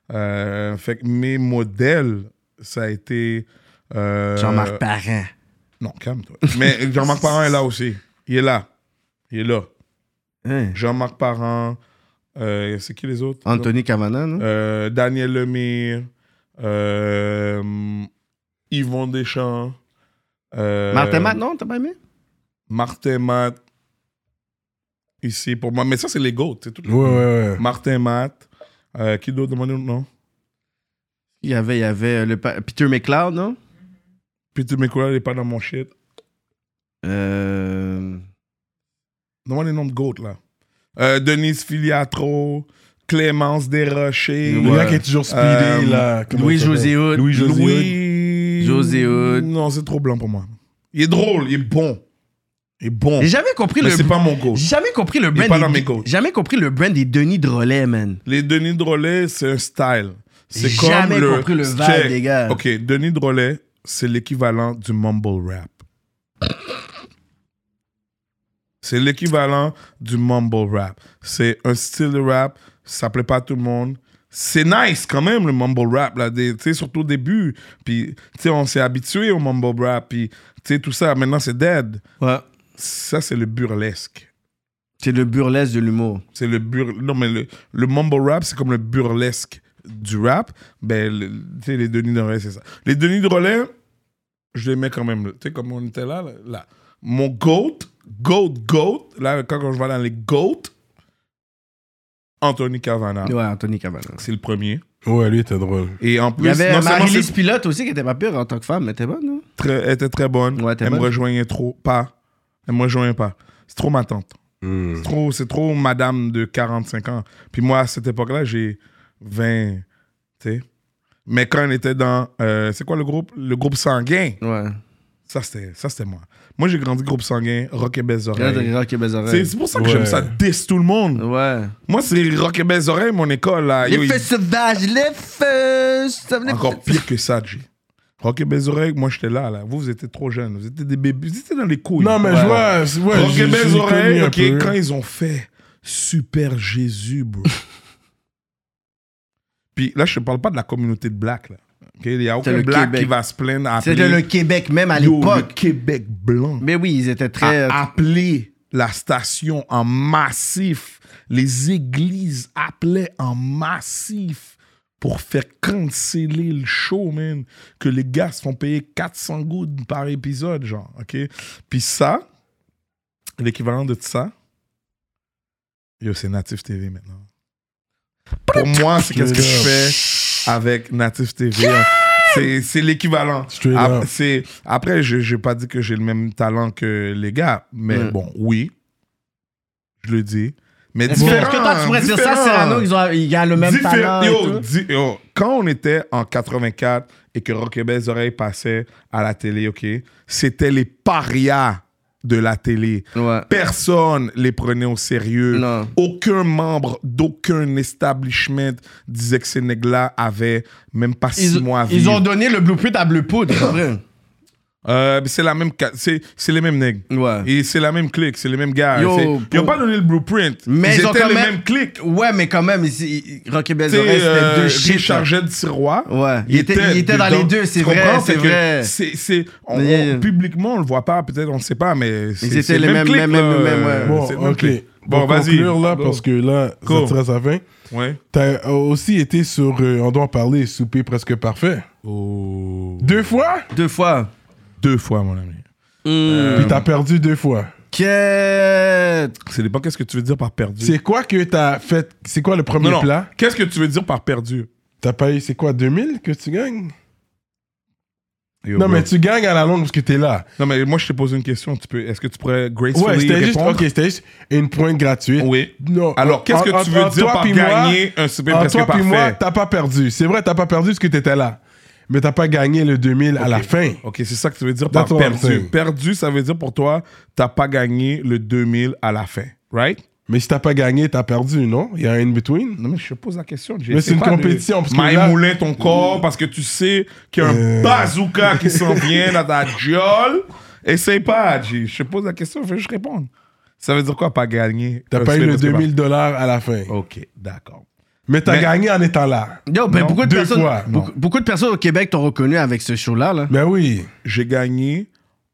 Euh, fait que mes modèles, ça a été... Euh... Jean-Marc Parent. Non, calme-toi. Mais Jean-Marc Parent est là aussi. Il est là. Il est là. Hein? Jean-Marc Parent. Euh, c'est qui les autres? Anthony Cavana, non? Euh, Daniel Lemire. Euh, Yvon Deschamps. Euh, Martin Matt, non? T'as pas aimé? Martin Matt. Ici, pour moi. Mais ça, c'est les GOAT. C'est tout. Ouais, ouais, ouais. Martin Matt. Euh, qui d'autre? Demandez notre nom. Il y avait, il y avait le pa- Peter McLeod, non? Peter McLeod, il n'est pas dans mon shit. Euh... Demandez les noms de GOAT, là. Euh, Denise Filiatro. Clémence Desrochers. Le gars qui est toujours speedé, euh, là. Louis-José Hood. Louis-José Louis... José Hood. Non, c'est trop blanc pour moi. Il est drôle, il est bon. Il est bon. J'ai jamais compris mais le... c'est pas mon goût. J'ai jamais compris le brand. Il est pas des... dans mes goûts. Jamais compris le brand des Denis Drolet, man. Les Denis Drolet, c'est un style. C'est J'ai comme jamais le... compris le vibe, Check. les gars. Ok, Denis Drolet, c'est l'équivalent du mumble rap. C'est l'équivalent du mumble rap. C'est un style de rap, ça plaît pas à tout le monde. C'est nice quand même, le mumble rap, là, tu sais, surtout au début. Puis, tu sais, on s'est habitué au mumble rap, puis, tu sais, tout ça, maintenant, c'est dead. Ouais. Ça, c'est le burlesque. C'est le burlesque de l'humour. C'est le bur... Non, mais le, le mumble rap, c'est comme le burlesque du rap. Ben, le- tu sais, les Denis de Relais, c'est ça. Les Denis de Relais, je les mets quand même. Tu sais, comme on était là, là, là. Mon GOAT, GOAT, GOAT, là, quand, quand je vais dans les GOAT, Anthony Cavana. Ouais, Anthony Cavana. C'est le premier. Ouais, lui, était drôle. Et en plus, Il y avait non seulement Marie-Lise c'est Pilote aussi qui était pas pire en tant que femme, mais était bonne, non? très- elle était très bonne. Ouais, t'es elle me bonne. rejoignait trop. Pas. Elle me rejoignait pas. C'est trop ma tante. Hmm. C'est trop, c'est trop madame de quarante-cinq ans. Puis moi, à cette époque-là, j'ai vingt, tu sais. Mais quand elle était dans, euh, c'est quoi le groupe? Le groupe sanguin. Ouais. Ça, c'était, ça, c'était moi. Moi, j'ai grandi groupe sanguin, Rock et Belles Regarde, Oreilles. regarde, Québec C'est, oreilles. c'est pour ça que Ouais. j'aime ça diss tout le monde. Ouais. Moi, c'est Rock et Belles Oreilles, mon école, là. Yo, Les il- feux sauvages, les feux... ça venait- Encore pire que ça, G. Rock et Belles Oreilles, moi, j'étais là, là. Vous, vous étiez trop jeunes. Vous étiez des bébés. Vous étiez dans les couilles. Non, mais Ouais. je vois. c'est- Ouais, Rock j'ai- et Belles j'ai Oreilles, connu un ok, peu. quand ils ont fait Super Jésus, bro. Puis là, je te parle pas de la communauté de black, là. Ok, il y a C'est aucun le black Québec. qui va se plaindre à appeler... C'était le Québec même à Yo, le l'époque. Québec blanc. Mais oui, ils étaient très... A appelé la station en massif. Les églises appelaient en massif pour faire canceller le show, man. Que les gars se font payer quatre cents gouttes par épisode, genre, OK? Puis ça, l'équivalent de ça, yo, c'est Native T V maintenant. Pour moi, c'est qu'est-ce que je fais avec Native T V. hein. C'est, c'est l'équivalent. Straight Ap- up. c'est, après, je n'ai pas dit que j'ai le même talent que les gars, mais Mm. bon, oui, je le dis. Mais Est-ce que, différent. est-ce que toi, tu pourrais dire ça, différent. Cyrano, ils ont, ils ont le même Diffé- talent et yo, tout? di- yo, quand on était en quatre-vingt-quatre et que Rock et Belles Oreilles passait à la télé, OK, c'était les parias de la télé. Ouais. Personne les prenait au sérieux. Non. Aucun membre d'aucun establishment disait que ces nègres-là avaient même pas six Ils, mois à ils vivre. ont donné le blueprint à Bleu Poudre, c'est vrai. Euh, c'est la même ca- c'est c'est les mêmes nègres. Ouais. Et c'est la même clique, c'est les mêmes gars. Yo, C'est- Ils n'ont pour- pas donné le blueprint. Mais ils ils ont étaient quand les même- mêmes cliques. Ouais, mais quand même, ici, Rock et Belles Tu sais, Oreilles, c'était euh, deux shit. Richard là. Jed Sirois. Ouais. Il était- il était dans dedans. les deux, c'est Tu vrai, comprends? c'est Fait que vrai. c'est- c'est- on- Mais- on- publiquement, on le voit pas, peut-être, on ne sait pas, mais c'est étaient c'est les le mêmes- clique, mêmes- là, mêmes- mêmes, euh, ouais. Bon, c'est le même ok. clique. Bon, Bon, vas-y. conclure là, Go. parce que là, Cool. ça tire à sa fin. Ouais. T'as aussi été sur euh, On doit en parler, Souper presque parfait. Oh. Deux fois? Deux fois. Deux fois, mon ami. Puis t'as perdu deux fois. Quête. Ça dépend qu'est-ce que tu veux dire par perdu. C'est quoi que t'as fait? C'est quoi le premier Non, non. plat? Qu'est-ce que tu veux dire par perdu? T'as payé, c'est quoi, deux mille que tu gagnes? Yo, Non, bro. mais tu gagnes à la longue parce que t'es là. Non, mais moi, je t'ai posé une question. Tu peux... Est-ce que tu pourrais gracefully Ouais, c'était juste, répondre? ok, c'était juste une pointe gratuite. Oui. Non. Alors, qu'est-ce que en- tu en- veux en dire toi par puis moi- gagner un super En presque toi puis moi, parfait? t'as pas perdu. C'est vrai, t'as pas perdu parce que t'étais là. Mais t'as pas gagné le deux mille à la fin. Ok, c'est ça que tu veux dire par That's what I'm perdu. saying. Perdu, ça veut dire pour toi, t'as pas gagné le deux mille à la fin, right? Mais si t'as pas gagné, t'as perdu, non? Il y a un in-between. Non, mais je te pose la question. Mais c'est une compétition, parce que là- moulin ton corps parce que tu sais qu'il y a un Euh. bazooka qui s'en vient dans ta gueule. Essaye pas, G. Je te pose la question, je vais juste répondre. Ça veut dire quoi, pas gagner? T'as un pas eu super le presque deux mille dollars à la fin. parfait? Ok, d'accord. Mais t'as Mais- gagné en étant là. Yo, ben Non, beaucoup de deux personnes, fois, non. beaucoup, beaucoup de personnes au Québec t'ont reconnu avec ce show-là, là. Ben oui. J'ai gagné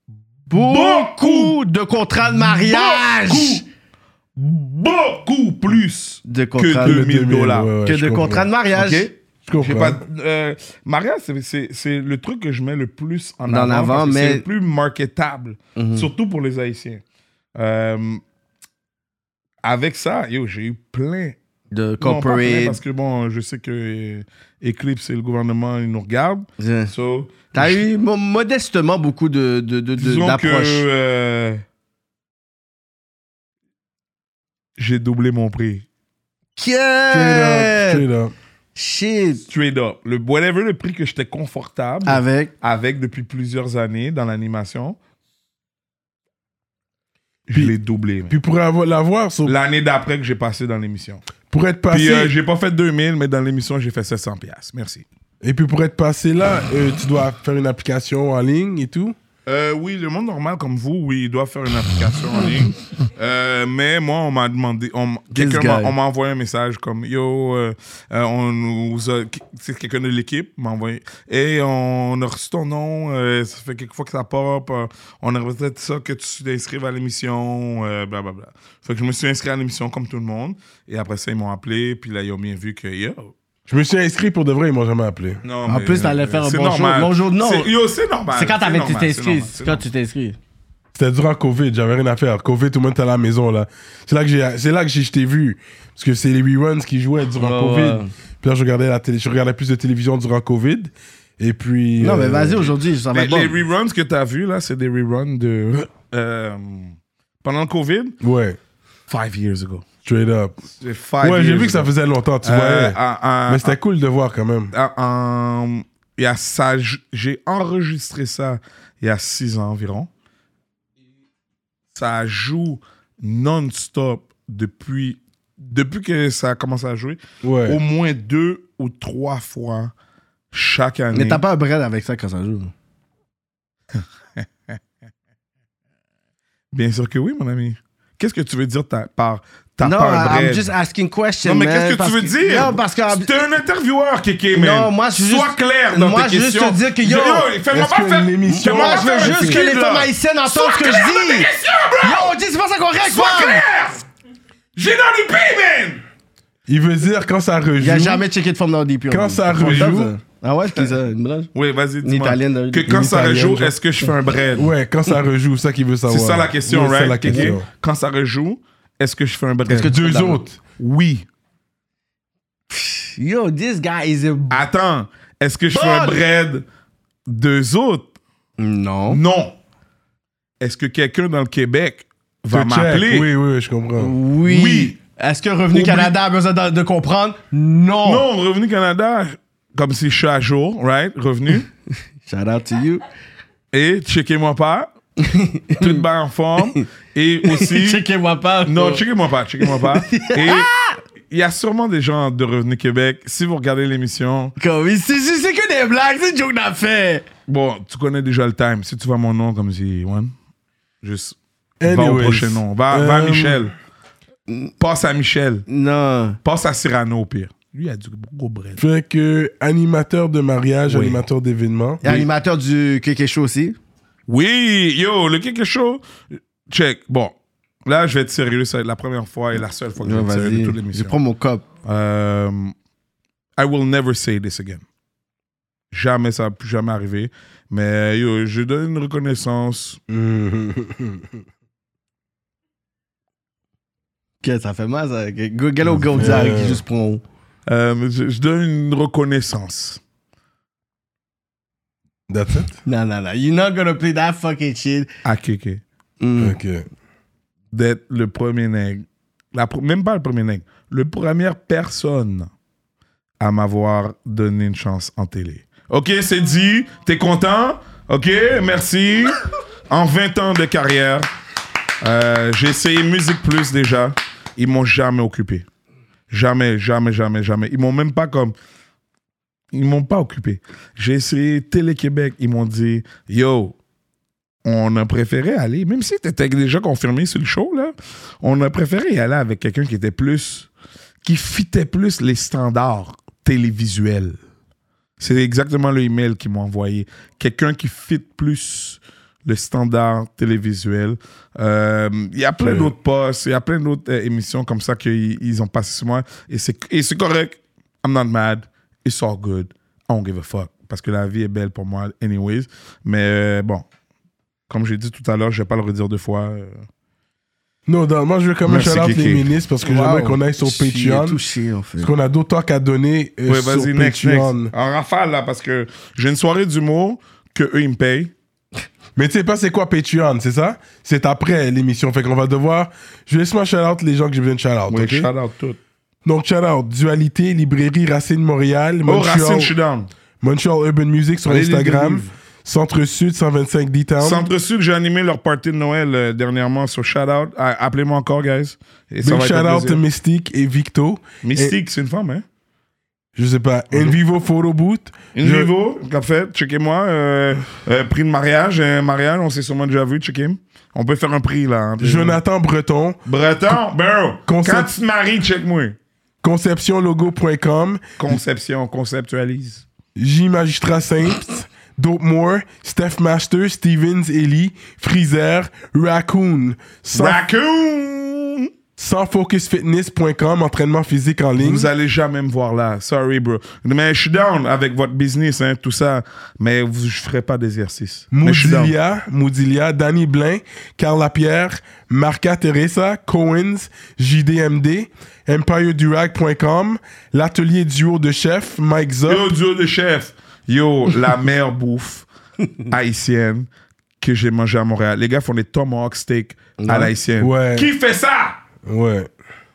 Beaucoup de contrats de mariage. beaucoup plus De que contrats deux de, mille dollars. ouais, ouais, que je de comprends. contrats de mariage. Ok? Je J'ai comprends. pas, euh, mariage, c'est- c'est c'est le truc que je mets le plus en En avant, avant, parce que mais- c'est le plus marketable, Mhm. surtout pour les Haïtiens. Euh, avec ça, yo, j'ai eu plein. De Non, pas plein, corporate. parce que bon, je sais que euh, Eclipse et le gouvernement, ils nous regardent. Yeah. So, T'as je- eu mo- modestement beaucoup de, de, de, de- disons que d'approches. euh, j'ai doublé mon prix. Straight up, straight up. Shit. Straight up. Le, whatever le prix que j'étais confortable Avec. avec depuis plusieurs années dans l'animation, je Puis- l'ai doublé. man. Puis pour avoir- l'avoir, sur- L'année d'après que j'ai passé dans l'émission. pour être Puis passé, euh, j'ai pas fait deux mille, mais dans l'émission, j'ai fait sept cents piastres. Merci. et puis pour être passé là, euh, tu dois faire une application en ligne et tout. Euh, oui, le monde normal comme vous, oui, il doit faire une application en ligne. Euh, mais moi, on m'a demandé, on, m- quelqu'un m'a, on m'a envoyé un message comme Yo, euh, euh, on nous a, c'est quelqu'un de l'équipe m'a envoyé. Et on a reçu ton nom, euh, ça fait quelques fois que ça pop. Euh, on aimerait peut-être ça que tu t'inscrives à l'émission, euh, blablabla. Fait que je me suis inscrit à l'émission comme tout le monde. Et après ça, ils m'ont appelé. Puis là, ils ont bien vu que yo. Je me suis inscrit pour de vrai, ils m'ont jamais appelé. Non, En mais, plus, t'allais faire un c'est bonjour. normal. Bonjour, non. C'est, yo, c'est normal. C'est quand t'avais tu normal, t'es c'est inscrit. normal, C'est c'est quand normal. tu t'es inscrit. C'était durant Covid, j'avais rien à faire. Covid, tout le monde était à la maison, là. C'est là que j'ai, c'est là que j'ai, je t'ai vu. Parce que c'est les reruns qui jouaient durant Ouais, Covid. ouais. Puis là, je regardais la télé, je regardais plus de télévision durant Covid. Et puis. Non, euh, mais vas-y, aujourd'hui, ça va Les, être bon. les reruns que t'as vus, là, c'est des reruns de... euh, pendant le COVID, Ouais, five years ago. straight up. C'est five Ouais, j'ai years vu que ça ago. faisait longtemps, tu Euh, voyais. en- en- Mais c'était cool de voir quand même. en- en- il y a ça, j'ai enregistré ça il y a six ans environ. Ça joue non-stop depuis, depuis que ça a commencé à jouer. Ouais. Au moins deux ou trois fois chaque année. Mais t'as pas un bread avec ça quand ça joue. Bien sûr que oui, mon ami. Qu'est-ce que tu veux dire ta- par t'as Non, pas un I'm bread? just asking questions. Non, mais man, qu'est-ce que parce tu veux dire? Non, parce que. T'es un intervieweur, Kéké, man. Non, moi, je veux Sois juste- clair dans moi, tes je veux juste questions. te dire que, yo, fais-moi est-ce pas que faire... l'émission- fais-moi Moi, pas je veux faire juste un que skid, les là. femmes haïtiennes entendent Sois ce que je clair dans tes dis. questions, bro! Yo, dis, c'est pas ça correct, Sois man. clair! J'ai dans les pays, man! Il veut dire quand ça rejoue. Il a jamais checké de forme dans D P. Quand ça rejoue- Ah ouais, c'est ça, une branche. Oui, vas-y, Une dis-moi. italienne, là. Que quand Une ça italienne, rejoue, genre. est-ce que je fais un bread? Ouais, quand ça rejoue, c'est ça qu'il veut savoir. C'est ça la question, Ouais, right? C'est la question. Ok. Quand ça rejoue, est-ce que je fais un bread? Est-ce que tu- Deux D'accord. autres. Oui. Yo, this guy is a. Attends, est-ce que je fais un Bonne. bread deux autres? Non. Non. Est-ce que quelqu'un dans le Québec va Te check. m'appeler? Oui, oui, je comprends. Oui. Oui. Est-ce que Revenu Oublie- Canada a besoin de, de comprendre? Non. Non, Revenu Canada, comme si je suis à jour, right? Revenu. Shout out to you. Et checkez-moi pas. Tout bas en forme. Et aussi. Checkez-moi pas. Non, checkez-moi pas, checkez-moi pas. Et il y a sûrement des gens de Revenu Québec. Si vous regardez l'émission, Comme, c'est, c'est, c'est que des blagues, c'est une joke d'affaires. bon, tu connais déjà le time. Si tu vois mon nom comme si, one, juste va au Anyways. prochain nom. Va, va à Euh, Michel. Passe à Michel. Non. Passe à Cyrano au pire. Lui, il a du gros bread. Fait que animateur de mariage, Oui. animateur d'événements. Il y a l'animateur du Kéké Show aussi. Oui, yo, le quelque chose. Check. Bon, là, je vais être sérieux. Ça va être la première fois et la seule fois que je vais Ouais, être sérieux de vas-y. toute Je l'émission. prends mon cop. Euh, I will never say this again. Jamais, ça va plus jamais arriver. Mais yo, je donne une reconnaissance. Ok, ça fait mal, ça. Go- Gallo Gaudiard Euh. qui juste prend. Euh, je, je donne une reconnaissance. That's it? Non, non, non. You're not gonna play that fucking shit. À Kéké. Mm. Ok. D'être le premier nègre. La, pr- même pas le premier nègre. Le première personne à m'avoir donné une chance en télé. Ok, c'est dit. T'es content? Ok, merci. En vingt ans de carrière, euh, j'ai essayé Musique Plus déjà. Ils m'ont jamais occupé. Jamais, jamais, jamais, jamais. Ils m'ont même pas comme... Ils m'ont pas occupé. J'ai essayé Télé-Québec. Ils m'ont dit, yo, on a préféré aller, même si t'étais déjà confirmé sur le show, là, on a préféré y aller avec quelqu'un qui était plus... qui fitait plus les standards télévisuels. C'est exactement le email qu'ils m'ont envoyé. Quelqu'un qui fit plus le standard télévisuel. Euh, Il y a plein Ouais. d'autres postes, il y a plein d'autres euh, émissions comme ça qu'ils ils ont passé sur moi. Et c'est et c'est correct. I'm not mad. It's all good. I don't give a fuck. Parce que la vie est belle pour moi, anyways. Mais euh, bon, comme j'ai dit tout à l'heure, je vais pas le redire deux fois. euh. Non, non, moi je veux quand même Merci, shout out Kéké. les ministres parce que j'aimerais qu'on aille sur Patreon. touché, en fait. Parce qu'on a d'autres talks à donner euh, Ouais, sur vas-y, next, Patreon. next. En rafale, là, parce que j'ai une soirée d'humour que eux, ils me payent. Mais tu sais pas c'est quoi Patreon, c'est ça? C'est après l'émission. Fait qu'on va devoir... Je laisse moi shout out les gens que j'ai besoin de shout out. Oui, ok? shout out tout. Donc shout out Dualité, Librairie Racine Montréal, Oh, Montreal, Racine, je suis down. Montreal Urban Music sur Allez, les Instagram, livres. Centre Sud cent vingt-cinq D-Town. Centre-Sud, j'ai animé leur party de Noël euh, dernièrement sur Shout Out. Ah, appelez-moi encore, guys. Et ça Big va shout être un out plaisir. Mystique et Victo. Mystique, c'est une femme, hein? Je sais pas. In Vivo Photo Booth. In Je- Vivo, en fait, checkez-moi. Euh, euh, prix de mariage, un mariage, on s'est sûrement déjà vu, checkez. On peut faire un prix, là. hein. Jonathan Breton. Breton, bro. Concept- Quand tu te maries, check-moi. Conception Logo point com. Conception, conceptualise. J Magistrat Saints. Dope Moore. Steph Master. Stevens Ellie. Freezer. Raccoon. Sans, Raccoon! sans focus fitness point com. Entraînement physique en ligne. Vous allez jamais me voir là. Sorry, bro. Mais je suis down avec votre business, hein, tout ça. Mais vous, je ferai pas d'exercice. Mais je suis down. Moudilia, Moudilia, Danny Blain, Carla Pierre, Marca Teresa, Coens, J D M D, empire durag point com, l'atelier duo de chef, Mike Zop. Yo, duo de chef. Yo, la meilleure bouffe haïtienne que j'ai mangée à Montréal. Les gars font des tomahawk steak à l'haïtienne. Ouais. Qui fait ça? Ouais.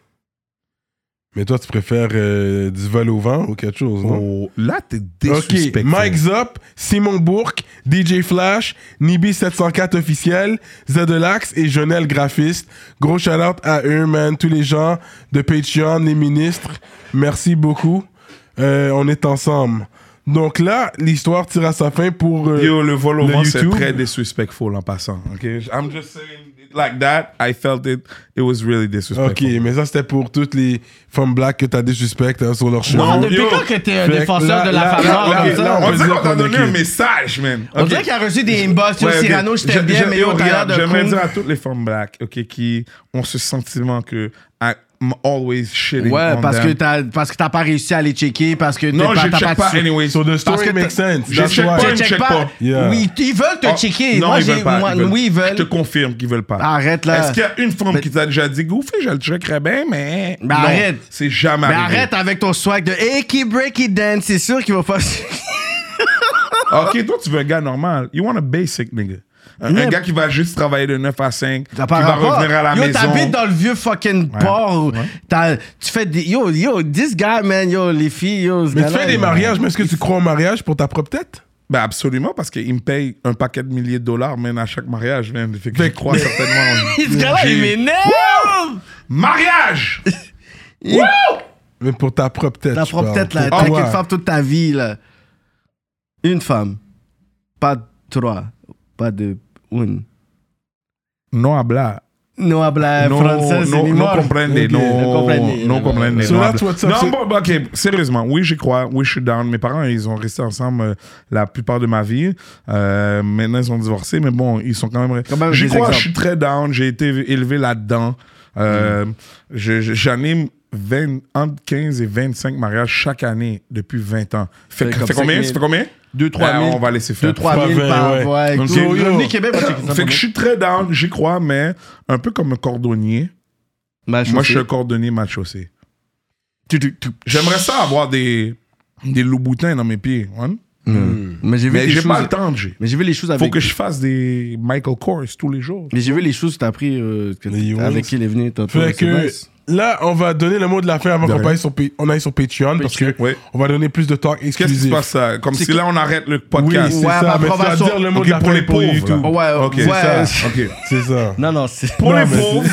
Mais toi, tu préfères euh, du vol au vent ou quelque chose, non? Oh, là, t'es Ok, disrespectful. Mike Zop, Simon Bourque, D J Flash, Nibi sept cent quatre officiel, Zedelax et Jonel graphiste. Gros shout-out à eux, man, tous les gens de Patreon, les ministres. Merci beaucoup. Euh, on est ensemble. Donc là, l'histoire tire à sa fin pour euh, Yo, le vol au le vent, c'est YouTube. très disrespectful en passant. Ok, I'm just saying it like that. I felt it. It was really disrespectful. Ok, mais ça c'était pour toutes les femmes black que t'as disrespect hein, sur leur show. Non, depuis yo. quand que t'es un Fait que défenseur là- de la là- faveur là- comme là- ça? là, On on peut dirait dire qu'on t'a qu'on donné est un qui? message, man. On Ok. dirait qu'il a reçu des inbox. Yo, Ouais, ok. Cyrano, je J'ai- t'aime bien, j'ai- mais yo, yo, t'as l'air regarde, de J'aimerais con. dire à toutes les femmes black, ok, qui ont ce sentiment que I'm always shitting Ouais, on parce que them. t'as parce que t'as pas réussi à les checker, parce que Non, t'es je t'as check pas su- anyway. So the Parce story que makes t'as- sense. Je That's check why. pas, Je ils me check checkent pas. pas. Yeah. Oui, ils veulent te Oh, checker. non, Moi, ils j'ai veulent pas. moi- ils veulent- oui, ils Je veulent. te confirme qu'ils veulent pas. Arrête là. Est-ce qu'il y a une femme Mais- qui t'a déjà dit Goofy, je le checkerais bien, mais. Mais non, arrête. C'est jamais Mais arrivé. arrête avec ton swag de Hey, keep break it dance. C'est sûr qu'il va pas. Ok, toi, tu veux un gars normal. You want a basic nigga. Un, Yeah. un gars qui va juste travailler de neuf à cinq, qui T'as va pas rapport. revenir à la yo, maison. t'habites dans le vieux fucking port. T'as- Tu fais des. Yo, yo, this guy, man, yo, les filles, yo, ce Mais tu gars-là, fais des il- mariages, mais est-ce que tu crois au mariage pour ta propre tête? Ben absolument, parce qu'il me paye un paquet de milliers de dollars, même à chaque mariage. Man. Fait que Fait j'y que- crois certainement. Ce gars-là, J'ai- il m'énerve! Mariage! Il- Wouh! Mais pour ta propre tête. Ta je propre parle. tête, là. Pour T'as toi. qu'une femme toute ta vie, là. Une femme. Pas trois. Pas de une. No habla. No habla No, français, c'est no, ni no mort. comprende. Ok, No, no comprende. no comprende. So no that's habla. what's up, Non, c'est- bon, ok, sérieusement, oui, j'y crois. Oui, je suis down. Mes parents, ils ont resté ensemble euh, la plupart de ma vie. Euh, maintenant, ils sont divorcés, mais bon, ils sont quand même. Quand même J'y des crois, exemples. je suis très down. J'ai été élevé là-dedans. Euh, je- je- J'anime vingt entre quinze et vingt-cinq mariages chaque année depuis vingt ans. Fait, Fait que- comme fait combien? cinq mille. Ça fait combien? deux trois Ah, mille. on va laisser faire. deux trois mille vingt, par. ouais. Ouais, Donc, tout. yo, Yo, Revenu Québec, va checker ça. Fait que je suis très down, j'y crois, mais un peu comme un cordonnier. Mal Moi, je suis chaussé. un cordonnier mal chaussé. Tu- tu- tu- J'aimerais ça avoir des, des loups-boutins dans mes pieds. Hein? Mm. Mais j'ai vu Mais les j'ai choses. pas le temps, j'ai. Mais j'ai vu les choses Faut avec. que je fasse des Michael Kors tous les jours. Mais j'ai vu les choses que t'as appris euh, que- Les avec Wings. qui il est venu tantôt. Fait c'est que nice. là, on va donner le mot de la fin avant De qu'on rien. aille sur, Pa- on aille sur Patreon parce que Ouais. on va donner plus de talk Qu'est-ce qui exclusif. se passe ça? Comme C'est si que- là, on arrête le Oui, podcast. c'est Ouais, ça. bah, Mais tu vas approbation. dire le mot Ok, de la pour fin les pour pauvres, YouTube. là. Ouais, Ok, ouais. c'est ça. Ok. C'est ça. Non, non, c'est. Pour Non, les mais pauvres,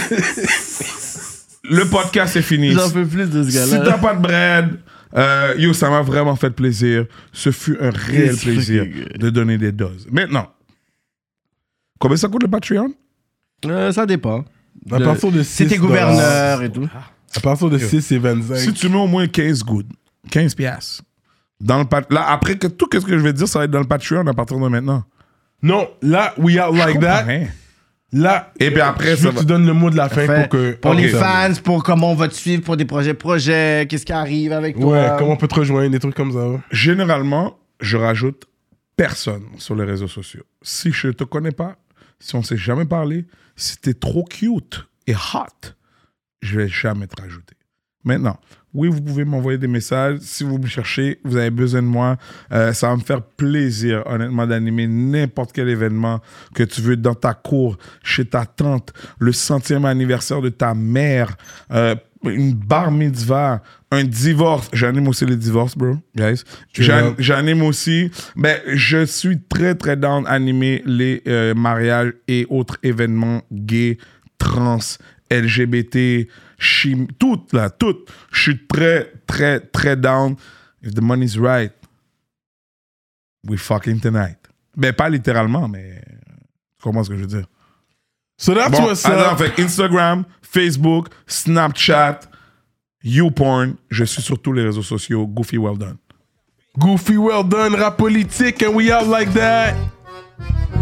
le podcast est fini. J'en peux plus de ce Si gars-là. t'as pas de bread, euh, yo, ça m'a vraiment fait plaisir. Ce fut un réel It's plaisir fucking good. de donner des doses. Maintenant, combien ça coûte le Patreon? Euh, ça dépend. À partir de Si six t'es gouverneur et tout. À partir de six et Si vingt-cinq. tu mets au moins quinze good, quinze piastres, dans le pat- là, après que tout ce que je vais dire, ça va être dans le Patreon à partir de maintenant. Non, là, we out like Je that. comprends rien. Là, Et puis après, je ça veux que va- tu donnes le mot de la fin Fait, pour que. pour Ok. les fans, pour comment on va te suivre, pour des projets, projets, qu'est-ce qui arrive avec toi. Ouais, comment on peut te rejoindre, des trucs comme ça. ouais. Généralement, je rajoute personne sur les réseaux sociaux. Si je te connais pas, si on s'est jamais parlé, si t'es trop cute et hot, je vais jamais te rajouter. Maintenant, oui, vous pouvez m'envoyer des messages. Si vous me cherchez, vous avez besoin de moi. Euh, ça va me faire plaisir, honnêtement, d'animer n'importe quel événement que tu veux dans ta cour, chez ta tante, le centième anniversaire de ta mère, euh, une bar mitzvah, un divorce. J'anime aussi les divorces, bro, guys. J'an- J'anime aussi. Ben, je suis très, très down d'animer les euh, mariages et autres événements gays, trans, L G B T, chim, tout là, tout. Je suis très, très, très down. If the money's right, we fucking tonight. Ben, pas littéralement, mais... Comment est-ce que je veux dire? So that's Bon, what's alors, up. fait Instagram, Facebook, Snapchat, YouPorn. Je suis sur tous les réseaux sociaux. Goofy, well done. Goofy, well done, rap politique, and we out like that.